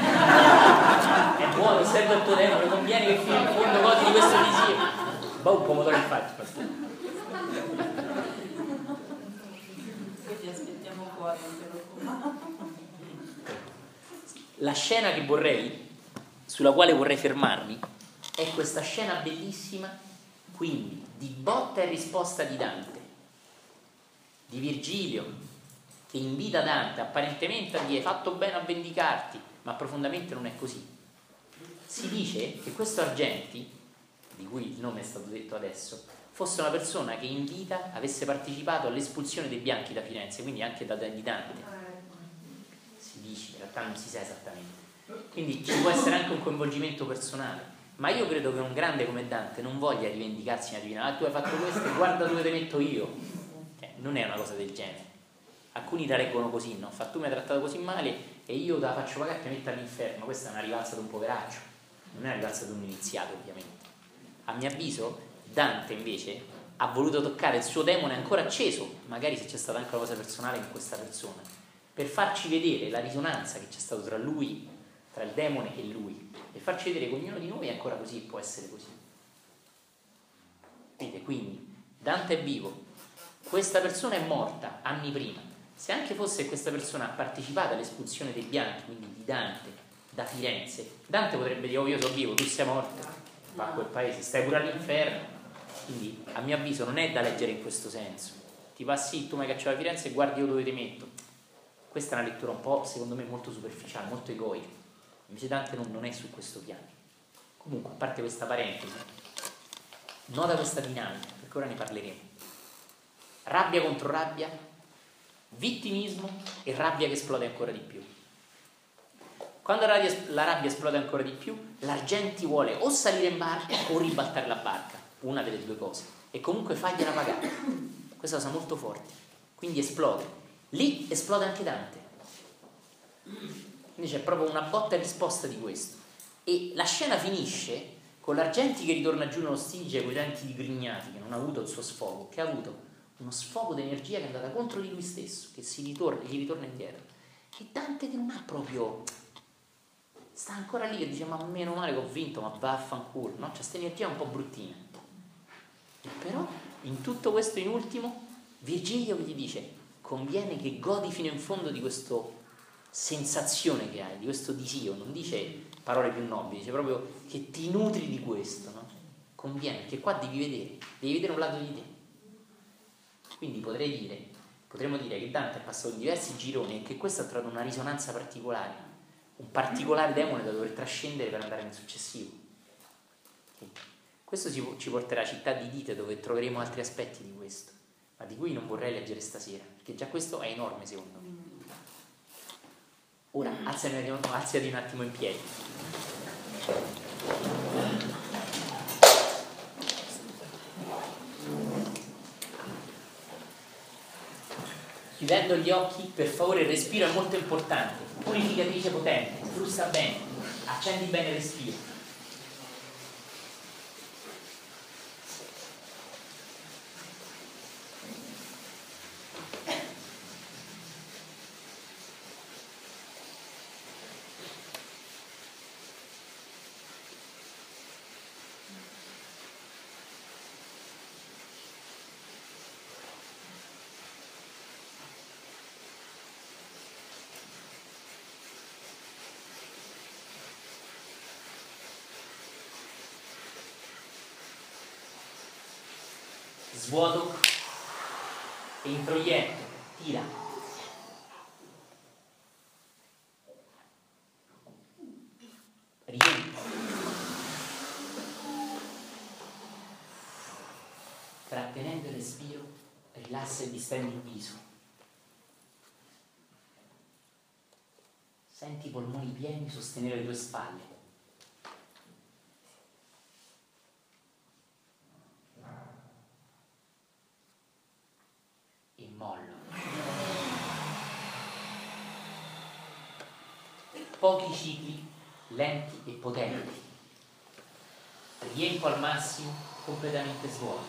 È buono, serve il tuo demone, conviene che fino in fondo godi di questo visio. Ma un pomodoro in faccia. Ti aspettiamo fuori, non ti preoccupare. La scena che sulla quale vorrei fermarmi, è questa scena bellissima, quindi, di botta e risposta di Dante, di Virgilio, che invita Dante apparentemente a dire: hai fatto bene a vendicarti, ma profondamente non è così. Si dice che questo Argenti, di cui il nome è stato detto adesso, fosse una persona che in vita avesse partecipato all'espulsione dei bianchi da Firenze, quindi anche di Dante. Si dice, in realtà non si sa esattamente. Quindi ci può essere anche un coinvolgimento personale, ma io credo che un grande come Dante non voglia rivendicarsi una divina: ah, tu hai fatto questo, guarda dove te metto io. Non è una cosa del genere. Alcuni la leggono così, no? Tu mi hai trattato così male e io te la faccio pagare e mi metto all'inferno. Questa è una rivalsa di un poveraccio, non è una rivalsa di un iniziato, ovviamente. A mio avviso Dante invece ha voluto toccare il suo demone ancora acceso, magari se c'è stata anche una cosa personale in questa persona, per farci vedere la risonanza che c'è stata tra lui, tra il demone e lui, e farci vedere che ognuno di noi è ancora così, può essere così. Vedete, quindi Dante è vivo, questa persona è morta anni prima. Se anche fosse questa persona ha partecipato all'espulsione dei bianchi, quindi di Dante, da Firenze, Dante potrebbe dire: oh, io sono vivo, tu sei morto, va a quel paese, stai pure all'inferno. Quindi a mio avviso non è da leggere in questo senso. Ti passi, tu mi cacciato a Firenze e guardi io dove ti metto. Questa è una lettura un po', secondo me, molto superficiale, molto egoica. Invece Dante non è su questo piano. Comunque, a parte questa parentesi, nota questa dinamica, perché ora ne parleremo. Rabbia contro rabbia, vittimismo e rabbia che esplode ancora di più. Quando la rabbia esplode ancora di più, l'Argenti vuole o salire in barca o ribaltare la barca, una delle due cose, e comunque fargliela pagare. Questa cosa molto forte. Quindi esplode. Lì esplode anche Dante. Quindi c'è proprio una botta e risposta di questo. E la scena finisce con l'Argenti che ritorna giù nello stige con i denti digrignati, che non ha avuto il suo sfogo, che ha avuto uno sfogo di energia che è andata contro di lui stesso, che gli ritorna indietro. E Dante che non ha proprio, sta ancora lì che dice: ma meno male che ho vinto, ma vaffanculo, no? C'è questa energia un po' bruttina. E però in tutto questo, in ultimo, Virgilio che gli dice: conviene che godi fino in fondo di questa sensazione che hai, di questo disio. Non dice parole più nobili, dice proprio che ti nutri di questo, no? Conviene, che qua devi vedere un lato di te. Quindi potremmo dire che Dante è passato in diversi gironi e che questo ha trovato una risonanza particolare, un particolare demone da dover trascendere per andare nel successivo. Questo ci porterà a Città di Dite, dove troveremo altri aspetti di questo, ma di cui non vorrei leggere stasera, perché già questo è enorme secondo me. Ora alzati un attimo in piedi. Chiudendo gli occhi, per favore, il respiro è molto importante, purificatrice potente, frusta bene, accendi bene il respiro. Svuoto e introietto, tira. Riempie. Trattenendo il respiro, rilassa e distendi il viso. Senti i polmoni pieni sostenere le tue spalle. Pochi cicli lenti e potenti. Riempo al massimo, completamente svuoto.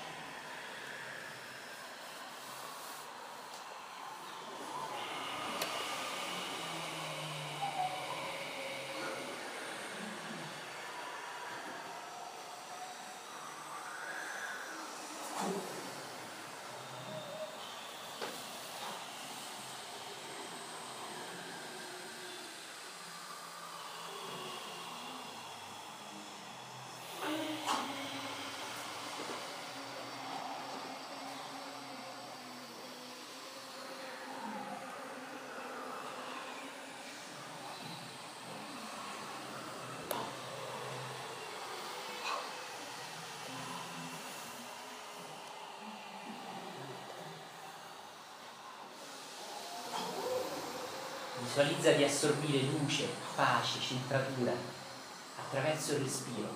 Visualizza di assorbire luce, pace, centratura attraverso il respiro.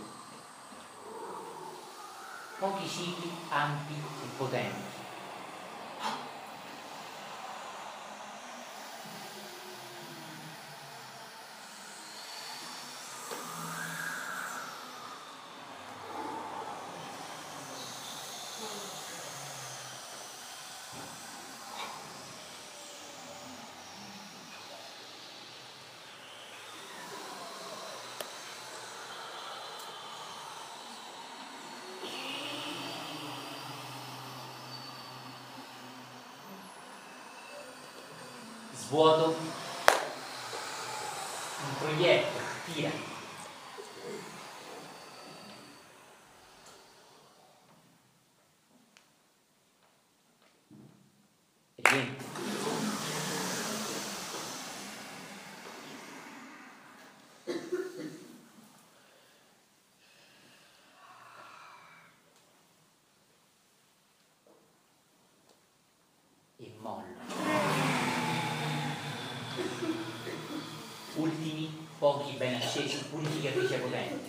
Pochi cicli ampi e potenti. Svuoto, introietto, tira. Riempie. E mollo. Ultimi, pochi ben accesi, purificatrice potente.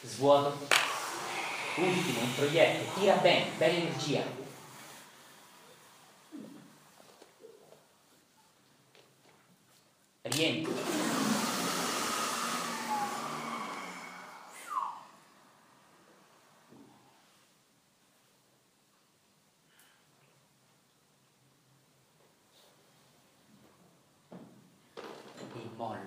svuoto, ultimo, introietto, tira bene, bella energia, rientro, e mollo.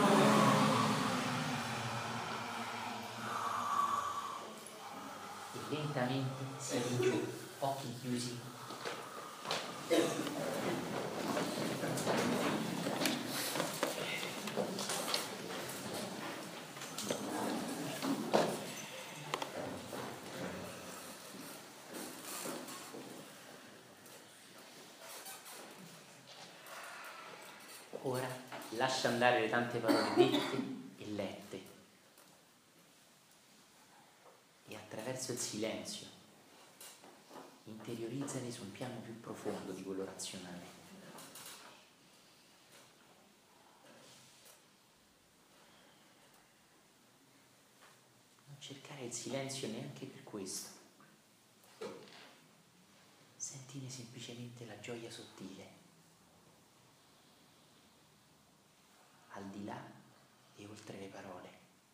Lentamente siedi giù, occhi chiusi. Ora lascia andare le tante parole dette e lette. E attraverso il silenzio interiorizzali su un piano più profondo di quello razionale. Non cercare il silenzio neanche per questo. Sentine semplicemente la gioia sottile, al di là e oltre le parole.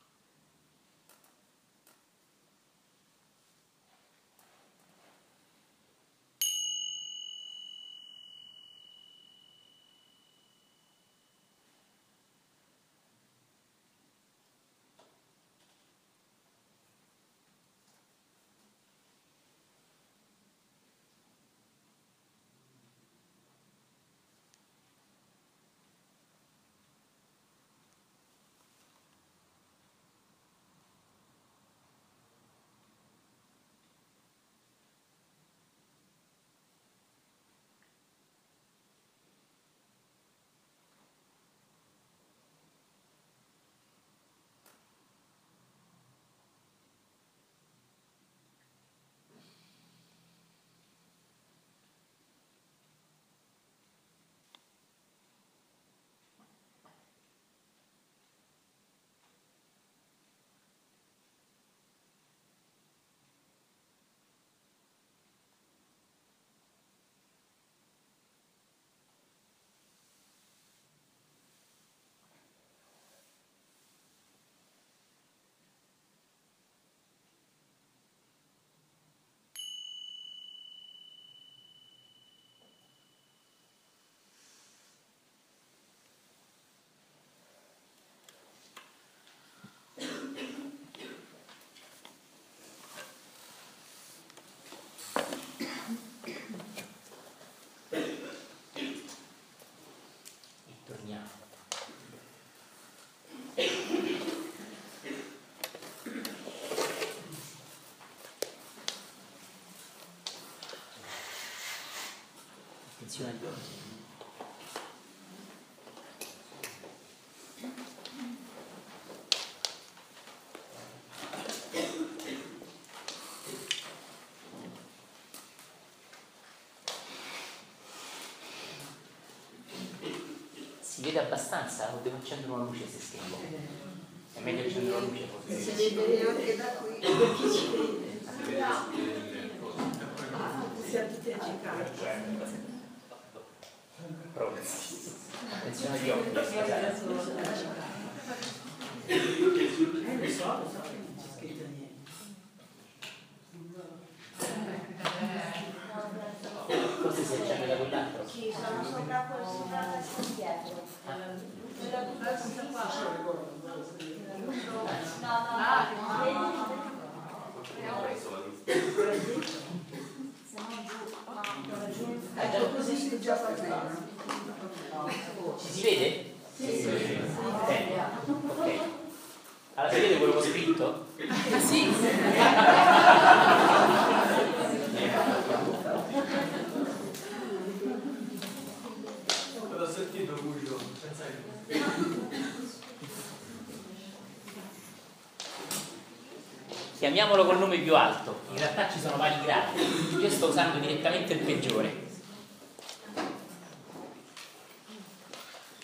Attenzione agli occhi. Si vede abbastanza o devo accendere una luce se schermo? È meglio accendere una luce forse. Si vede anche da qui. Siamo tutti agitati. Attenzione agli occhi. Lo so, non c'è scritto niente. Forse si accende da quell'altro. Ci sono sopra quella dietro. Così si già fa bene. Ci si vede? Sì. Bene. Ok. Allora si vede quello che ho scritto? Ah sì? L'ho sentito Guido, Chiamiamolo col nome più alto, in realtà ci sono vari gradi, io sto usando direttamente il peggiore.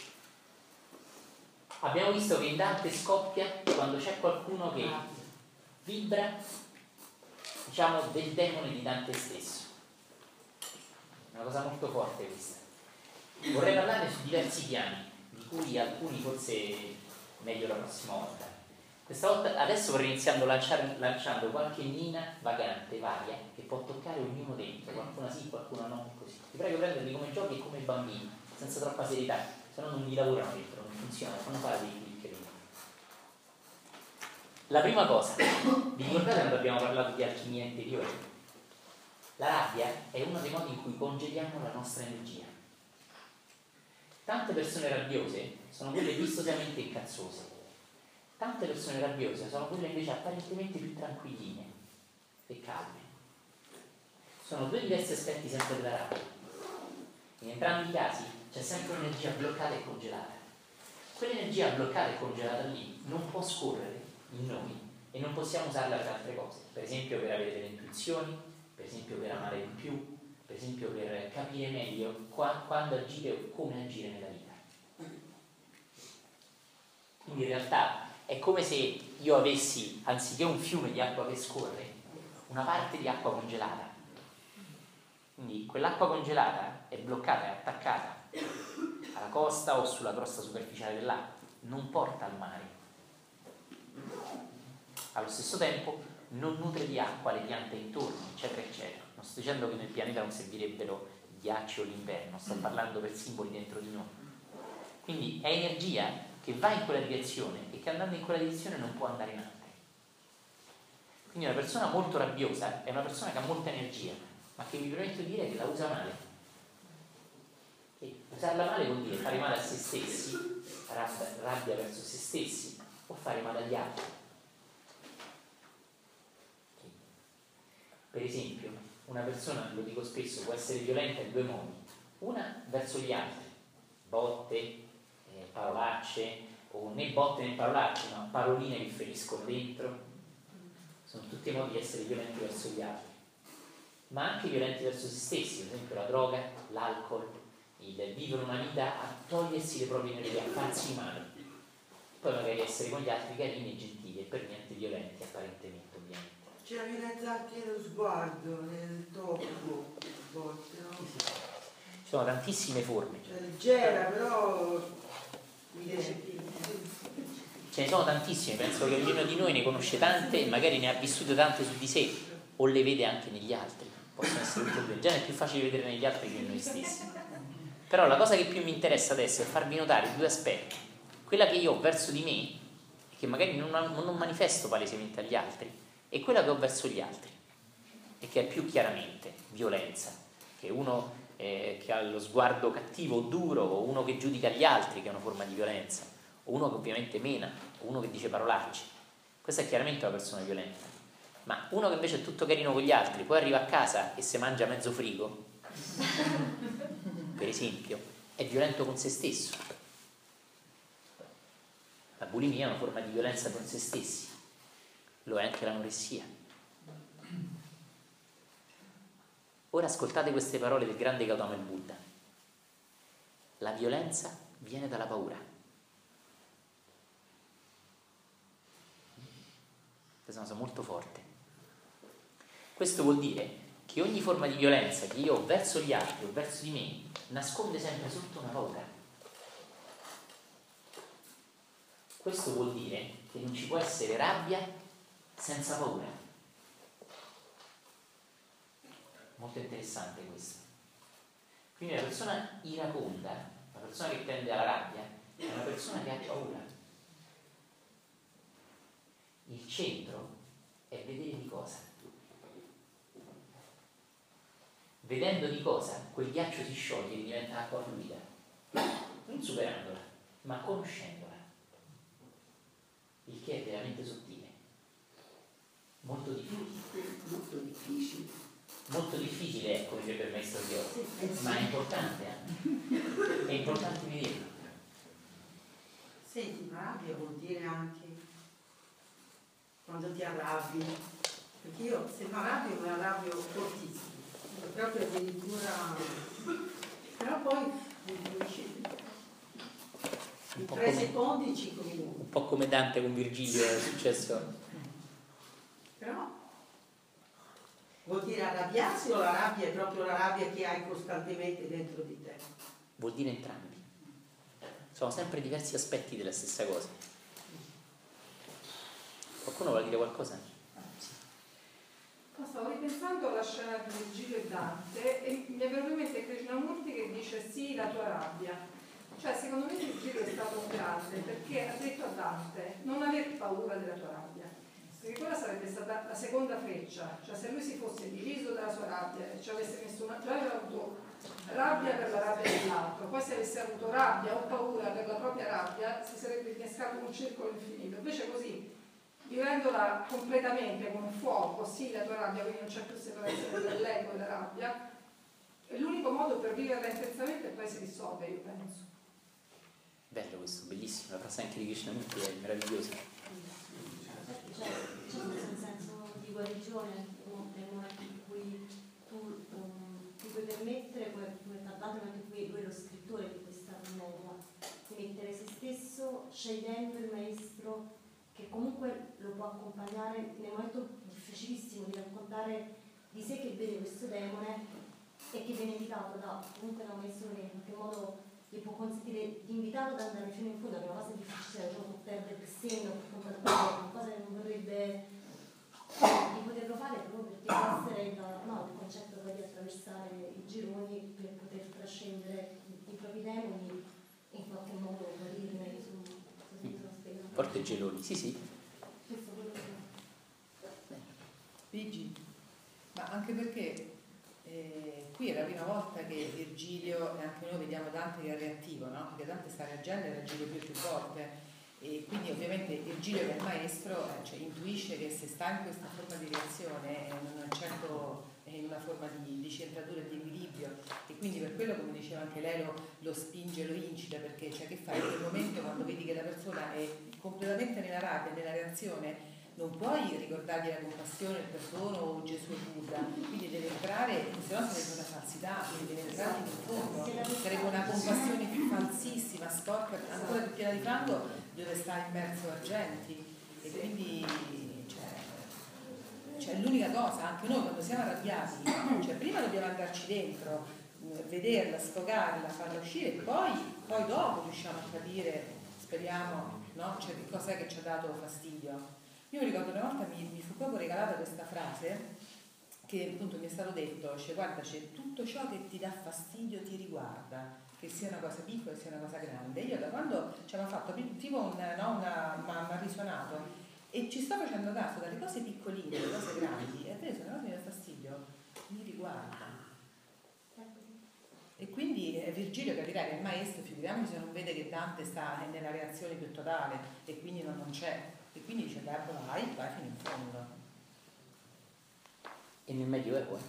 Abbiamo visto che in Dante scoppia quando c'è qualcuno che vibra, diciamo, del demone di Dante stesso. Una cosa molto forte questa. Vorrei parlare su diversi piani, di cui alcuni forse meglio la prossima volta. Questa volta, adesso vorrei iniziando lanciando qualche nina vagante, varia, che può toccare ognuno dentro, qualcuna sì, qualcuna no, così. Ti prego prenderli come giochi e come bambini, senza troppa serietà, se no non vi lavorano dentro, non funziona, fanno fare dei click dentro. La prima cosa, vi ricordate quando abbiamo parlato di alchimia interiore? La rabbia è uno dei modi in cui congeliamo la nostra energia. Tante persone rabbiose sono quelle vistosamente incazzose. Tante persone rabbiose sono quelle invece apparentemente più tranquilline e calme. Sono due diversi aspetti sempre della rabbia. In entrambi i casi c'è sempre un'energia bloccata e congelata. Quell'energia bloccata e congelata lì non può scorrere in noi e non possiamo usarla per altre cose. Per esempio per avere delle intuizioni, per esempio per amare di più, per esempio per capire meglio quando agire o come agire nella vita. Quindi in realtà è come se io avessi, anziché un fiume di acqua che scorre, una parte di acqua congelata. Quindi quell'acqua congelata è bloccata, è attaccata alla costa o sulla crosta superficiale dell'acqua, non porta al mare. Allo stesso tempo non nutre di acqua le piante intorno, eccetera, eccetera. Non sto dicendo che nel pianeta non servirebbero il ghiaccio o l'inverno, sto parlando per simboli dentro di noi. Quindi è energia che va in quella direzione e che andando in quella direzione non può andare in altre. Quindi una persona molto rabbiosa è una persona che ha molta energia, ma che mi permetto di dire che la usa male. E usarla male vuol dire fare male a se stessi, rabbia verso se stessi, o fare male agli altri. Per esempio, una persona, lo dico spesso, può essere violenta in due modi. Una verso gli altri, botte, parolacce, o né botte né parolacce, ma paroline che feriscono dentro. Sono tutti modi di essere violenti verso gli altri, ma anche violenti verso se stessi, per esempio la droga, l'alcol, il vivere una vita a togliersi le proprie energie, a farsi male. Poi magari essere con gli altri carini e gentili e per niente violenti apparentemente, ovviamente. C'è la violenza anche nello sguardo, nel tocco, a volte, no? Ci sono tantissime forme. Cioè leggera, però ce ne sono tantissime, penso che ognuno di noi ne conosce tante e magari ne ha vissute tante su di sé o le vede anche negli altri. Possono essere tutte e due. Già è più facile vedere negli altri che in noi stessi. Però la cosa che più mi interessa adesso è farvi notare due aspetti. Quella che io ho verso di me, che magari non manifesto palesemente agli altri, e quella che ho verso gli altri, e che è più chiaramente violenza, che uno che ha lo sguardo cattivo o duro, o uno che giudica gli altri, che è una forma di violenza, o uno che ovviamente mena, o uno che dice parolacce. Questa è chiaramente una persona violenta. Ma uno che invece è tutto carino con gli altri, poi arriva a casa e si mangia mezzo frigo, per esempio, è violento con se stesso. La bulimia è una forma di violenza con se stessi, lo è anche l'anoressia. Ora ascoltate queste parole del grande Gautama il Buddha. La violenza viene dalla paura. Questa è una cosa molto forte. Questo vuol dire che ogni forma di violenza che io ho verso gli altri o verso di me nasconde sempre sotto una paura. Questo vuol dire che non ci può essere rabbia senza paura. Molto interessante questo. Quindi la persona iraconda, la persona che tende alla rabbia, è una persona che ha paura. Il centro è vedere di cosa. Vedendo di cosa, quel ghiaccio si scioglie e diventa acqua fluida. Non superandola, ma conoscendola. Il che è veramente sottile. Molto difficile. Molto difficile, come direbbe il maestro Dios, ma è importante anche. È importante vederlo. Senti, ma rabbia vuol dire anche quando ti arrabbi, perché io se mi arrabbio mi arrabbio fortissimo, proprio addirittura, però poi in 3 secondi 5 minuti. Un po' come Dante con Virgilio è successo. Però vuol dire arrabbiarsi o la rabbia è proprio la rabbia che hai costantemente dentro di te? Vuol dire entrambi. Sono sempre diversi aspetti della stessa cosa. Qualcuno vuole dire qualcosa? Sì. Stavo ripensando alla scena di Virgilio e Dante e mi è venuto in mente Krishnamurti che dice sì, la tua rabbia. Cioè, secondo me Virgilio è stato un grande perché ha detto a Dante non aver paura della tua rabbia, perché quella sarebbe stata la seconda freccia. Cioè, se lui si fosse diviso dalla sua rabbia e ci avesse messo già aveva avuto rabbia per la rabbia dell'altro, poi se avesse avuto rabbia o paura per la propria rabbia si sarebbe innescato un circolo infinito. Invece così, vivendola completamente con fuoco, sì, la tua rabbia, quindi non c'è più separazione tra l'ego e la rabbia, è l'unico modo per viverla intensamente e poi si risolve, io penso. Bello questo, bellissimo, la frase anche di Krishnamurti è meravigliosa. C'è un senso di guarigione nel momento in cui tu ti puoi permettere, come parlate anche voi lo scrittore di questa commedia, di mettere se stesso scegliendo il maestro che comunque lo può accompagnare nel momento difficilissimo di raccontare di sé che vede questo demone e che viene invitato comunque da un maestro che in qualche modo gli può consentire di invitarlo ad andare fino in fondo, che è una cosa difficile, cioè può perdere il senno, una cosa che non vorrebbe di poterlo fare proprio perché deve essere il concetto poi di attraversare i gironi per poter trascendere i propri demoni e in qualche modo guarirne. Forte geloni, sì. Luigi, ma anche perché qui è la prima volta che Virgilio, e anche noi vediamo Dante che è reattivo, no? Perché Dante sta reagendo e reagisce più volte, e quindi ovviamente Virgilio che è il maestro intuisce che se sta in questa forma di reazione non è certo in una forma di centratura e di equilibrio, e quindi per quello, come diceva anche lei, lo spinge, lo incita, perché che fai in quel momento quando vedi che la persona è completamente nella rabbia, nella reazione, non puoi ricordargli la compassione, il perdono o Gesù e Buddha, quindi deve entrare, se no sarebbe una falsità, quindi deve entrare in fondo, sarebbe una compassione più falsissima, sporca, ancora più piena di fango, dove sta immerso Argenti, e quindi cioè l'unica cosa, anche noi quando siamo arrabbiati, cioè prima dobbiamo andarci dentro, vederla, sfogarla, farla uscire, e poi dopo riusciamo a capire, speriamo, no? Cioè che cos'è che ci ha dato fastidio. Io mi ricordo una volta mi fu proprio regalata questa frase che appunto mi è stato detto, cioè guarda, c'è tutto ciò che ti dà fastidio ti riguarda, che sia una cosa piccola che sia una cosa grande. Io da quando ci hanno fatto tipo mi ha risuonato e ci sto facendo caso dalle cose piccoline alle cose grandi, e adesso una cosa mi dà fastidio mi riguarda. E quindi Virgilio capirà che è il maestro, figuriamoci se non vede che Dante sta nella reazione più totale e quindi non c'è. E quindi dice vai fino in fondo. E nel Medioevo?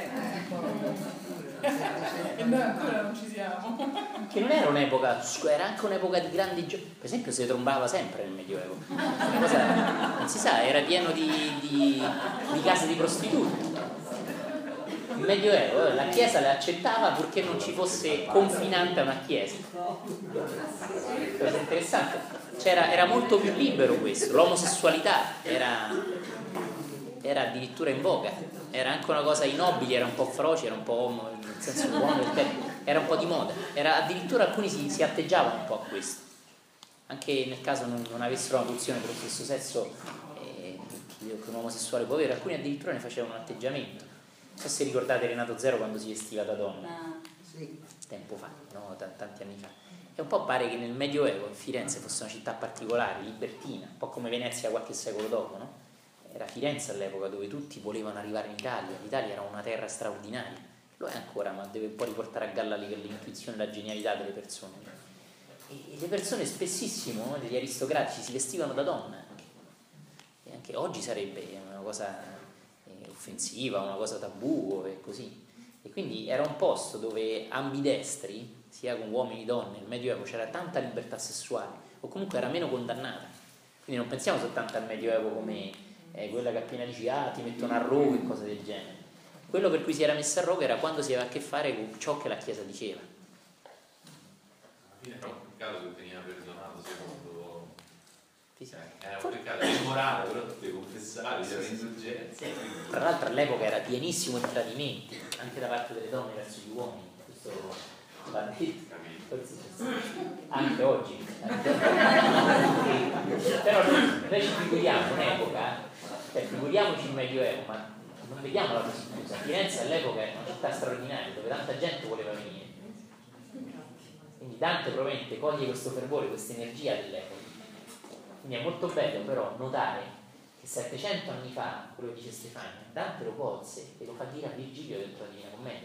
E noi ancora non ci siamo. Che non era un'epoca, era anche un'epoca di grandi giochi. Per esempio si trombava sempre nel Medioevo. Una cosa, non si sa, era pieno di case di prostitute. Il Medioevo, la Chiesa le accettava purché non ci fosse confinante a una Chiesa. Cosa interessante. Era molto più libero questo, l'omosessualità era addirittura in voga, era anche una cosa inobile, era un po' feroce, era un po' nel senso buono del termine, era un po' di moda, addirittura alcuni si atteggiavano un po' a questo, anche nel caso non avessero una pulsione per lo stesso sesso che un omosessuale può avere, alcuni addirittura ne facevano un atteggiamento. Non so se ricordate Renato Zero quando si vestiva da donna, tempo fa, no? Tanti anni fa. E un po' pare che nel Medioevo Firenze fosse una città particolare, libertina, un po' come Venezia qualche secolo dopo, no? Era Firenze all'epoca dove tutti volevano arrivare in Italia, l'Italia era una terra straordinaria, lo è ancora, ma deve un po' riportare a galla l'intuizione e la genialità delle persone. E le persone spessissimo, no? Gli aristocratici si vestivano da donna anche. E anche oggi sarebbe una cosa offensiva, una cosa tabù e così. E quindi era un posto dove ambidestri, sia con uomini e donne, nel Medioevo c'era tanta libertà sessuale, o comunque era meno condannata. Quindi non pensiamo soltanto al Medioevo come quella che appena dici ti mettono a rogo e cose del genere. Quello per cui si era messa a rogo era quando si aveva a che fare con ciò che la Chiesa diceva. Alla fine è un caso che veniva perdonato secondo Sì. Era un peccato immorale, però tu devi confessare, c'era indulgenza. Tra l'altro all'epoca era pienissimo di tradimenti, anche da parte delle donne verso gli uomini. Questo va detto. Anche oggi. Però noi ci figuriamo un'epoca, figuriamoci il Medioevo, ma non vediamo la prostituta. Firenze all'epoca era una città straordinaria dove tanta gente voleva venire. Quindi Dante probabilmente coglie questo fervore, questa energia dell'epoca. Quindi è molto bello però notare che 700 anni fa, quello che dice Stefania, Dante lo cozze e lo fa dire a Virgilio dentro la Divina Commedia,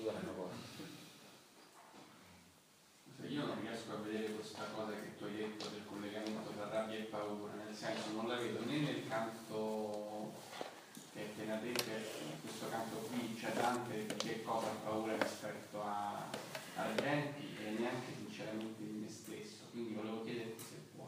Io non riesco a vedere questa cosa che tu hai detto del collegamento tra rabbia e paura, nel senso non la vedo né nel canto che hai appena detto, questo canto qui, cioè Dante che cosa ha paura rispetto ai venti e neanche sinceramente di me stesso, quindi volevo chiederti se puoi.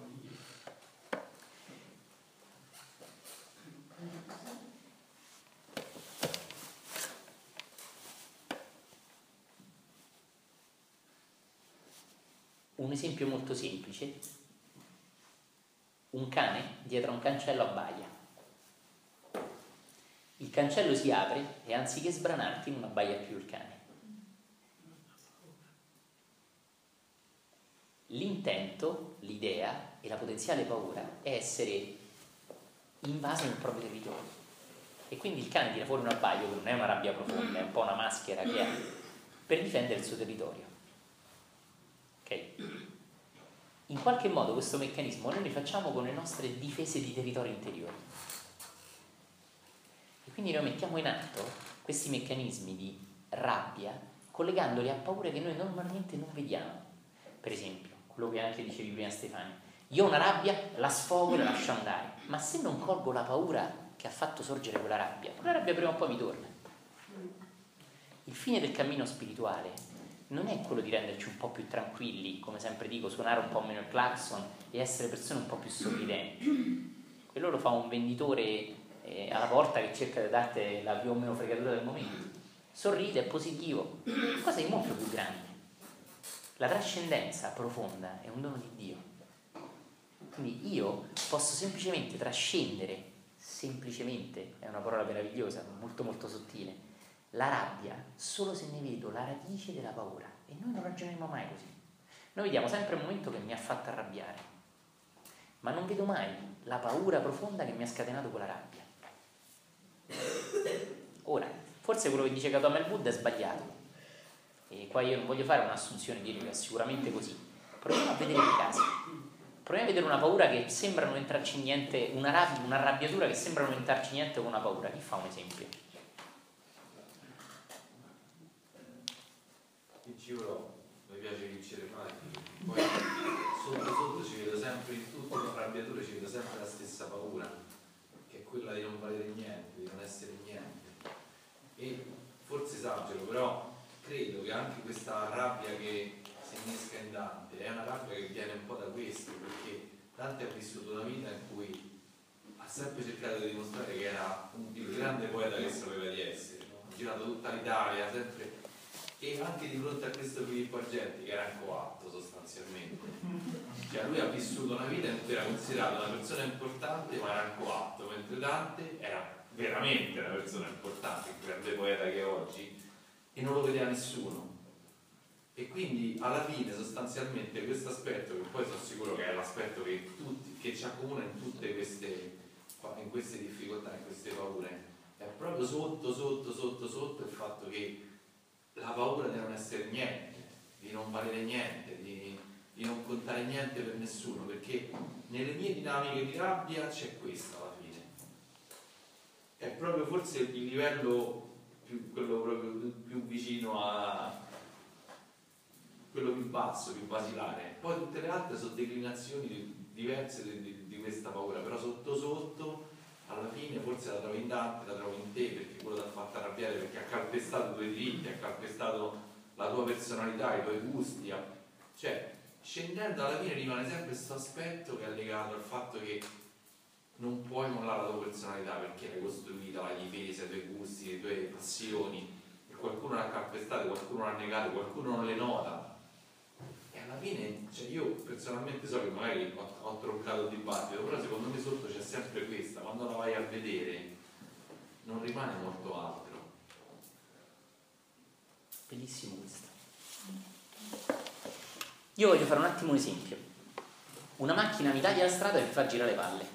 Un esempio molto semplice: un cane dietro a un cancello abbaia. Il cancello si apre e anziché sbranarti non abbaia più il cane. L'intento, l'idea e la potenziale paura è essere invaso nel proprio territorio. E quindi il cane tira fuori un abbaio, che non è una rabbia profonda, è un po' una maschera che ha, per difendere il suo territorio. Ok? In qualche modo questo meccanismo noi lo facciamo con le nostre difese di territorio interiori. E quindi noi mettiamo in atto questi meccanismi di rabbia collegandoli a paure che noi normalmente non vediamo. Per esempio, quello che anche dicevi prima Stefania, io ho una rabbia, la sfogo e la lascio andare, ma se non colgo la paura che ha fatto sorgere quella rabbia prima o poi mi torna. Il fine del cammino spirituale non è quello di renderci un po' più tranquilli, come sempre dico, suonare un po' meno il clacson e essere persone un po' più sorridenti. Quello lo fa un venditore alla porta che cerca di darti la più o meno fregatura del momento. Sorride, è positivo, cosa di molto più grande. La trascendenza profonda è un dono di Dio. Quindi io posso semplicemente trascendere, semplicemente, è una parola meravigliosa, molto molto sottile, la rabbia solo se ne vedo la radice della paura. E noi non ragioniamo mai così. Noi vediamo sempre il momento che mi ha fatto arrabbiare, ma non vedo mai la paura profonda che mi ha scatenato quella rabbia. Ora, forse quello che dice Gautama il Buddha è sbagliato, e qua io non voglio fare un'assunzione di dire che è sicuramente così. Proviamo a vedere i casi. Proviamo a vedere una paura che sembra non entrarci niente, una arrabbiatura che sembra non entrarci niente con una paura. Chi fa un esempio? Io mi piace vincere facile, poi sotto ci vedo sempre in tutte le arrabbiature, ci vedo sempre la stessa paura, che è quella di non valere niente, di non essere niente. E forse esagero, però credo che anche questa rabbia che si innesca in Dante è una rabbia che viene un po' da questo, perché Dante ha vissuto una vita in cui ha sempre cercato di dimostrare che era il grande poeta che sapeva di essere, no? Ha girato tutta l'Italia, sempre. E anche di fronte a questo Filippo Argenti che era un coatto sostanzialmente, cioè lui ha vissuto una vita in cui era considerato una persona importante ma era un coatto, mentre Dante era veramente una persona importante, il grande poeta che è oggi, e non lo vedeva nessuno. E quindi alla fine sostanzialmente questo aspetto, che poi sono sicuro che è l'aspetto che ci accomuna in tutte queste difficoltà, in queste paure, è proprio sotto il fatto che la paura di non essere niente, di non valere niente, di non contare niente per nessuno, perché nelle mie dinamiche di rabbia c'è questa alla fine. È proprio forse il livello quello proprio più vicino a quello più basso, più basilare. Poi tutte le altre sono declinazioni diverse di questa paura, però sotto alla fine forse la trovo in Dante, la trovo in te, perché quello ti ha fatto arrabbiare perché ha calpestato i tuoi diritti, ha calpestato la tua personalità, i tuoi gusti, cioè scendendo alla fine rimane sempre questo aspetto che è legato al fatto che non puoi mollare la tua personalità perché l'hai costruita, l'hai difesa, i tuoi gusti, le tue passioni, e qualcuno l'ha calpestato, qualcuno l'ha negato, qualcuno non le nota. È alla fine, cioè io personalmente so che magari ho troncato il dibattito, però secondo me sotto c'è sempre questa, quando la vai a vedere non rimane molto altro. Bellissimo questo. Io voglio fare un attimo un esempio. Una macchina mi taglia la strada e mi fa girare le palle.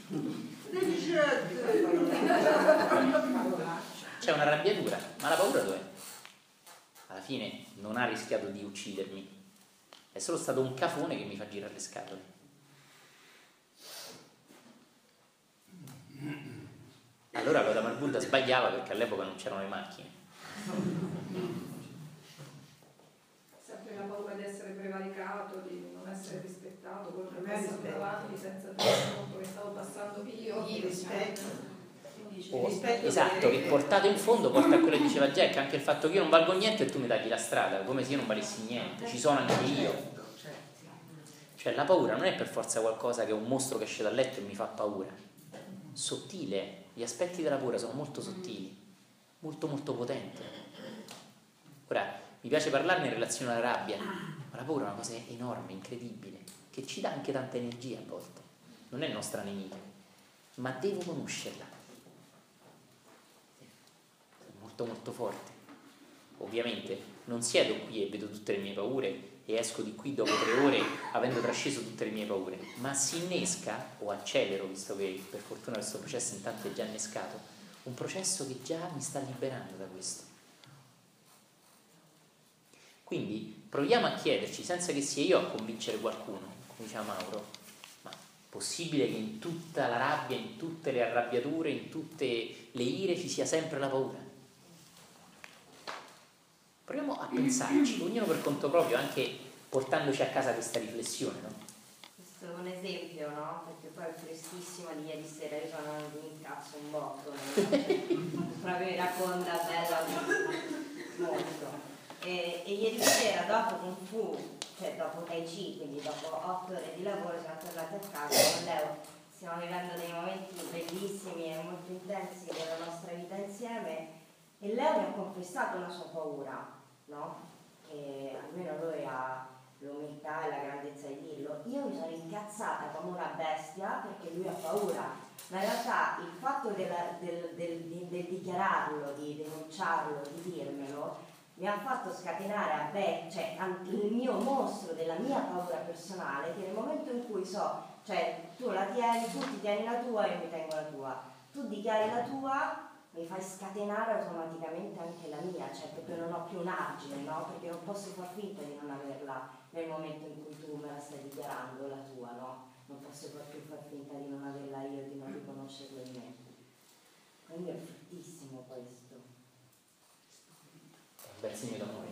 C'è una arrabbiatura, ma la paura dov'è? Alla fine non ha rischiato di uccidermi, è solo stato un cafone che mi fa girare le scatole. Allora Gautama Buddha sbagliava, perché all'epoca non c'erano le macchine. Sempre la paura di essere prevaricato, di non essere rispettato, quello che passa davanti senza tenere conto che stavo passando io. Il rispetto. Esatto, che portato in fondo porta a quello che diceva Jack, anche il fatto che io non valgo niente e tu mi tagli la strada, come se io non valessi niente, ci sono anche io. Cioè la paura non è per forza qualcosa che è un mostro che esce dal letto e mi fa paura. Sottile, gli aspetti della paura sono molto sottili, molto molto potenti. Ora, mi piace parlarne in relazione alla rabbia, ma la paura è una cosa enorme, incredibile, che ci dà anche tanta energia a volte. Non è nostra nemica, ma devo conoscerla. Molto molto forte. Ovviamente non siedo qui e vedo tutte le mie paure e esco di qui dopo 3 ore avendo trasceso tutte le mie paure, ma si innesca, o accelero, visto che per fortuna questo processo intanto è già innescato, un processo che già mi sta liberando da questo. Quindi proviamo a chiederci, senza che sia io a convincere qualcuno, come diceva Mauro, ma è possibile che in tutta la rabbia, in tutte le arrabbiature, in tutte le ire ci sia sempre la paura? Proviamo a pensarci, ognuno per conto proprio, anche portandoci a casa questa riflessione, no? Questo è un esempio, no? Perché poi è freschissimo di ieri sera, io sono mi incazzo un botto, proprio mi racconta bella molto. E ieri sera dopo Kung Fu, cioè dopo Tai Chi, quindi dopo 8 ore di lavoro siamo tornati a casa con Leo, stiamo vivendo dei momenti bellissimi e molto intensi della nostra vita insieme e Leo mi ha confessato una sua paura, no? Che almeno lui ha l'umiltà e la grandezza di dirlo. Io mi sono incazzata come una bestia perché lui ha paura, ma in realtà il fatto del dichiararlo, di denunciarlo, di dirmelo mi ha fatto scatenare a me, cioè il mio mostro della mia paura personale, che nel momento in cui so, cioè tu la tieni, tu ti tieni la tua e io mi tengo la tua, tu dichiari la tua, mi fai scatenare automaticamente anche la mia, cioè proprio non ho più un argine, no? Perché non posso far finta di non averla nel momento in cui tu me la stai dichiarando, la tua, no? Non posso più far finta di non averla io, di non riconoscerla in me. Quindi è fortissimo questo. Un bel segno d'amore.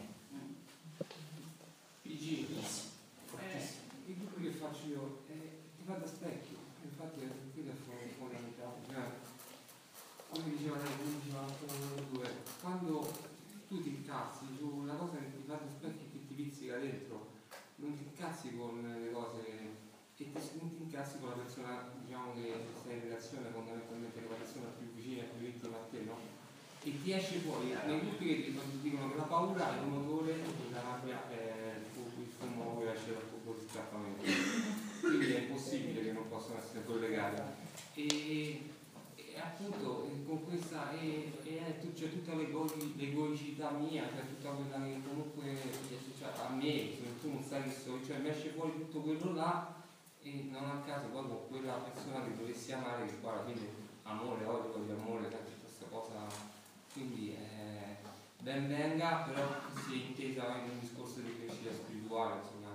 PG, il gruppo che faccio io ti fa da specchio, infatti qui è fondamentale. Come diceva due, quando tu ti incazzi su una cosa che ti fa da specchio e che ti pizzica dentro, non ti incazzi con le cose e non ti incazzi con la persona, diciamo, che stai in relazione, fondamentalmente la persona più vicina e più intima a te, no? E ti esce fuori nei gruppi che ti dicono che la paura è il motore e la rabbia è il fumo che esce dal fuoco di scappamento, quindi è impossibile che non possano essere collegati e appunto con questa c'è tutta l'egoicità mia, cioè tutta quella che comunque cioè, a me, se tu non sai che so, cioè mi esce fuori tutto quello là e non a caso poi con quella persona che dovessi amare, che poi alla fine amore, odio di amore, tutta questa cosa. Quindi ben venga, però si è intesa in un discorso di crescita spirituale, insomma.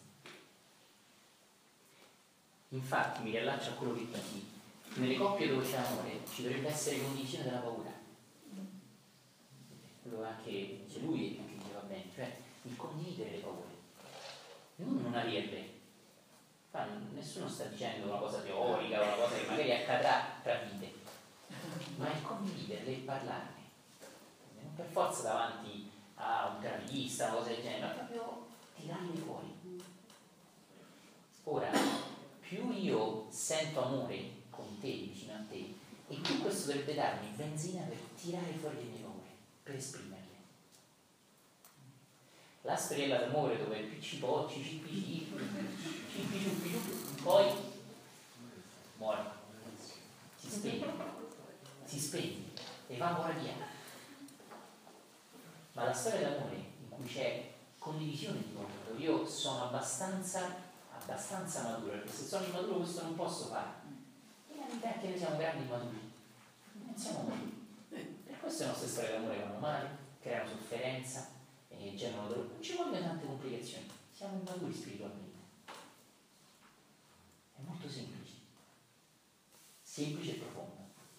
Infatti mi riallaccio a quello che dici, nelle coppie dove c'è amore ci dovrebbe essere condivisione della paura. Quello anche c'è lui che diceva bene, cioè il condividere le paure, non averle. Nessuno sta dicendo una cosa teorica, una cosa che magari accadrà tra vite, ma il condividerle e parlarne. Non per forza davanti a un terapista, una cosa del genere, ma proprio tirarli fuori. Ora, più io sento amore con te, vicino a te, e più questo dovrebbe darmi benzina per tirare fuori le mie paure, per esprimerle. la storiella d'amore dove più ci pocci, cippi, poi muore, si spegne, evapora via. Ma la storia d'amore in cui c'è condivisione di mondo, io sono abbastanza maturo, perché se sono immaturo questo non posso fare. E la verità è che noi siamo grandi immaturi, non siamo maturi. Per questo le nostre storie d'amore vanno male, creano sofferenza, generano dolore, non ci vogliono tante complicazioni, siamo immaturi spiritualmente. È molto semplice e profondo.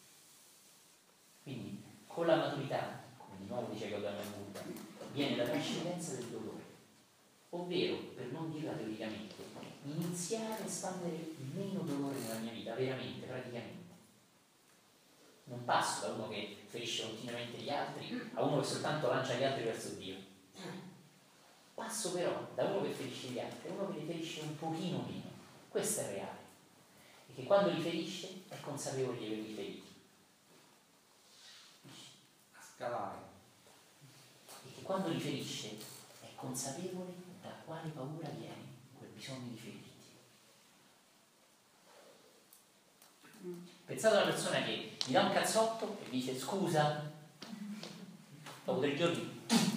Quindi con la maturità, come di nuovo dice Gautama Buddha, viene la trascendenza del dolore, ovvero, per non dirla teoricamente, iniziare a espandere il meno dolore nella mia vita, veramente, praticamente. Non passo da uno che ferisce continuamente gli altri a uno che soltanto lancia gli altri verso Dio. Passo però da uno che ferisce gli altri a uno che li ferisce un pochino meno. Questo è reale. E che quando li ferisce è consapevole di averli feriti. A scalare. E che quando li ferisce è consapevole da quale paura viene quel bisogno di ferirti. Pensate a una persona che mi dà un cazzotto e dice scusa, dopo 3 giorni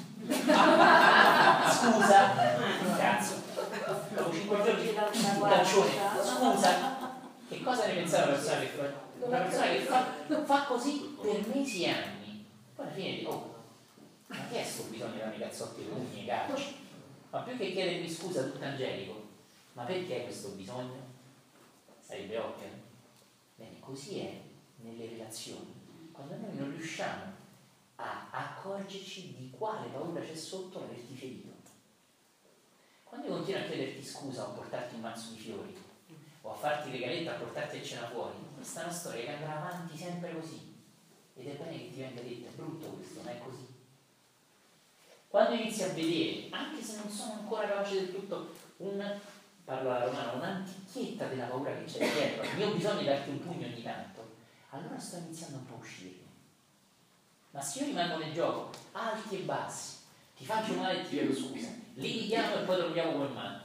scusa, cazzo, dopo 5 giorni un calcione, scusa. Che cosa ne pensate una persona che fa? Una persona che fa così per mesi e anni, poi alla fine dico, oh, ma che è sto bisogno di darmi cazzotti e pugni e calci? Ma più che chiedermi scusa tutto angelico, ma perché questo bisogno? Sarebbe ovvio. Bene, così è nelle relazioni, quando noi non riusciamo a accorgerci di quale paura c'è sotto l'averti ferito. Quando io continuo a chiederti scusa o a portarti un mazzo di fiori o a farti regaletto, a portarti a cena fuori, questa è una storia che andrà avanti sempre così, ed è bene che ti venga detto, è brutto questo, ma è così. Quando inizi a vedere, anche se non sono ancora capace del tutto, parlo alla romana, un'antichietta della paura che c'è dietro, il mio bisogno di darti un pugno ogni tanto, allora sto iniziando un po' a uscirne. Ma se io rimango nel gioco, alti e bassi, ti faccio male e ti chiedo scusa, litighiamo e poi torniamo come matti.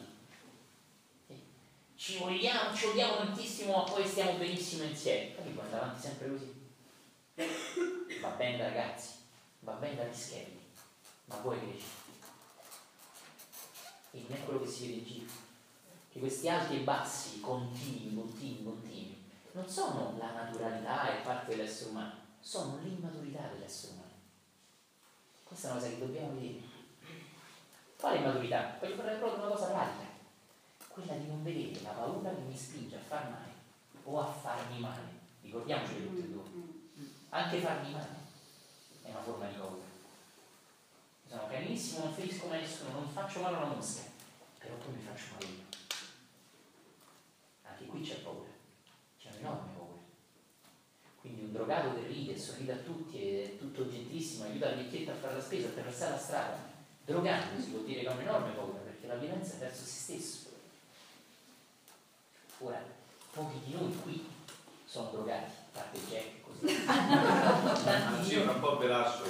Ci odiamo tantissimo, ma poi stiamo benissimo insieme. Capito? Andare avanti sempre così. Va bene ragazzi, va bene da pischelli, ma poi cresci. E non è quello che si vede in giro. Che questi alti e bassi, continui, non sono la naturalità e parte dell'essere umano, sono l'immaturità dell'essere umano. Questa è una cosa che dobbiamo vedere. Quale immaturità? Voglio parlare proprio di una cosa pratica. Quella di non vedere la paura che mi spinge a far male o a farmi male. Ricordiamoci di tutte e due. Anche farmi male è una forma di paura. Sono carinissimo, non ferisco mai nessuno, non faccio male a una mosca, però poi mi faccio male io. Anche qui c'è paura, c'è un'enorme paura. Quindi un drogato che ride, sorride a tutti, è tutto gentilissimo, aiuta la vecchietta a fare la spesa, a attraversare la strada. Drogando si può dire che ha un'enorme paura, perché la violenza è verso se stesso. Ora, pochi di noi qui sono drogati, a parte Jack così. Tanti di noi un po' velascio.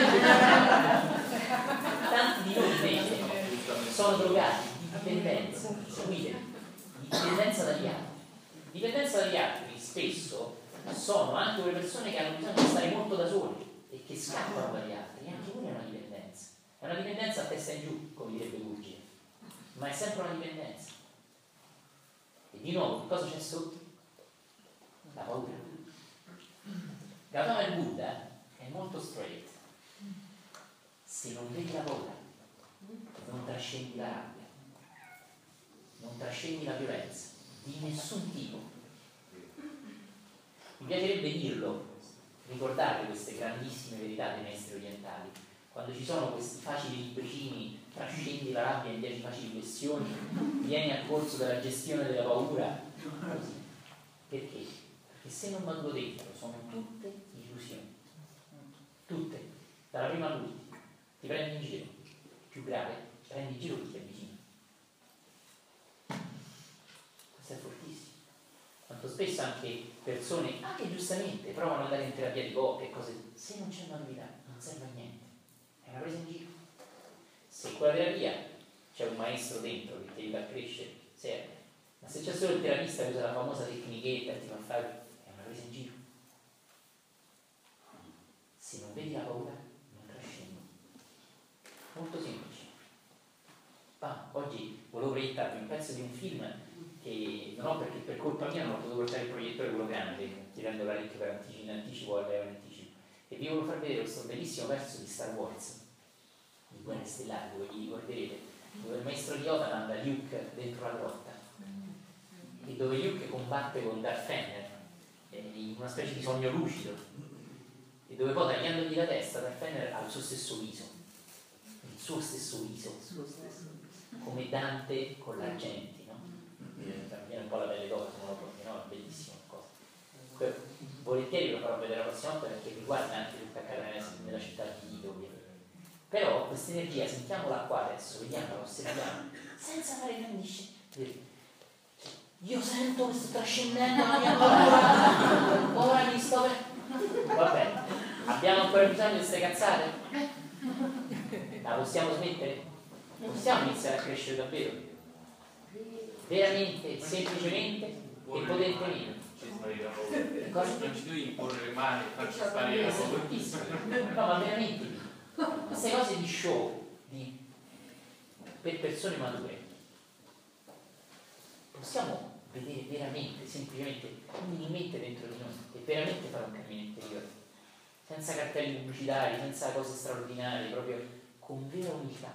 Tanti di noi invece sono drogati di dipendenza, seguitemi, di dipendenza dagli altri. Dipendenza dagli altri spesso sono anche quelle persone che hanno bisogno di stare molto da soli e che scappano dagli altri, e anche quella è una dipendenza. È una dipendenza a testa in giù, come direbbe Gurdjieff, ma è sempre una dipendenza. E di nuovo, cosa c'è sotto? La paura. Gautama il Buddha è molto straight. Se non vedi la paura, non trascendi la rabbia, non trascendi la violenza di nessun tipo. Mi piacerebbe dirlo, ricordare queste grandissime verità dei maestri orientali. Quando ci sono questi facili libricini, trascendi la rabbia in 10 facili questioni, vieni al corso della gestione della paura. Perché? Perché se non maturo dentro sono tutte illusioni. Tutte. Dalla prima all'ultima. Ti prendi in giro. Più grave, prendi in giro chi ti avvicina. Questo è fortissimo. Quanto spesso anche persone, anche giustamente, provano ad andare in terapia di coppia e cose. Se non c'è maturità, non serve a niente. È una presa in giro. Se quella terapia c'è un maestro dentro che ti aiuta a crescere, serve. Ma se c'è solo il terapista che usa la famosa tecnichetta e ti fa fare, è una presa in giro. Se non vedi la paura, non trascendi. Molto semplice. Oggi volevo proiettarvi un pezzo di un film che non ho, perché per colpa mia non ho potuto portare il proiettore quello grande, tirando parecchio per in anticipo o in anticipo. E vi volevo far vedere questo bellissimo verso di Star Wars, di Guerre Stellari, dove vi ricorderete, dove il maestro di Yoda manda Luke dentro la grotta e dove Luke combatte con Darth Vader in una specie di sogno lucido, e dove poi tagliandogli la testa Darth Vader ha il suo stesso viso, come Dante con l'Argenti, no? Viene un po' la pelle d'oca, non lo proprio, no? È bellissima cosa. Volentieri lo farò vedere la prossima volta, perché riguarda anche tutto accadere nella città di Tito. Però questa energia, sentiamola qua adesso, vediamola, osserviamo, senza fare grandi scelte. Io sento che sto trascendendo la mia paura, ora mi sto per... Va bene, abbiamo ancora bisogno di queste cazzate? La possiamo smettere? Possiamo iniziare a crescere davvero? Veramente, semplicemente e potentemente. Non ci devi imporre le mani e farci sparire la paura. No, ma veramente, queste cose di show per persone mature possiamo vedere veramente, semplicemente, umilmente dentro di noi e veramente fare un cammino interiore, senza cartelli pubblicitari, senza cose straordinarie, proprio con vera umiltà.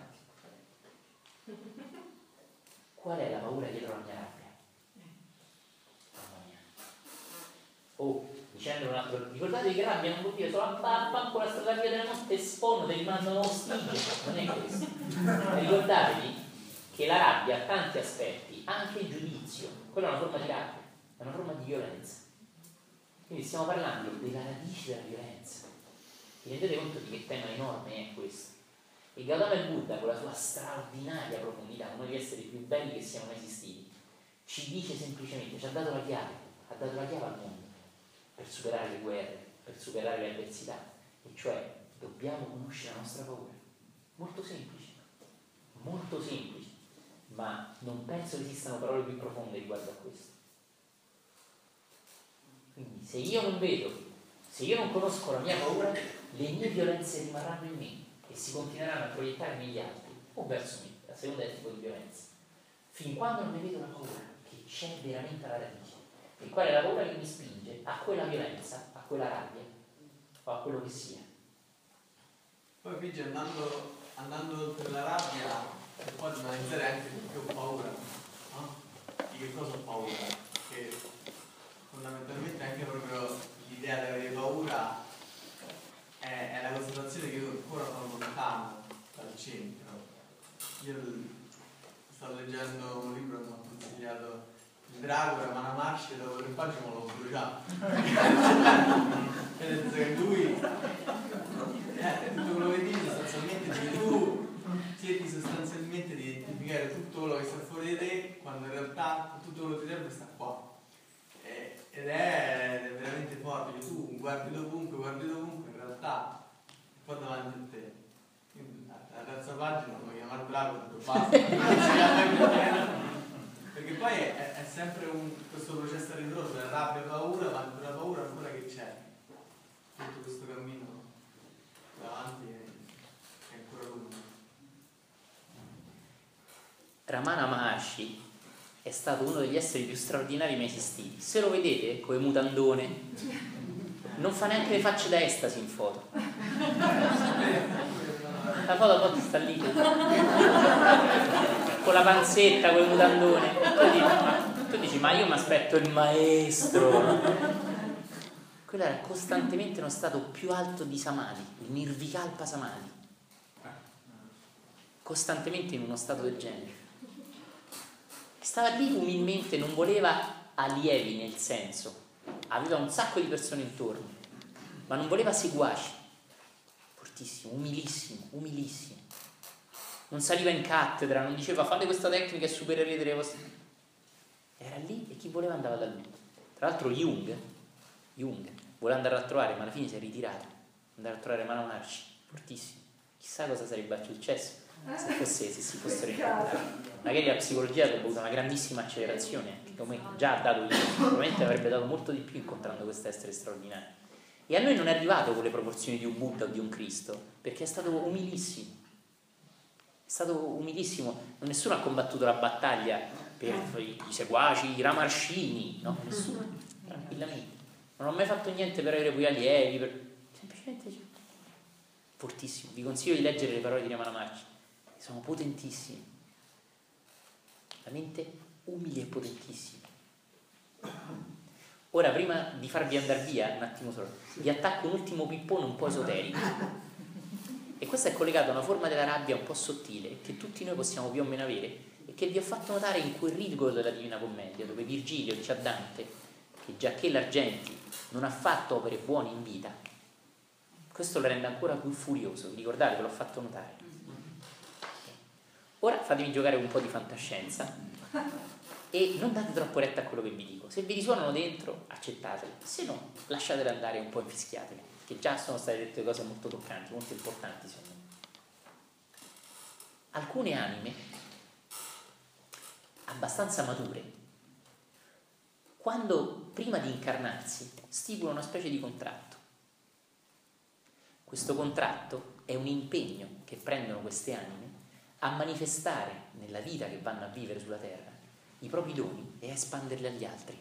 Qual è la paura dietro la mia rabbia? Mamma mia. Oh, dicendo un altro, ricordatevi che rabbia non vuol dire solo con la strategia della notte e sfono, ti rimandano ostiglie, non è questo. Ricordatevi che la rabbia ha tanti aspetti, anche il giudizio, quella è una forma di rabbia, è una forma di violenza. Quindi stiamo parlando della radice della violenza. Vi rendete conto di che tema enorme è questo? E Gautama il Buddha, con la sua straordinaria profondità, uno degli esseri più belli che siano mai esistiti, ci dice semplicemente, ci ha dato la chiave al mondo per superare le guerre, per superare le avversità, e cioè dobbiamo conoscere la nostra paura. Molto semplice, ma non penso che esistano parole più profonde riguardo a questo. Quindi se io non vedo, se io non conosco la mia paura, le mie violenze rimarranno in me e si continueranno a proiettare negli altri o verso me, a seconda del tipo di violenza, fin quando non ne vedo la paura che c'è veramente alla radice. E qual è la paura che mi spinge a quella violenza, a quella rabbia o a quello che sia. Poi Pigi, andando oltre la rabbia, e poi di analizzare anche perché ho paura, no? Di che cosa ho paura? Che fondamentalmente anche proprio l'idea di avere paura è la constatazione che io ancora sono lontano dal centro. Io sto leggendo un libro che mi ha consigliato il Dracula, ma una marcia dopo 3 pagine me l'ho bruciato. Nel senso che lui tutto quello che dice sostanzialmente che tu cerchi sostanzialmente di identificare tutto quello che sta fuori di te, quando in realtà tutto quello che ti serve sta qua. Ed è veramente forte, che tu guardi dovunque, in realtà è qua davanti a te. Quindi, la terza pagina lo chiamare Dracula, basta. Perché poi è sempre questo processo a ritroso, la rabbia, paura, ma la paura ancora che c'è. Tutto questo cammino davanti è ancora lungo. Ramana Maharshi è stato uno degli esseri più straordinari mai esistiti. Se lo vedete come mutandone, non fa neanche le facce da estasi in foto. La foto a volte sta lì con la panzetta, con il mutandone. Tu dici, ma io mi aspetto il maestro. Quello era costantemente uno stato più alto di Samadhi, il Nirvikalpa Samadhi. Costantemente in uno stato del genere. Stava lì umilmente, non voleva allievi nel senso, aveva un sacco di persone intorno, ma non voleva seguaci. Fortissimo, umilissimo. Non saliva in cattedra, non diceva fate questa tecnica e supererete le vostre. Era lì e chi voleva andava da lui. Tra l'altro Jung voleva andare a trovare, ma alla fine si è ritirato, andare a trovare Ramana Maharshi, fortissimo. Chissà cosa sarebbe successo se si fossero incontrati. Magari la psicologia avrebbe avuto una grandissima accelerazione, che come già ha dato io, probabilmente avrebbe dato molto di più incontrando questo essere straordinario. E a noi non è arrivato con le proporzioni di un Buddha o di un Cristo, perché è stato umilissimo. È stato umilissimo, nessuno ha combattuto la battaglia per i seguaci, i ramarshini, no? Nessuno, tranquillamente. Non ho mai fatto niente per avere poi allievi, semplicemente fortissimo. Vi consiglio di leggere le parole di Ramana Maharshi, sono potentissime, veramente umili e potentissimi. Ora, prima di farvi andare via, un attimo solo, vi attacco un ultimo pippone un po' esoterico. E questo è collegato a una forma della rabbia un po' sottile che tutti noi possiamo più o meno avere e che vi ho fatto notare in quel rigo della Divina Commedia, dove Virgilio dice a Dante che giacché l'Argenti non ha fatto opere buone in vita, questo lo rende ancora più furioso. Vi ricordate? Ve l'ho fatto notare. Ora fatemi giocare un po' di fantascienza e non date troppo retta a quello che vi dico. Se vi risuonano dentro, accettateli, se no lasciatele andare un po' infischiateli, che già sono state dette cose molto toccanti, molto importanti secondo me. Alcune anime abbastanza mature, quando prima di incarnarsi stipulano una specie di contratto. Questo contratto è un impegno che prendono queste anime a manifestare nella vita che vanno a vivere sulla terra i propri doni e a espanderli agli altri.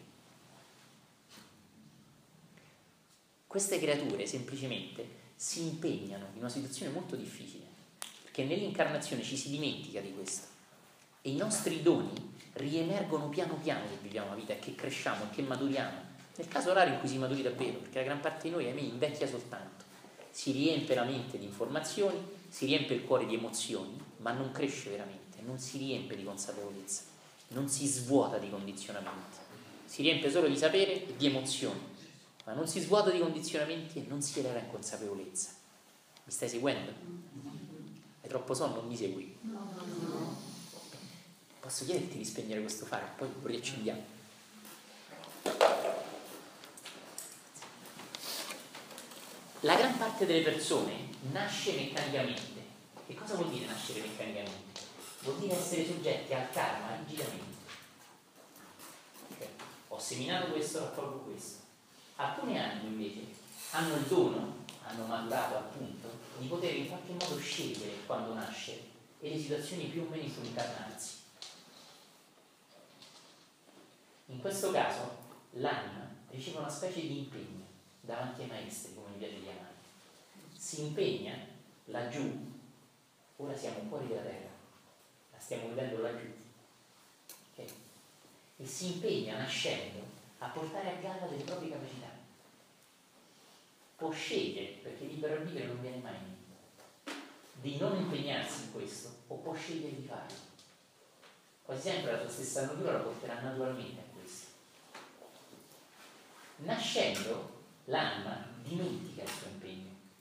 Queste creature semplicemente si impegnano in una situazione molto difficile, perché nell'incarnazione ci si dimentica di questo e i nostri doni riemergono piano piano che viviamo la vita e che cresciamo e che maturiamo, nel caso raro in cui si maturi davvero, perché la gran parte di noi, ahimè, invecchia soltanto, si riempie la mente di informazioni, si riempie il cuore di emozioni, ma non cresce veramente, non si riempie di consapevolezza, non si svuota di condizionamenti, si riempie solo di sapere e di emozioni, ma non si svuota di condizionamenti e non si eleva in consapevolezza. Mi stai seguendo? Hai troppo sonno? Non mi segui? No. Posso chiederti di spegnere questo faro, poi lo riaccendiamo. La gran parte delle persone nasce meccanicamente. Che cosa vuol dire nascere meccanicamente? Vuol dire essere soggetti al karma rigidamente. Okay. Ho seminato questo, raccolgo questo. Alcune anime invece hanno il dono, hanno maturato appunto, di poter in qualche modo scegliere quando nascere e le situazioni più o meno in cui incarnarsi. In questo caso l'anima riceve una specie di impegno davanti ai maestri, come mi piace chiamare. Si impegna laggiù, ora siamo fuori dalla terra, la stiamo vedendo laggiù, okay? E si impegna nascendo a portare a galla delle proprie capacità. Può scegliere, perché libero arbitrio non viene mai di non impegnarsi in questo, o può scegliere di farlo. Quasi sempre la sua stessa natura la porterà naturalmente a questo. Nascendo, l'anima dimentica il suo impegno.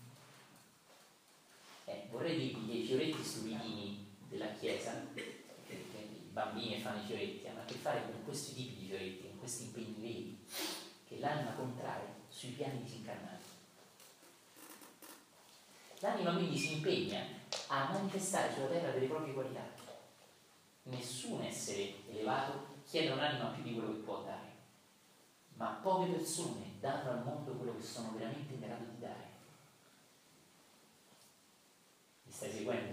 Vorrei dirvi che i fioretti stupidini della Chiesa, che i bambini fanno i fioretti, hanno a che fare con questi tipi di fioretti, con questi impegni veri, che l'anima contrae sui piani disincarnati. L'anima quindi si impegna a manifestare sulla terra delle proprie qualità. Nessun essere elevato chiede a un'anima più di quello che può dare, ma poche persone danno al mondo quello che sono veramente in grado di dare. Mi stai seguendo?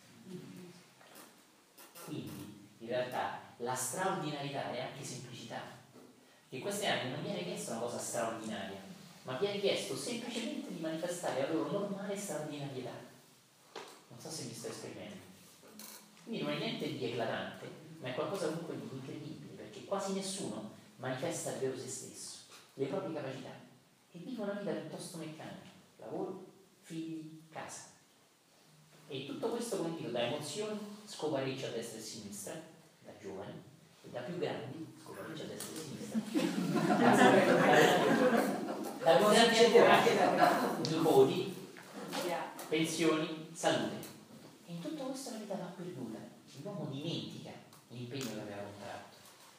Quindi in realtà la straordinarietà è anche semplicità, che queste anime non viene chiesto una cosa straordinaria, ma viene chiesto semplicemente di manifestare la loro normale straordinarietà. Non so se mi sto esprimendo. Quindi non è niente di eclatante, ma è qualcosa comunque di incredibile, perché quasi nessuno manifesta il vero se stesso, le proprie capacità, e vive una vita piuttosto meccanica, lavoro, figli, casa. E tutto questo condito da emozioni scoparicce a destra e a sinistra, da giovani, e da più grandi scoparicce a destra e a sinistra. Da più grandi ancora, nipoti, pensioni, salute. E in tutto questo la vita va perduta. L'uomo dimentica l'impegno che aveva contratto.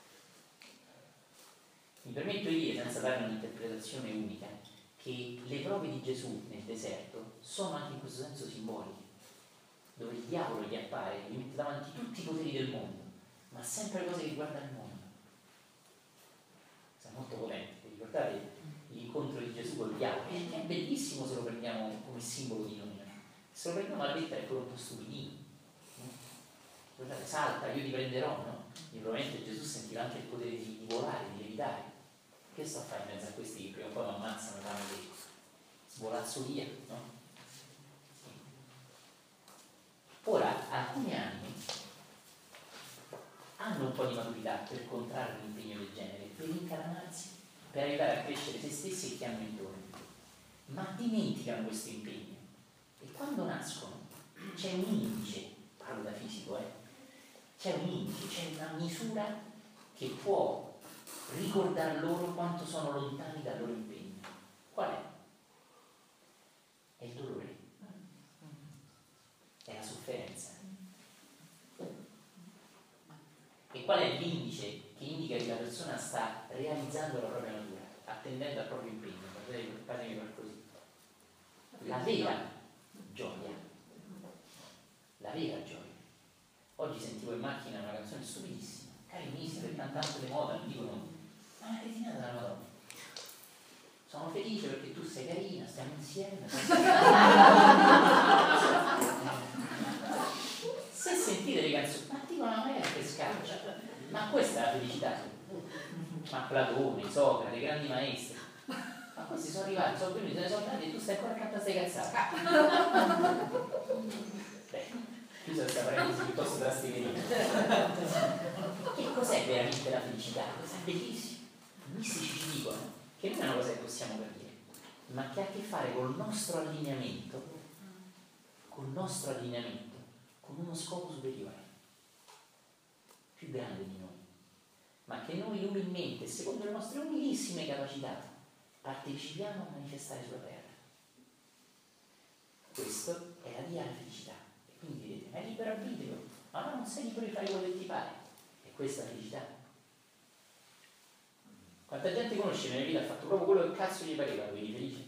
Mi permetto di dire, senza dare un'interpretazione unica, che le prove di Gesù nel deserto sono anche in questo senso simboliche. dove il diavolo gli appare, gli mette davanti tutti i poteri del mondo, ma sempre cose che riguardano il mondo. Sono molto potenti. Vi ricordate l'incontro di Gesù col diavolo? È bellissimo se lo prendiamo come simbolo di noi. Se lo prendiamo alla lettera è pure un po' stupidino. Guardate, salta, io ti prenderò, no? E probabilmente Gesù sentiva anche il potere di volare, di levitare. Che sto a fare in mezzo a questi che prima o poi mi ammazzano e fanno che svolazzo via, no? Ora, alcuni anni hanno un po' di maturità per contrarre un impegno del genere, per incarnarsi, per aiutare a crescere se stessi e chi hanno intorno, ma dimenticano questo impegno e quando nascono c'è un indice, parlo da fisico, c'è un indice, c'è una misura che può ricordare loro quanto sono lontani dal loro impegno. Qual è? È il dolore, è la sofferenza. E qual è l'indice che indica che la persona sta realizzando la propria natura, attendendo al proprio impegno? Fatemi far così. La vera gioia. La vera gioia. Oggi sentivo in macchina una canzone stupidissima, carinissima, del cantante di moda, mi dicono, ma è una cretinata della Madonna. Sono felice perché tu sei carina, stiamo insieme. Se sentite le canzoni, ma dicono ma è che scaccia, ma questa è la felicità. Ma Platone, Socrate, i grandi maestri, ma questi sono arrivati, sono venuti, se ne sono andati e tu stai ancora accanto a queste cazzate. Beh, chiusa questa parentesi piuttosto drastica. Che cos'è veramente la felicità? È bellissimo. I mistici ci dicono che non è una cosa che possiamo capire, ma che ha a che fare col nostro allineamento, con uno scopo superiore, più grande di noi, ma che noi umilmente, secondo le nostre umilissime capacità, partecipiamo a manifestare sulla terra. Questo è la via alla felicità. E quindi direte, ma è libero arbitrio, ma no, non sei libero di fare quello che ti pare. E questa è la felicità. Quanta gente conosce nella vita ha fatto proprio quello che cazzo gli pareva, lo vedi felice?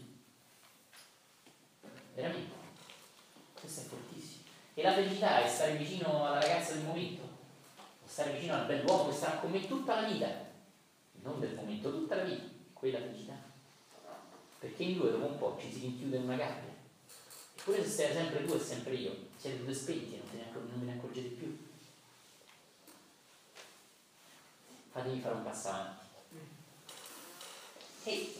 Veramente. Questo è fortissimo. E la felicità è stare vicino alla ragazza del momento, stare vicino al bell'uomo che starà con me tutta la vita, non del momento, tutta la vita. Quella felicità. Perché in due dopo un po' ci si rinchiude in una gabbia. Eppure se siete sempre tu e sempre io, siete due spenti e non ve ne accorgete più. Fatemi fare un passo avanti. E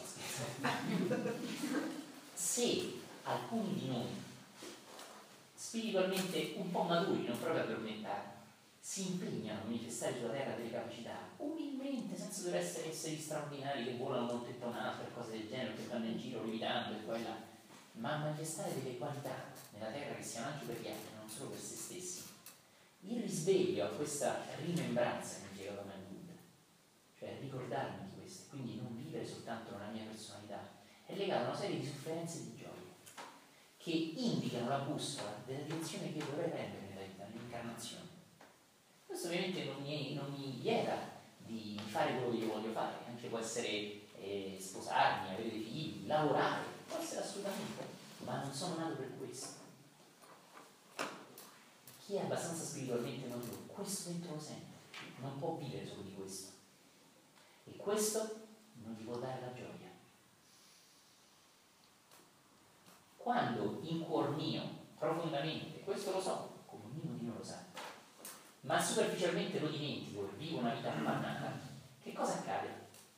se alcuni di noi, spiritualmente un po' maturi, non proprio addormentati, si impegnano a manifestare sulla terra delle capacità, umilmente, senza dover essere esseri straordinari che volano da un tetto a un altro e cose del genere, che vanno in giro levitando e qua e là, ma a manifestare delle qualità nella terra che siano anche per gli altri, non solo per se stessi. Il risveglio a questa rimembranza che mi spiega come Buddha, cioè ricordarmi di questo, quindi non vivere soltanto nella mia personalità, è legato a una serie di sofferenze e di gioie che indicano la bussola della direzione che dovrei prendere nella vita, nell'incarnazione. Questo ovviamente non mi vieta di fare quello che io voglio fare, anche può essere sposarmi, avere dei figli, lavorare, può essere assolutamente, ma non sono nato per questo. Chi è abbastanza spiritualmente maturo, questo dentro lo sente, non può vivere solo di questo. E questo non gli può dare la gioia. Quando in cuor mio, profondamente, questo lo so, come ognuno di noi lo sa, ma superficialmente lo dimentico e vivo una vita appannata, che cosa accade?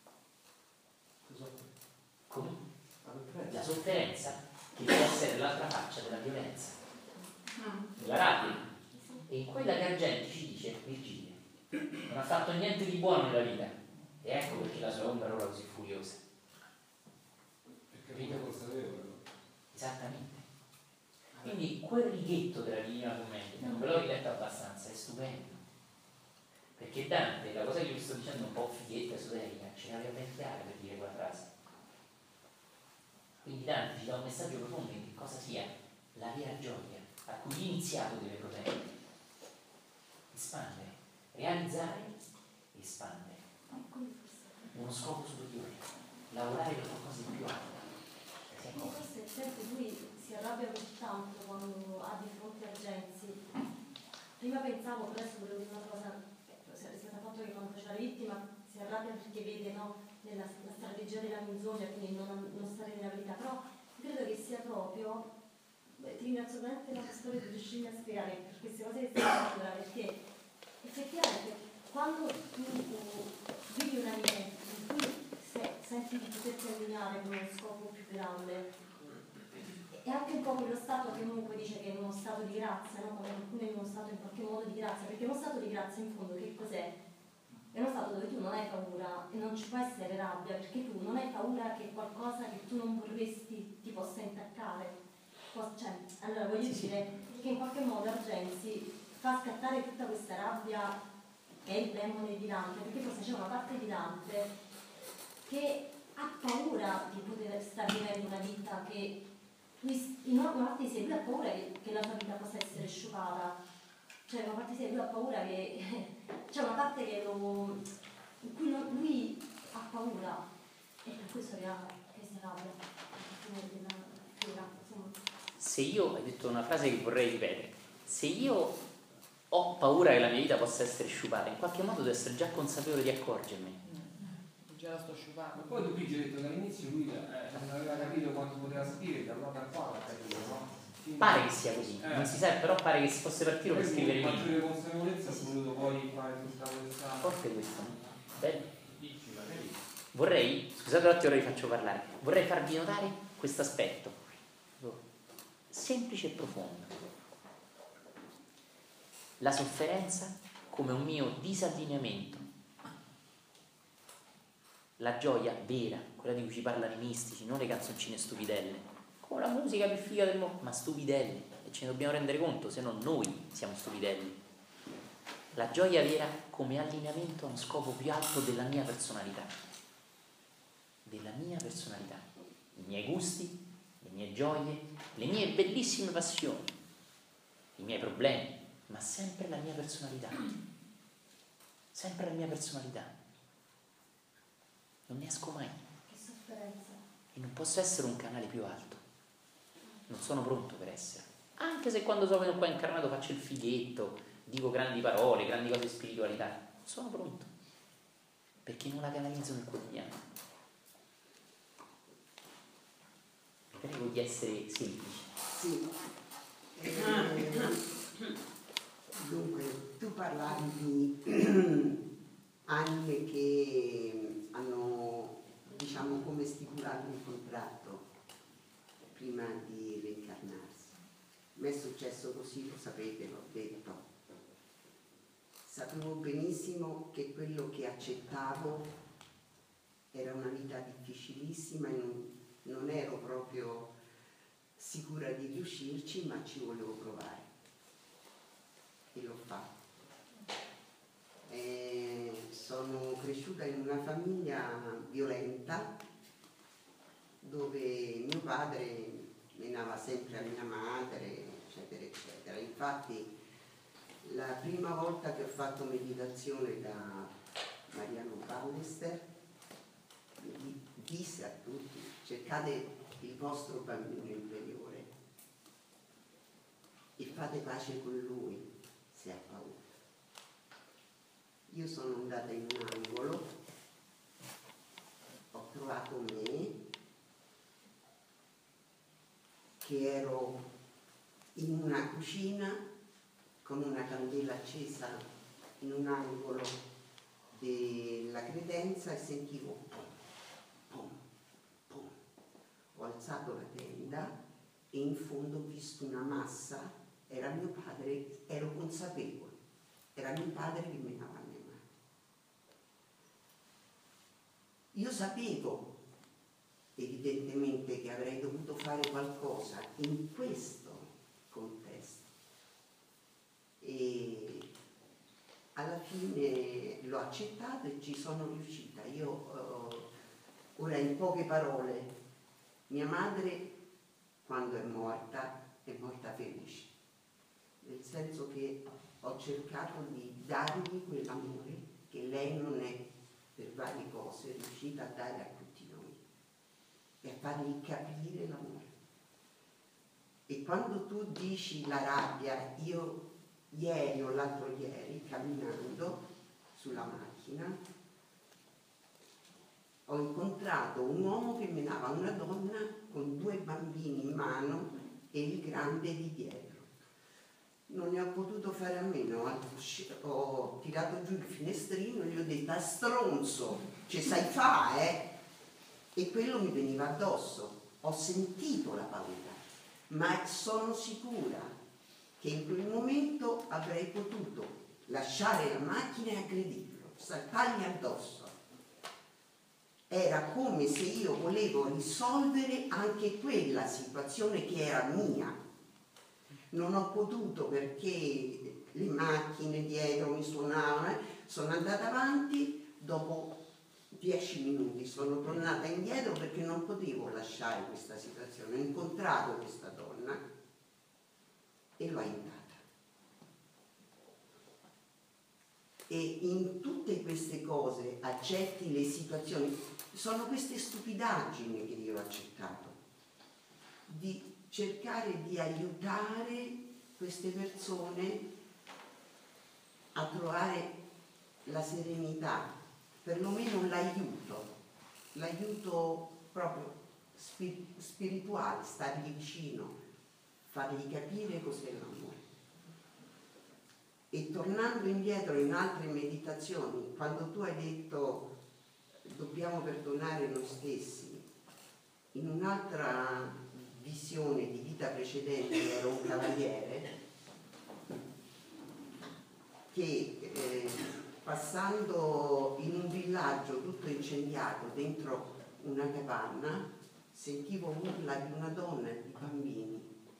Come? La sofferenza che può essere l'altra faccia della violenza, della rabbia. E in quella che Argenti ci dice, Virgilio, non ha fatto niente di buono nella vita, e ecco perché la sua ombra ora così furiosa. Perché non è consapevole. Esattamente. Quindi quel righetto della Divina Commedia, non ve l'ho riletto abbastanza, è stupendo. Perché Dante, la cosa che vi sto dicendo un po' fighetta, esoterica, ce l'aveva ben chiara per dire quella frase. Quindi Dante ci dà un messaggio profondo in che cosa sia la vera gioia, a cui l'iniziato deve protendere. Espandere, realizzare e espandere. Uno scopo superiore, lavorare per qualcosa di più alto. Forse sempre lui si arrabbia così tanto quando ha di fronte a Argenzi prima pensavo, però adesso volevo dire una cosa, rispetto al fatto che quando faceva la vittima si arrabbia perché vede, no, la strategia della menzogna, quindi non stare nella verità, però credo che sia proprio, ti ringrazio veramente la storia di riuscirmi a spiegare per queste cose che stai dicendo, perché effettivamente quando tu vivi un ambiente in cui senti di poterti allineare con uno scopo più grande, e anche un po' quello stato che comunque dice che è uno stato di grazia, no? Quando qualcuno è in uno stato in qualche modo di grazia, perché uno stato di grazia in fondo che cos'è? È uno stato dove tu non hai paura e non ci può essere rabbia, perché tu non hai paura che qualcosa che tu non vorresti ti possa intaccare. Allora voglio dire che in qualche modo Argenzi fa scattare tutta questa rabbia che è il demone di Dante, perché forse c'è una parte di Dante che ha paura di poter stare vivendo una vita che in una parte di sé lui ha paura che la sua vita possa essere sciupata, cioè una parte di sé lui ha paura che c'è una parte in cui lui ha paura e per questo che si rabbia. Se io, hai detto una frase che vorrei ripetere, se io ho paura che la mia vita possa essere sciupata, in qualche modo devo essere già consapevole di accorgermi. Già la sto sciupando. Poi tu Pigi hai detto che all'inizio lui non aveva capito quanto poteva scrivere, da allora per qua l'ha capito, no? Quindi, pare che sia così, non si sa, però pare che si fosse partire per scrivere con libri. maggiore consapevolezza ho voluto poi fare tutta questa... Forte questo, no? Bello. Vorrei, scusate un attimo, ora vi faccio parlare, vorrei farvi notare questo aspetto, semplice e profondo. La sofferenza come un mio disallineamento. La gioia vera, quella di cui ci parlano i mistici, non le canzoncine stupidelle, come la musica più figa del mondo, ma stupidelle, e ce ne dobbiamo rendere conto, se no noi siamo stupidelli. La gioia vera come allineamento a uno scopo più alto della mia personalità, i miei gusti, le mie gioie, le mie bellissime passioni, i miei problemi, ma sempre la mia personalità, sempre la mia personalità. Non ne esco mai. Che sofferenza. E non posso essere un canale più alto. Non sono pronto per essere. Anche se quando sono qua incarnato faccio il fighetto, dico grandi parole, grandi cose di spiritualità. Non sono pronto. Perché non la canalizzo nel quotidiano. Vi prego di essere semplici. Sì. Dunque, tu parlavi di anime che hanno, diciamo, come stipulato un contratto prima di reincarnarsi. A me è successo così, lo sapete, l'ho detto. Sapevo benissimo che quello che accettavo era una vita difficilissima e non ero proprio sicura di riuscirci, ma ci volevo provare. E l'ho fatto. Sono cresciuta in una famiglia violenta dove mio padre menava sempre a mia madre, eccetera, eccetera. Infatti la prima volta che ho fatto meditazione da Mariano Ballester disse a tutti: cercate il vostro bambino interiore e fate pace con lui se ha paura. Io sono andata in un angolo, ho trovato me, che ero in una cucina con una candela accesa in un angolo della credenza e sentivo pom, pom, pom. Ho alzato la tenda e in fondo ho visto una massa, era mio padre, ero consapevole, era mio padre che menava a me. Io sapevo evidentemente che avrei dovuto fare qualcosa in questo contesto e alla fine l'ho accettato e ci sono riuscita. Io ora in poche parole, mia madre quando è morta felice, nel senso che ho cercato di dargli quell'amore che lei non è per varie cose è riuscita a dare a tutti noi e a fargli capire l'amore. E quando tu dici la rabbia, io ieri o l'altro ieri, camminando sulla macchina, ho incontrato un uomo che menava una donna con 2 bambini in mano e il grande di dietro. Non ne ho potuto fare a meno, ho tirato giù il finestrino e gli ho detto: stronzo, ci sai fa, E quello mi veniva addosso. Ho sentito la paura, ma sono sicura che in quel momento avrei potuto lasciare la macchina e aggredirlo, saltargli addosso. Era come se io volevo risolvere anche quella situazione che era mia. Non ho potuto perché le macchine dietro mi suonavano, sono andata avanti, dopo 10 minuti sono tornata indietro perché non potevo lasciare questa situazione. Ho incontrato questa donna e l'ho aiutata. E in tutte queste cose accetti le situazioni, sono queste stupidaggini che io ho accettato, di cercare di aiutare queste persone a trovare la serenità, perlomeno l'aiuto proprio spirituale, stargli vicino, fargli capire cos'è l'amore. E tornando indietro in altre meditazioni, quando tu hai detto dobbiamo perdonare noi stessi, in un'altra visione di vita precedente ero un cavaliere che passando in un villaggio tutto incendiato dentro una capanna sentivo urla di una donna e di bambini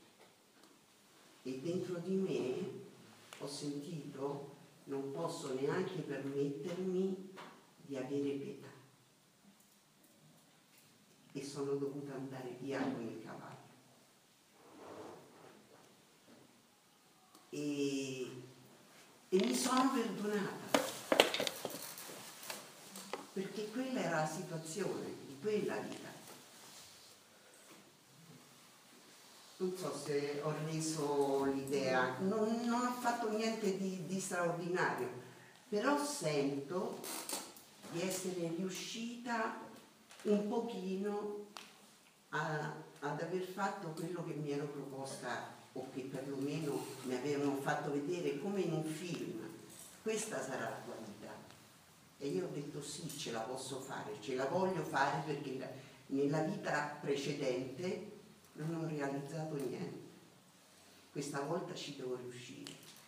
e dentro di me ho sentito: non posso neanche permettermi di avere pietà, e sono dovuta andare via con il cavallo. E mi sono perdonata, perché quella era la situazione di quella vita. Non so se ho reso l'idea, non ho fatto niente di straordinario, però sento di essere riuscita un pochino ad aver fatto quello che mi ero proposta, o che perlomeno mi avevano fatto vedere come in un film: questa sarà la tua vita. E io ho detto sì, ce la posso fare, ce la voglio fare, perché nella vita precedente non ho realizzato niente, questa volta ci devo riuscire.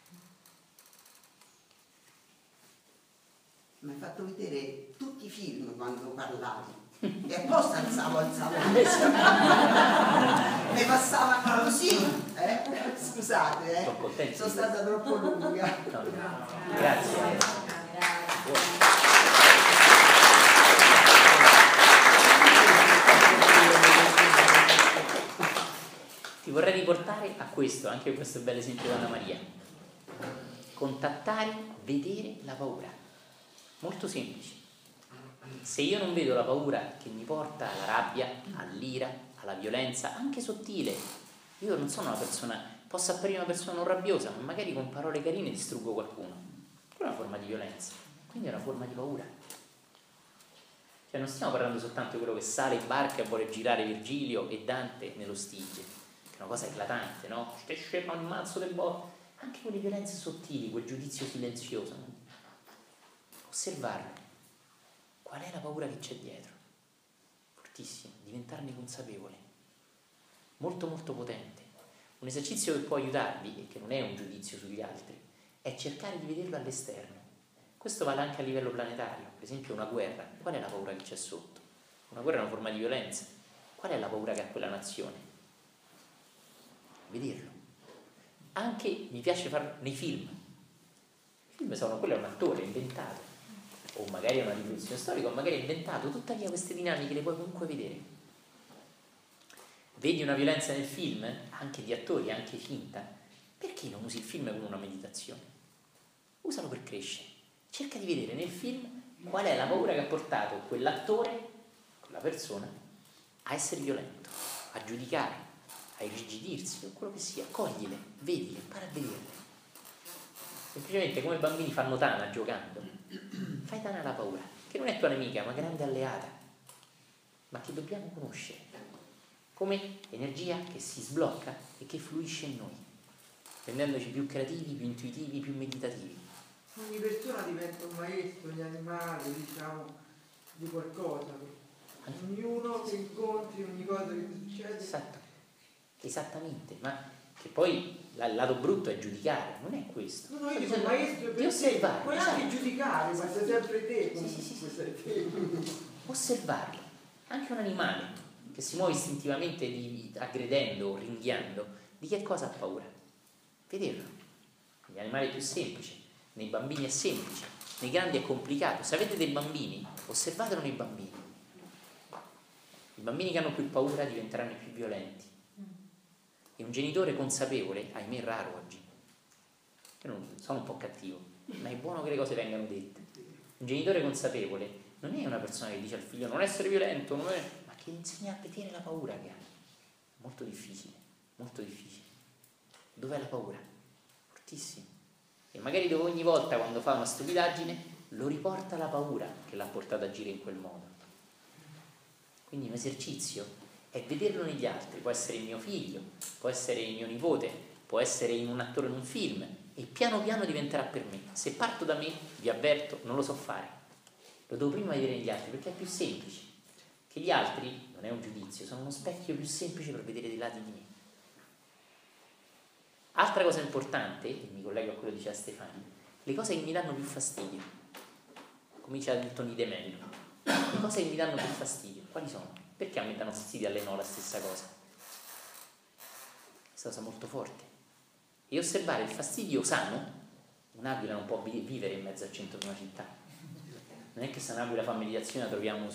Mi hai fatto vedere tutti i film quando parlavi e apposta alzavo ne passavano così, scusate, sono stata troppo lunga. Grazie. Ti vorrei riportare a questo, anche questo bel esempio di Anna Maria. Contattare, vedere la paura. Molto semplice. Se io non vedo la paura che mi porta alla rabbia, all'ira, alla violenza, anche sottile, io non sono una persona, posso apparire una persona non rabbiosa, ma magari con parole carine distruggo qualcuno. Quella è una forma di violenza, quindi è una forma di paura. Cioè non stiamo parlando soltanto di quello che sale in barca e vuole girare Virgilio e Dante nello Stige, che è una cosa eclatante, no? Stai scemo al mazzo del botto. Anche quelle violenze sottili, quel giudizio silenzioso, no? Osservarlo. Qual è la paura che c'è dietro? Fortissima, diventarne consapevole. Molto molto potente. Un esercizio che può aiutarvi, e che non è un giudizio sugli altri, è cercare di vederlo all'esterno. Questo vale anche a livello planetario. Per esempio una guerra, qual è la paura che c'è sotto? Una guerra è una forma di violenza. Qual è la paura che ha quella nazione? Vederlo. Anche mi piace farlo nei film. I film sono, quello è un attore inventato, o magari è una riproduzione storica, o magari è inventato. Tuttavia queste dinamiche le puoi comunque vedere. Vedi una violenza nel film, anche di attori, anche finta, perché non usi il film come una meditazione? Usalo per crescere. Cerca di vedere nel film qual è la paura che ha portato quell'attore, quella persona, a essere violento, a giudicare, a irrigidirsi, o quello che sia. Coglile, vedile, impara a vederle. Semplicemente come i bambini fanno tana giocando, fai tana alla paura, che non è tua nemica, ma grande alleata, ma che dobbiamo conoscere come energia che si sblocca e che fluisce in noi, rendendoci più creativi, più intuitivi, più meditativi. Ogni persona diventa un maestro di animale, diciamo, di qualcosa. Ognuno che incontri, ogni cosa che succede. Esatto, esattamente, ma che poi il lato brutto è giudicare, non è questo. No, io sono maestro di osservare. Puoi anche giudicare, ma sei sempre te. Osservarlo. Anche un animale che si muove istintivamente aggredendo o ringhiando, di che cosa ha paura? Vederlo. Gli animali è più semplice, nei bambini è semplice, nei grandi è complicato. Se avete dei bambini, osservatelo nei bambini. I bambini che hanno più paura diventeranno i più violenti. E un genitore consapevole, ahimè, è raro oggi. Io non sono un po' cattivo, ma è buono che le cose vengano dette. Un genitore consapevole non è una persona che dice al figlio non essere violento, ma che insegna a vedere la paura che ha. Molto difficile, molto difficile. Dov'è la paura? Fortissimo. E magari dove ogni volta quando fa una stupidaggine lo riporta la paura che l'ha portato a agire in quel modo. Quindi un esercizio è vederlo negli altri, può essere il mio figlio, può essere il mio nipote, può essere in un attore in un film, e piano piano diventerà per me. Se parto da me, vi avverto, non lo so fare, lo devo prima vedere negli altri, perché è più semplice. Che gli altri, non è un giudizio, sono uno specchio più semplice per vedere dei lati di me. Altra cosa importante, e mi collego a quello che diceva Stefani, le cose che mi danno più fastidio, come diceva Tony De Mello, le cose che mi danno più fastidio, quali sono? Perché a me danno fastidio, a lei no la stessa cosa? Questa cosa molto forte. E osservare il fastidio sano. Un'aquila non può vivere in mezzo al centro di una città. Non è che se un'aquila fa meditazione la troviamo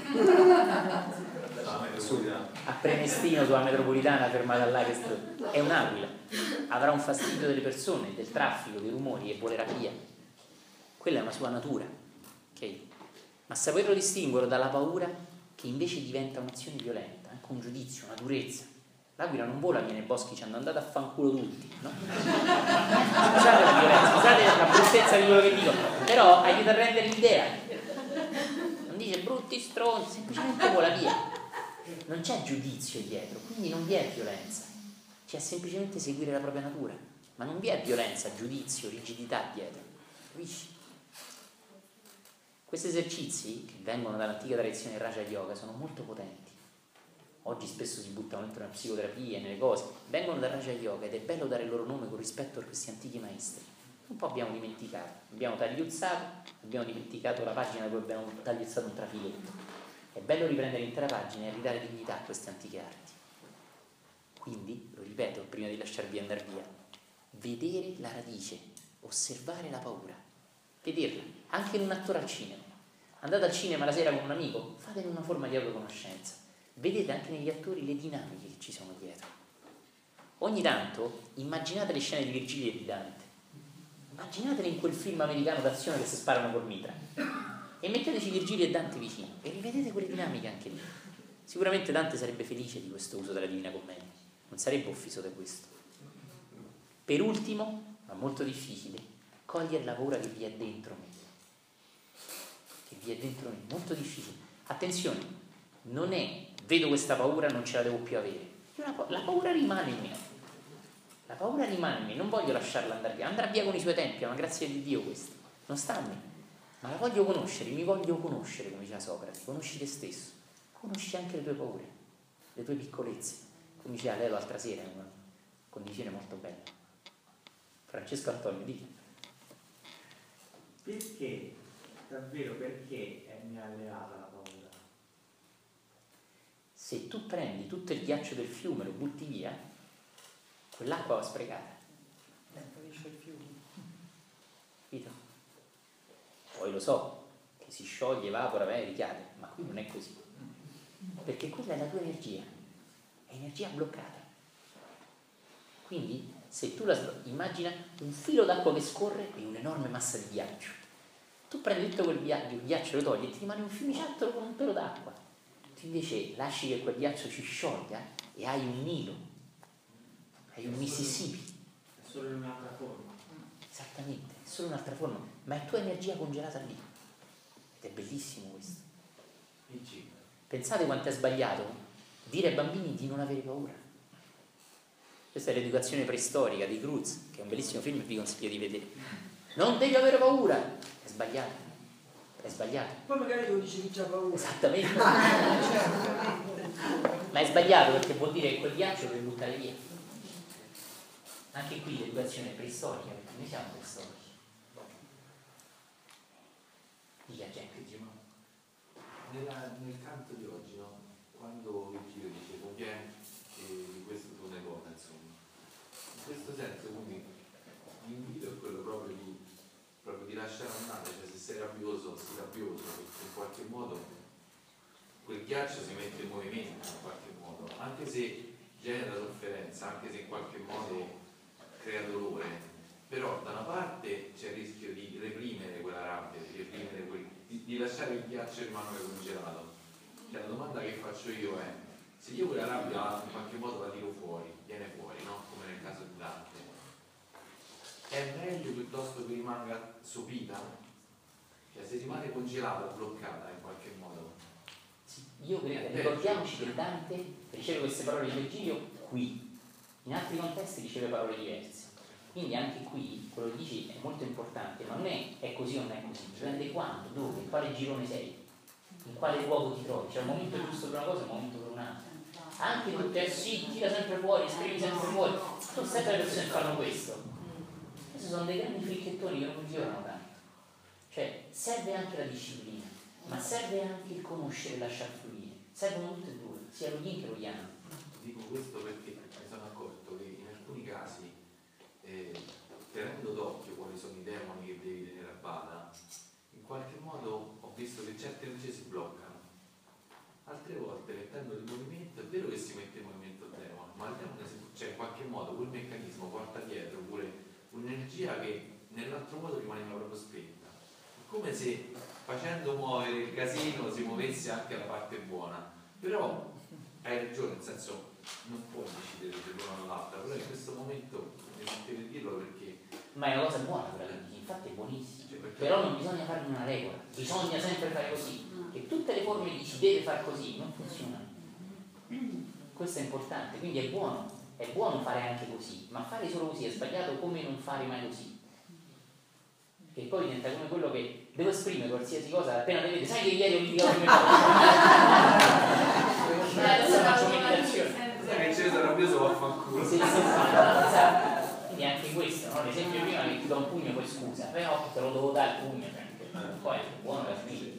a Prenestino, sulla metropolitana, fermata là. È un'aquila. Avrà un fastidio delle persone, del traffico, dei rumori e volerà via. Quella è una sua natura. Okay? Ma saperlo distinguere dalla paura, che invece diventa un'azione violenta, anche un giudizio, una durezza. L'aquila non vola via nei boschi, ci hanno andato a fanculo tutti, no? Scusate la violenza, scusate la bruttezza di quello che dico, però aiuta a rendere l'idea. Non dice brutti stronzi, semplicemente vola via. Non c'è giudizio dietro, quindi non vi è violenza. C'è semplicemente seguire la propria natura, ma non vi è violenza, giudizio, rigidità dietro. Capisci? Questi esercizi, che vengono dall'antica tradizione del Raja Yoga, sono molto potenti. Oggi spesso si buttano dentro nella psicoterapia, nelle cose. Vengono dal Raja Yoga ed è bello dare il loro nome con rispetto a questi antichi maestri. Un po' abbiamo dimenticato. Abbiamo tagliuzzato, abbiamo dimenticato la pagina dove abbiamo tagliuzzato un trafiletto. È bello riprendere l'intera pagina e ridare dignità a queste antiche arti. Quindi, lo ripeto, prima di lasciarvi andare via, vedere la radice, osservare la paura, vederla, anche in un attore al cinema. Andate al cinema la sera con un amico, fatene una forma di autoconoscenza. Vedete anche negli attori le dinamiche che ci sono dietro. Ogni tanto immaginate le scene di Virgilio e di Dante, immaginatele in quel film americano d'azione che si sparano col mitra e metteteci Virgilio e Dante vicino e rivedete quelle dinamiche anche lì. Sicuramente Dante sarebbe felice di questo uso della Divina Commedia, non sarebbe offeso da questo. Per ultimo, ma molto difficile, cogliere la paura che vi è dentro me, che vi è dentro me, molto difficile. Attenzione, non è vedo questa paura, non ce la devo più avere. La paura rimane in me. La paura rimane in me, non voglio lasciarla andare via. Andrà via con i suoi tempi, è una grazia di Dio questa. Non sta a me. Ma la voglio conoscere, mi voglio conoscere, come diceva Socrate. Conosci te stesso. Conosci anche le tue paure, le tue piccolezze. Come diceva lei l'altra sera, in una condizione molto bella. Francesco Antonio, dica. Perché, davvero perché mi ha alleata la paura? Se tu prendi tutto il ghiaccio del fiume e lo butti via, quell'acqua va sprecata. Finisce il fiume. Capito? Poi lo so, che si scioglie, evapora, ricade, ma qui non è così. Perché quella è la tua energia, è energia bloccata. Quindi, se tu immagina un filo d'acqua che scorre e un'enorme massa di ghiaccio. Tu prendi tutto quel ghiaccio, lo togli e ti rimane un fiumiciattolo con un pelo d'acqua. Tu invece lasci che quel ghiaccio si sciolga e hai un Nilo, hai un Mississippi. È solo in un'altra forma. Esattamente. solo un'altra forma, ma è tua energia congelata lì. Ed è bellissimo questo. Pensate quanto è sbagliato dire ai bambini di non avere paura. Questa è l'educazione preistorica di Cruz, che è un bellissimo film e vi consiglio di vedere. Non devi avere paura. È sbagliato. È sbagliato. Poi magari lo dice chi c'ha paura. Esattamente. Ma è sbagliato perché vuol dire che quel ghiaccio lo devi buttare via. Anche qui l'educazione è preistorica, perché noi siamo preistorici. Dica gente, nel canto di oggi, no? Quando Virgilio dice conviene di questo tu ne gode, insomma. In questo senso, quindi l'invito è quello proprio di lasciare andare, cioè se sei rabbioso, sii rabbioso, perché in qualche modo quel ghiaccio si mette in movimento, in qualche modo, anche se genera sofferenza, anche se in qualche modo crea dolore, però da una parte c'è il rischio di reprimere quella rabbia, di reprimere di lasciare il ghiaccio rimanere congelato. Cioè la domanda che faccio io è: se io quella rabbia in qualche modo la tiro fuori, viene fuori, no? Come nel caso di Dante, è meglio piuttosto che rimanga sopita? Cioè se rimane congelata, bloccata in qualche modo. Sì, io credo, ricordiamoci che Dante riceve queste parole di Virgilio qui, in altri contesti riceve parole diverse. Quindi anche qui quello che dici è molto importante, ma non è così o non è così, dipende quando, dove, in quale girone sei, in quale luogo ti trovi. C'è un momento giusto per una cosa e un momento per un'altra. Anche tutte sì, tira sempre fuori, scrivi sempre fuori. Tu sai che le persone fanno questo. Questi sono dei grandi fricchettoni che non funzionano tanto. Cioè serve anche la disciplina, ma serve anche il conoscere e lasciar fluire. Servono tutte e due, sia lo yin che lo yang. Dico questo perché mi sono accorto che in alcuni casi tenendo d'occhio quali sono i demoni che devi tenere a bada, in qualche modo ho visto che certe energie si bloccano, altre volte mettendo il movimento è vero che si mette in movimento il demone, ma il demone cioè in qualche modo quel meccanismo porta dietro pure un'energia che nell'altro modo rimaneva proprio spenta, come se facendo muovere il casino si muovesse anche la parte buona. Però hai ragione, nel senso non puoi decidere se l'una o l'altra, però in questo momento mi sento di dirlo perché... Ma è una cosa buona quella che dici, infatti è buonissima, cioè, però non bisogna farne una regola, bisogna sempre fare così, che tutte le forme di si deve fare così non funzionano. Questo è importante, quindi è buono fare anche così, ma fare solo così è sbagliato come non fare mai così. Che poi diventa come quello che devo esprimere qualsiasi cosa, appena le vede, sai che ieri ho litigato come adesso faccio meditazione. Sai che Cesare rabbioso vaffanculo. Sì, esatto. Quindi anche questo, no? L'esempio prima che ti do un pugno poi scusa, però te lo devo dare il pugno, poi è buono per finire.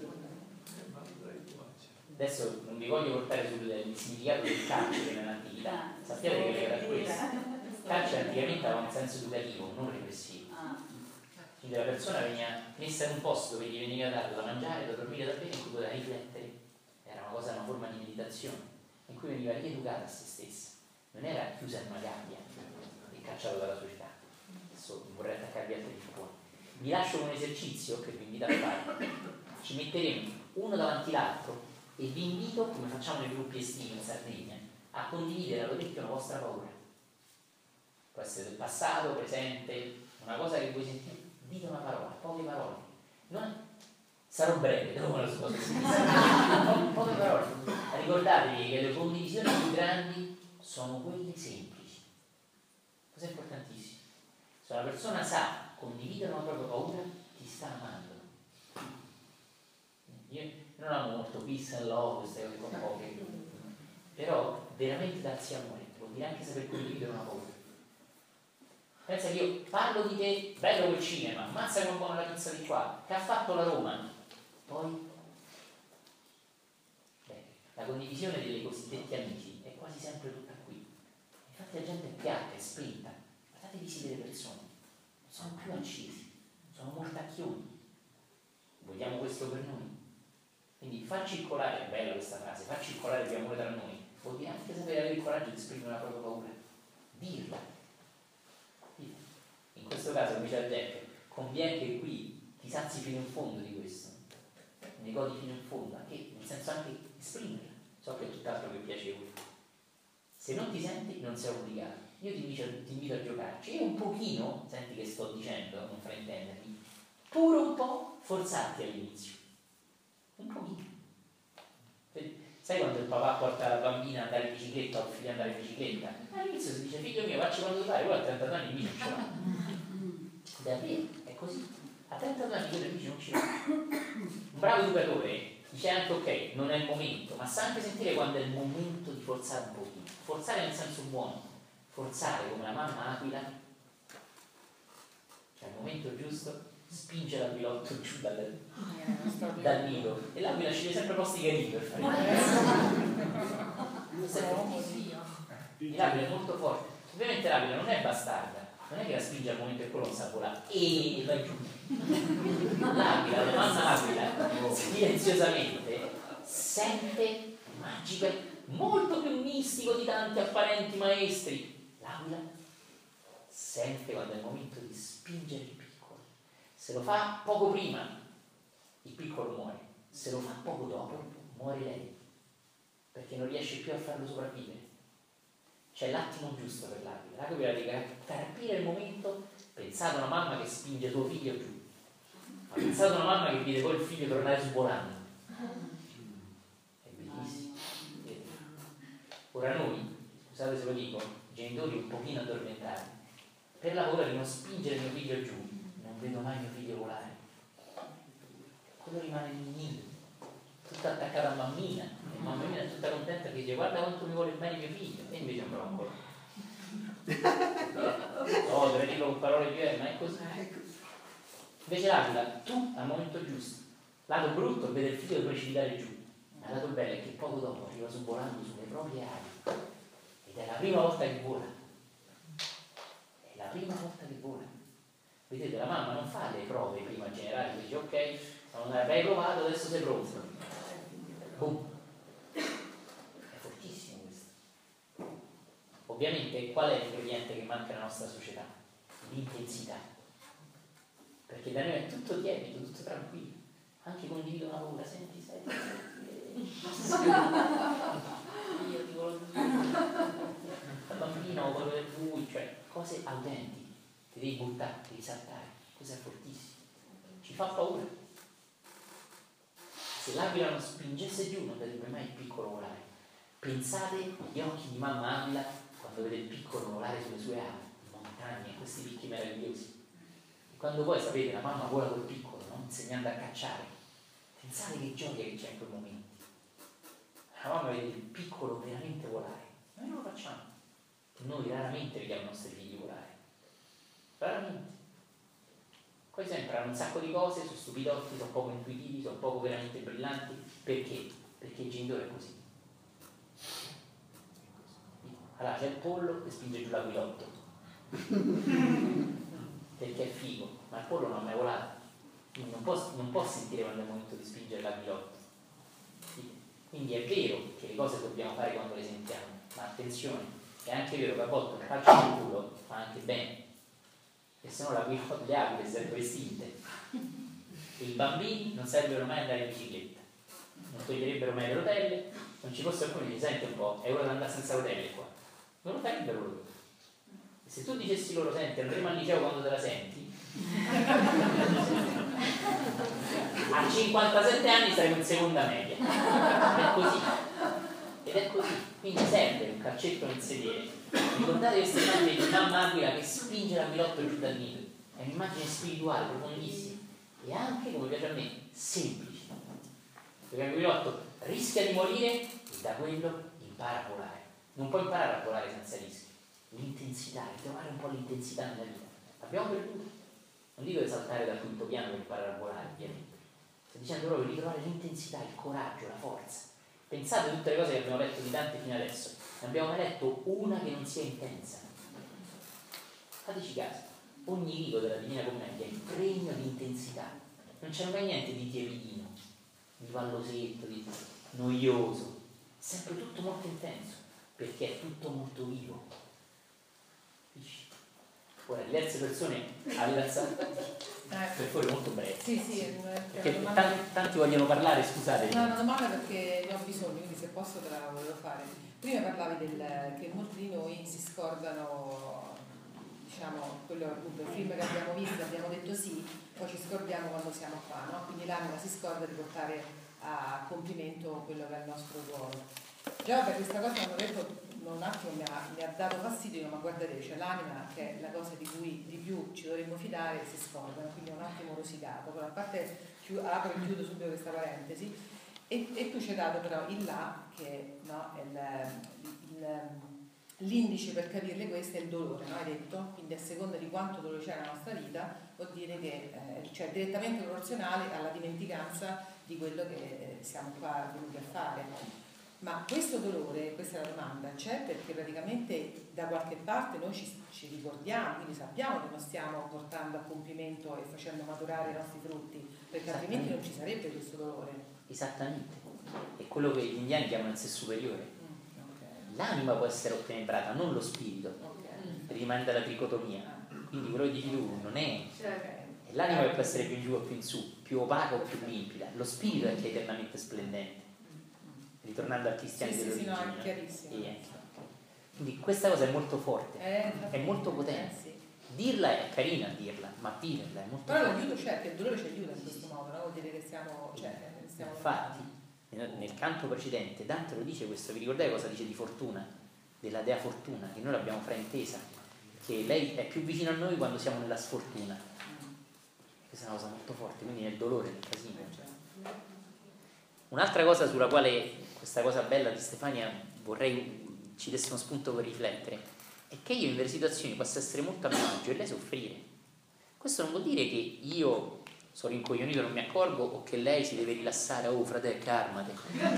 Adesso non vi voglio portare sul significato del carcere nell'antichità, sappiate che era questo. Il carcere anticamente aveva un senso educativo, non repressivo. Quindi la persona veniva messa in un posto dove gli veniva dato da mangiare, da dormire, da bere, in cui poteva riflettere. Era una cosa, una forma di meditazione, in cui veniva rieducata a se stessa. Non era chiusa in una gabbia e cacciato dalla società. Adesso vorrei attaccarvi altri di fuori. Vi lascio un esercizio che vi invito a fare. Ci metteremo uno davanti l'altro e vi invito, come facciamo nei gruppi estivi in Sardegna, a condividere all'orecchio una vostra paura. Può essere del passato, presente, una cosa che vuoi sentire. Dite una parola, poche parole. Sarò breve, dopo la sua cosa. Poche parole. Ricordatevi che le condivisioni più grandi sono quelle semplici. Cosa è importantissimo? Se una persona sa condividere una propria paura, ti sta amando. Io non amo molto peace and love, queste cose con poche. Però veramente darsi amore vuol dire anche saper condividere una paura. Pensa che io parlo di te, bello quel cinema, ammazza come buona la pizza di qua, che ha fatto la Roma. Poi, la condivisione dei cosiddetti amici è quasi sempre tutta qui. Infatti la gente è piatta, è spenta. Guardatevi sì delle persone, non sono più accesi, sono mortacchioni. Vogliamo questo per noi? Quindi far circolare, è bella questa frase, far circolare più amore tra noi, vuol dire anche sapere avere il coraggio di esprimere la propria paura. Dirla. In questo caso, come dice Jack, conviene che qui ti sazi fino in fondo di questo, ne godi fino in fondo, anche nel senso anche esprimerla. So che è tutt'altro che piacevole. Se non ti senti, non sei obbligato. io ti invito a giocarci, e un pochino, senti che sto dicendo, non fraintendermi, pure un po' forzarti all'inizio, un pochino. Sai quando il papà porta la bambina ad andare in bicicletta o il figlio ad andare in bicicletta? All'inizio si dice, figlio mio, facci quando pare, poi a 32 anni non ce va. Ed è vero, è così. A 32 anni quello non ci va. Un bravo educatore dice anche, ok, non è il momento, ma sa anche sentire quando è il momento di forzare un pochino. Forzare nel senso buono, forzare come la mamma aquila, cioè al momento giusto, spinge l'aquilotto giù dal nido, e l'aquila sceglie sempre posti carini per fare questo è fortissimo. L'aquila è molto forte, ovviamente l'aquila non è bastarda, non è che la spinge al momento che quello non sa volare e va giù. L'aquila, la mamma aquila, silenziosamente sente magica, molto più mistico di tanti apparenti maestri. L'aquila sente quando è il momento di spingere il piccolo. Se lo fa poco prima, il piccolo muore. Se lo fa poco dopo, muore lei, perché non riesce più a farlo sopravvivere. C'è l'attimo giusto per l'aquila. L'aquila deve capire il momento. Pensate a una mamma che spinge suo figlio giù, ma pensate a una mamma che vede poi il figlio tornare su volando. È bellissimo. Ora noi, scusate se lo dico, genitori un pochino addormentati, per la paura di non spingere mio figlio giù, non vedo mai mio figlio volare. Quello rimane nel nido, tutto attaccato a mammina, e mammina è tutta contenta che dice guarda quanto mi vuole bene mio figlio, e invece è un broccolo. No, dovrei dirlo con parole più, ma è così. Invece l'aquila, tu al momento giusto, lato brutto vede il figlio precipitare giù, ma il lato bello è che poco dopo arriva su volando sulle proprie ali, ed è la prima volta che vola. È la prima volta che vola. Vedete, la mamma non fa le prove prima generali, dice ok, non hai provato, adesso sei pronto. Boom. È fortissimo questo. Ovviamente qual è l'ingrediente che manca nella nostra società? L'intensità. Perché da noi è tutto tiepido, tutto tranquillo. Anche condivido una paura, senti. Io ti voglio il bambino, quello del lui, cioè cose autentiche. Ti devi buttare, ti devi saltare. Questo è fortissimo. Ci fa paura. Se l'aquila non spingesse giù non vedrebbe mai il piccolo volare. Pensate agli occhi di mamma aquila quando vede il piccolo volare sulle sue ali, in montagna, questi picchi meravigliosi. E quando poi, sapete, la mamma vola col piccolo, no? Insegnando a cacciare. Pensate che gioia che c'è in quel momento. La mamma vede il piccolo veramente volare. Noi non lo facciamo. Noi raramente vediamo i nostri figli volare. Raramente. Poi sempre hanno un sacco di cose, sono stupidotti, sono poco intuitivi, sono poco veramente brillanti. Perché? Perché il genitore è così. Allora c'è il pollo che spinge giù l'aquilotto perché è figo, ma il pollo non ha mai volato, quindi non può sentire quando è il momento di spingere l'aquilotto. Quindi è vero che le cose dobbiamo fare quando le sentiamo, ma attenzione, è anche vero che a volte un calcio sul culo fa anche bene, e se no l'aquilotto, le aquile sarebbero estinte. I bambini non sarebbero mai andare in bicicletta, non toglierebbero mai le rotelle, non ci fosse qualcuno che dice senti un po', è ora di andare senza rotelle qua. Non lo farebbero loro. E se tu dicessi loro, senti, andremo al liceo quando te la senti, a 57 anni saremo in seconda media. È così. Ed è così. Quindi serve un calcetto nel sedere. Ricordate questa immagine di mamma aquila che spinge l'aquilotto giù dal nido. È un'immagine spirituale, profondissima. E anche, come piace a me, semplice. Perché l'aquilotto rischia di morire e da quello impara a volare. Non puoi imparare a volare senza rischi. L'intensità, ritrovare un po' l'intensità nella vita. L'abbiamo perduto. Non dico di saltare dal quinto piano per imparare a volare, ovviamente. Sto dicendo proprio di ritrovare l'intensità, il coraggio, la forza. Pensate a tutte le cose che abbiamo letto di tante fino adesso. Ne abbiamo mai letto una che non sia intensa. Fateci caso. Ogni rigo della Divina Commedia è pregno di intensità. Non c'è mai niente di tiepidino, di vallosetto, di noioso. È sempre tutto molto intenso. Perché è tutto molto vivo. Ora, diverse persone avete alzato per fuori molto breve. Sì, perché tanti vogliono parlare, scusate. No, una domanda perché ne ho bisogno, quindi se posso te la volevo fare. Prima parlavi che molti di noi si scordano, diciamo, quello appunto, il film che abbiamo visto, abbiamo detto sì, poi ci scordiamo quando siamo qua, no? Quindi l'anima si scorda di portare a compimento quello che è il nostro ruolo. Già per questa cosa hanno detto un attimo mi ha dato fastidio, ma guardate, c'è l'anima che è la cosa di cui di più ci dovremmo fidare e si scorda, quindi un attimo rosicato. Però a parte apro e chiudo subito questa parentesi, e tu ci hai dato però il là, che no, è l'indice per capirle queste è il dolore, no? Hai detto? Quindi a seconda di quanto dolore c'è nella nostra vita, vuol dire che cioè direttamente proporzionale alla dimenticanza di quello che siamo qua venuti a fare. Ma questo dolore, questa è la domanda, c'è perché praticamente da qualche parte noi ci ricordiamo, quindi sappiamo che non stiamo portando a compimento e facendo maturare i nostri frutti, perché altrimenti non ci sarebbe questo dolore. Esattamente, è quello che gli indiani chiamano il sé superiore. L'anima può essere ottenebrata, non lo spirito, rimanda alla tricotomia. Quindi quello che dici tu non è l'anima che può essere più in giù o più in su, più opaca o più limpida, lo spirito è che è eternamente splendente. Ritornando al cristiano dell'origine, no, è chiarissimo. Quindi questa cosa è molto forte, è molto potente. Dirla è carina, dirla, ma viverla è molto però forte. l'aiuto c'è, che il dolore ci aiuta in questo modo, no? Vuol dire che stiamo infatti nel canto precedente Dante lo dice questo, vi ricordate cosa dice di Fortuna, della dea Fortuna, che noi l'abbiamo fraintesa, che lei è più vicina a noi quando siamo nella sfortuna. Questa è una cosa molto forte, quindi nel dolore, nel casino. Un'altra cosa sulla quale questa cosa bella di Stefania vorrei ci desse uno spunto per riflettere è che io in delle situazioni posso essere molto a mio agio e lei soffrire. Questo non vuol dire che io sono rincoglionito e non mi accorgo o che lei si deve rilassare, oh fratello, calmate.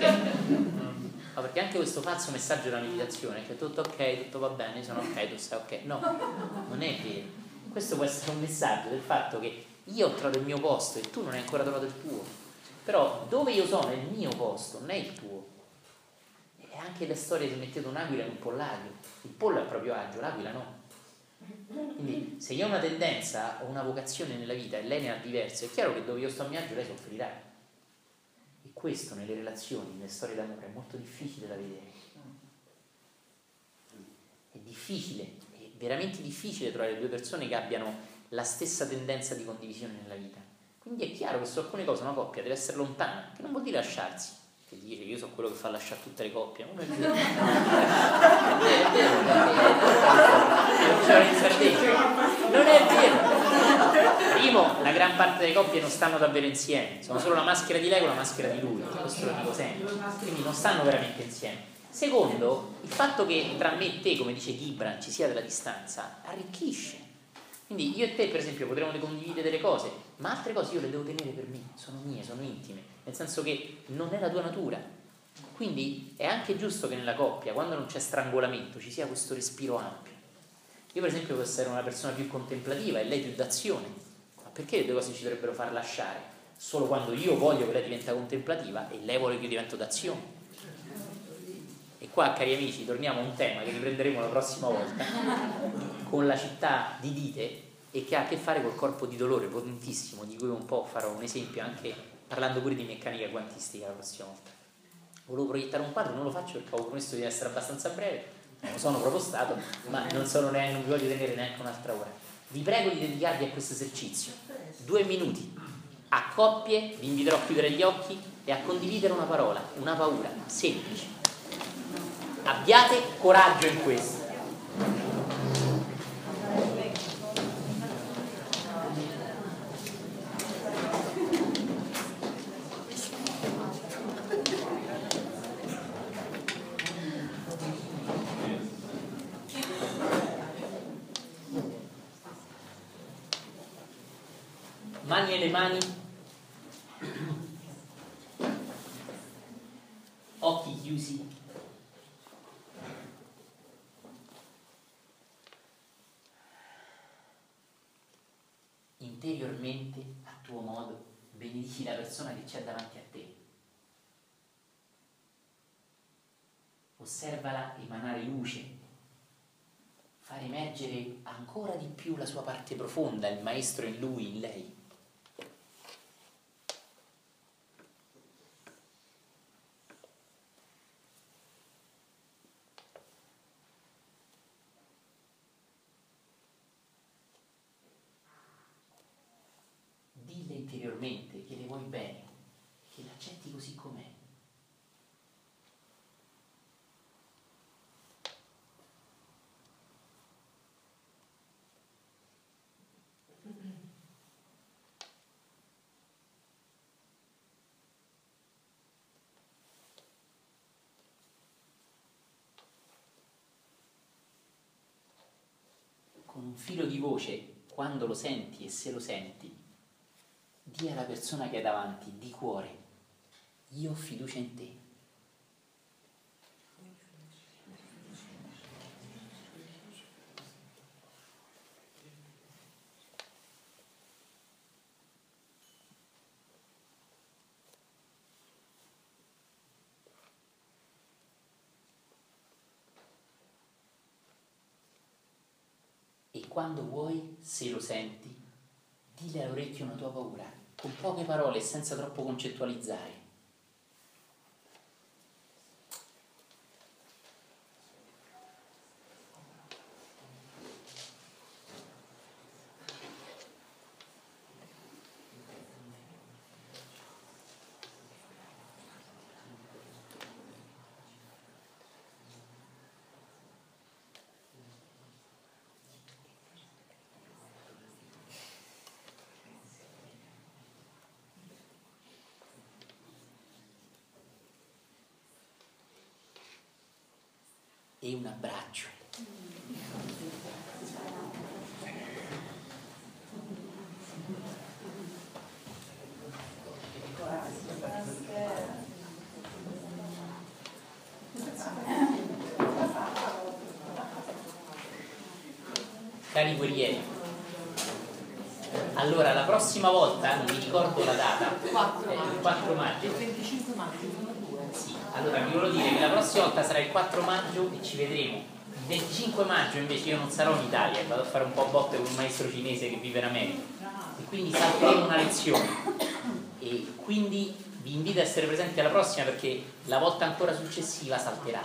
Ma perché anche questo falso messaggio della meditazione, che tutto ok, tutto va bene, sono ok, tu stai ok. No, non è vero. Questo può essere un messaggio del fatto che io ho trovato il mio posto e tu non hai ancora trovato il tuo. Però dove io sono è il mio posto, non è il tuo. E anche le storie se mettete un'aquila in un pollaio, il pollo è a proprio agio, l'aquila no. Quindi se io ho una tendenza o una vocazione nella vita e lei ne ha diverse, è chiaro che dove io sto a mio agio lei soffrirà. E questo nelle relazioni, nelle storie d'amore è molto difficile da vedere. È difficile, è veramente difficile trovare due persone che abbiano la stessa tendenza di condivisione nella vita. Quindi è chiaro che su alcune cose una coppia deve essere lontana, che non vuol dire lasciarsi, che dice io sono quello che fa lasciare tutte le coppie, non è vero. Non è vero. Primo, la gran parte delle coppie non stanno davvero insieme, sono solo la maschera di lei con la maschera di lui, questo lo dico sempre, quindi non stanno veramente insieme. Secondo, il fatto che tra me e te, come dice Gibran, ci sia della distanza, arricchisce. Quindi io e te per esempio potremmo condividere delle cose, ma altre cose io le devo tenere per me, sono mie, sono intime, nel senso che non è la tua natura. Quindi è anche giusto che nella coppia, quando non c'è strangolamento, ci sia questo respiro ampio. Io per esempio posso essere una persona più contemplativa e lei più d'azione, ma perché le due cose ci dovrebbero far lasciare? Solo quando io voglio che lei diventa contemplativa e lei vuole che io divento d'azione. E qua, cari amici, torniamo a un tema che riprenderemo la prossima volta, con la città di Dite, e che ha a che fare col corpo di dolore potentissimo, di cui un po' farò un esempio anche parlando pure di meccanica quantistica la prossima volta. Volevo proiettare un quadro, non lo faccio perché ho promesso di essere abbastanza breve, non lo sono proprio stato, ma non vi voglio tenere neanche un'altra ora. Vi prego di dedicarvi a questo esercizio 2 minuti a coppie, vi inviterò a chiudere gli occhi e a condividere una parola, una paura semplice. Abbiate coraggio in questo. Mani nelle mani, occhi chiusi. Interiormente, a tuo modo, benedici la persona che c'è davanti a te. Osservala emanare luce, far emergere ancora di più la sua parte profonda, il maestro in lui, in lei. Dille interiormente che le vuoi bene, che l'accetti così com'è. Con un filo di voce, quando lo senti e se lo senti, di alla persona che hai davanti, di cuore, io ho fiducia in te. E quando vuoi, se lo senti, dile all'orecchio una tua paura, con poche parole e senza troppo concettualizzare. E un abbraccio. Cari guerrieri, allora la prossima volta, non mi ricordo la data, il 4 maggio. Il 25 maggio. Sì, allora vi volevo dire che la prossima volta sarà il 4 maggio e ci vedremo. Il 25 maggio invece io non sarò in Italia, vado a fare un po' a botte con un maestro cinese che vive in America e quindi salteremo una lezione e quindi vi invito a essere presenti alla prossima perché la volta ancora successiva salterà.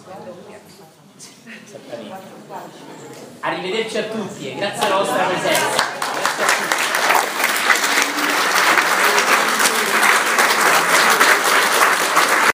Sì, esattamente. Arrivederci a tutti e grazie alla vostra presenza.